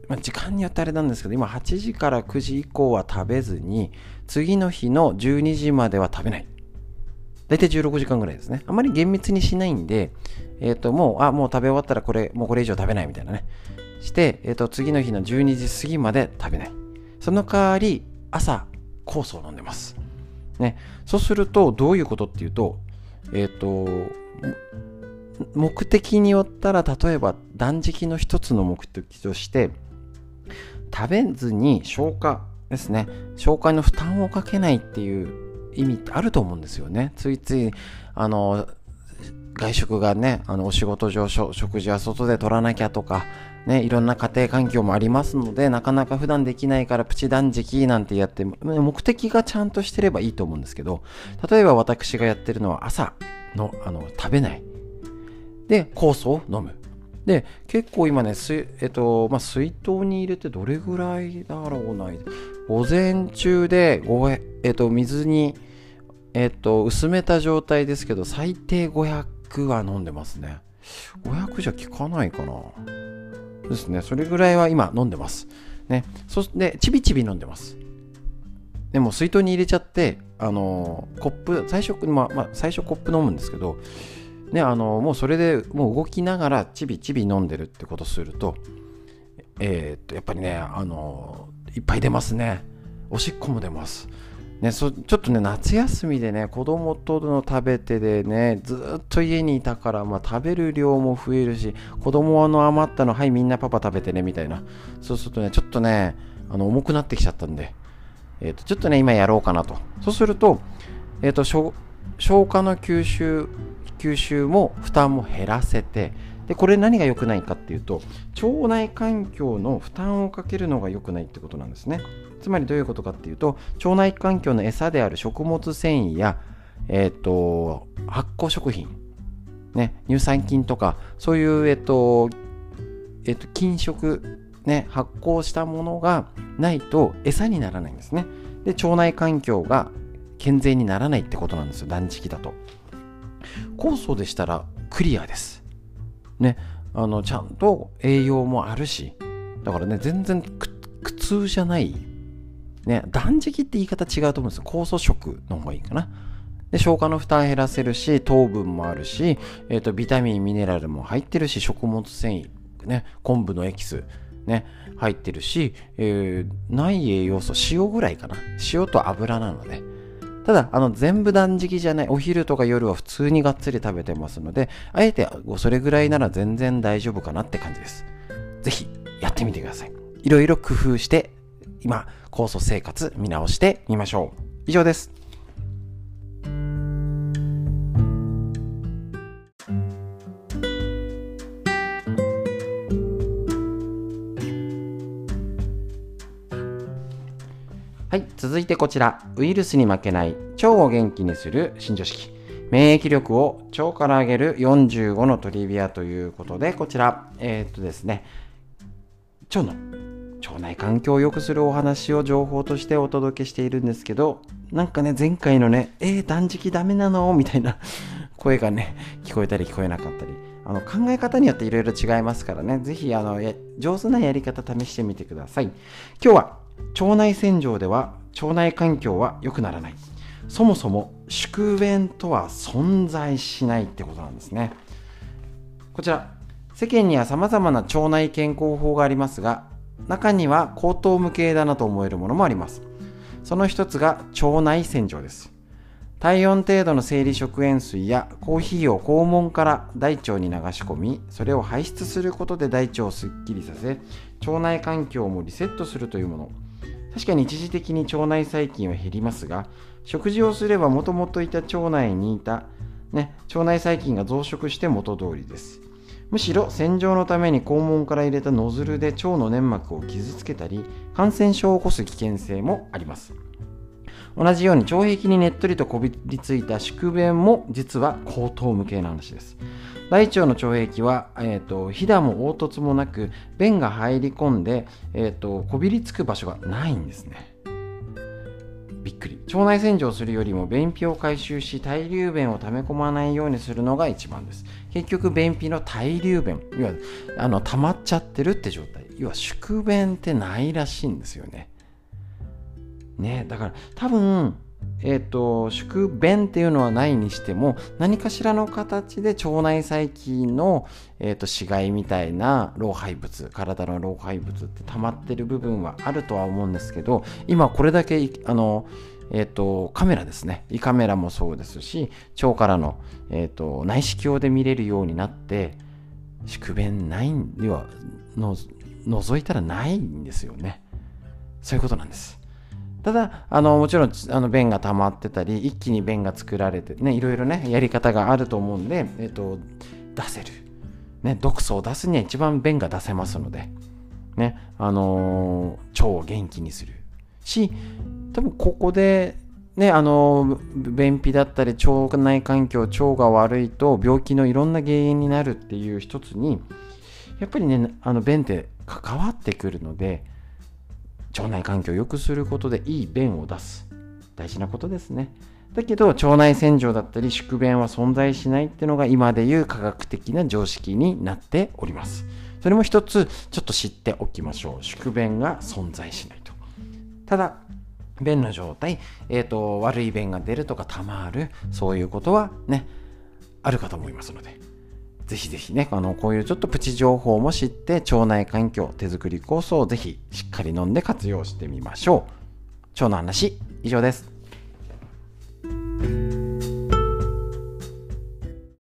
時間によってあれなんですけど、今8時から9時以降は食べずに、次の日の12時までは食べない。だいたい16時間ぐらいですね。あまり厳密にしないんで、もう食べ終わったらもうこれ以上食べないみたいなね。して、次の日の12時過ぎまで食べない。その代わり、朝、酵素を飲んでます。ね。そうすると、どういうことっていうと、目的によったら、例えば断食の一つの目的として、食べずに消化ですね。消化の負担をかけないっていう意味ってあると思うんですよね。ついつい外食がね、お仕事上食事は外で取らなきゃとかね、いろんな家庭環境もありますので、なかなか普段できないからプチ断食なんてやって、目的がちゃんとしてればいいと思うんですけど、例えば私がやってるのは朝の食べないで酵素を飲む。で、結構今ね、水筒に入れてどれぐらいだろうな。午前中で水に、薄めた状態ですけど、最低500は飲んでますね。500じゃ効かないかな。ですね。それぐらいは今飲んでます。ね。そして、ちびちび飲んでます。でも水筒に入れちゃって、コップ、最初コップ飲むんですけど、ね、もうそれでもう動きながらちびちび飲んでるってことすると、やっぱりね、いっぱい出ますね。おしっこも出ます。ね、ちょっとね、夏休みでね、子供との食べてでね、ずっと家にいたから、食べる量も増えるし、子供は余ったの、はい、みんなパパ食べてね、みたいな。そうするとね、ちょっとね、重くなってきちゃったんで、ちょっとね、今やろうかなと。そうすると、消化の吸収も負担も減らせて、でこれ何が良くないかっていうと、腸内環境の負担をかけるのが良くないってことなんですね。つまりどういうことかっていうと、腸内環境の餌である食物繊維や、発酵食品、ね、乳酸菌とかそういう、菌食、ね、発酵したものがないと餌にならないんですね。で、腸内環境が健全にならないってことなんですよ、断食だと。酵素でしたらクリアですね。ちゃんと栄養もあるし、だからね、全然苦痛じゃないね。断食って言い方違うと思うんですよ。酵素食の方がいいかな。で、消化の負担減らせるし、糖分もあるし、ビタミンミネラルも入ってるし、食物繊維ね、昆布のエキスね、入ってるし、ない栄養素塩ぐらいかな。塩と油なので、ただ全部断食じゃない、お昼とか夜は普通にがっつり食べてますので、あえてそれぐらいなら全然大丈夫かなって感じです。ぜひやってみてください。いろいろ工夫して今酵素生活見直してみましょう。以上です。はい、続いてこちら、ウイルスに負けない腸を元気にする新常識、免疫力を腸から上げる45のトリビアということで、こちらですね、腸内環境を良くするお話を情報としてお届けしているんですけど、なんかね、前回のね、断食ダメなのみたいな声がね、聞こえたり聞こえなかったり、考え方によっていろいろ違いますからね、ぜひ上手なやり方試してみてください。今日は腸内洗浄では腸内環境は良くならない。そもそも宿便とは存在しないってことなんですね。こちら、世間には様々な腸内健康法がありますが、中には口頭無形だなと思えるものもあります。その一つが腸内洗浄です。体温程度の生理食塩水やコーヒーを肛門から大腸に流し込み、それを排出することで大腸をすっきりさせ、腸内環境もリセットするというもの。確かに一時的に腸内細菌は減りますが、食事をすればもともといた腸内にいた、腸内細菌が増殖して元通りです。むしろ洗浄のために肛門から入れたノズルで腸の粘膜を傷つけたり、感染症を起こす危険性もあります。同じように腸壁にねっとりとこびりついた宿便も実は口頭無形な話です。大腸の腸壁は、ひだも凹凸もなく、便が入り込んで、こびりつく場所がないんですね。びっくり。腸内洗浄するよりも便秘を回収し、対流便を溜め込まないようにするのが一番です。結局便秘の対流便、いわゆる溜まっちゃってるって状態要は宿便ってないらしいんですよね。だから多分宿便っていうのはないにしても、何かしらの形で腸内細菌の、死骸みたいな老廃物、体の老廃物って溜まってる部分はあるとは思うんですけど、今これだけカメラですね、胃カメラもそうですし、腸からの、内視鏡で見れるようになって、宿便ないんでは覗いたらないんですよね。そういうことなんです。ただもちろん便が溜まってたり、一気に便が作られてね、いろいろねやり方があると思うんで、出せる、毒素を出すには一番便が出せますのでね、腸を元気にするし、多分ここでね、便秘だったり腸内環境、腸が悪いと病気のいろんな原因になるっていう一つにやっぱりね、便って関わってくるので、腸内環境を良くすることでいい便を出す、大事なことですね。だけど腸内洗浄だったり宿便は存在しないっていうのが今でいう科学的な常識になっております。それも一つちょっと知っておきましょう。宿便が存在しないと。ただ便の状態、悪い便が出るとかたまる、そういうことはねあるかと思いますので、ぜひぜひね、こういうちょっとプチ情報も知って、腸内環境、手作り酵素をぜひしっかり飲んで活用してみましょう。腸の話、以上です。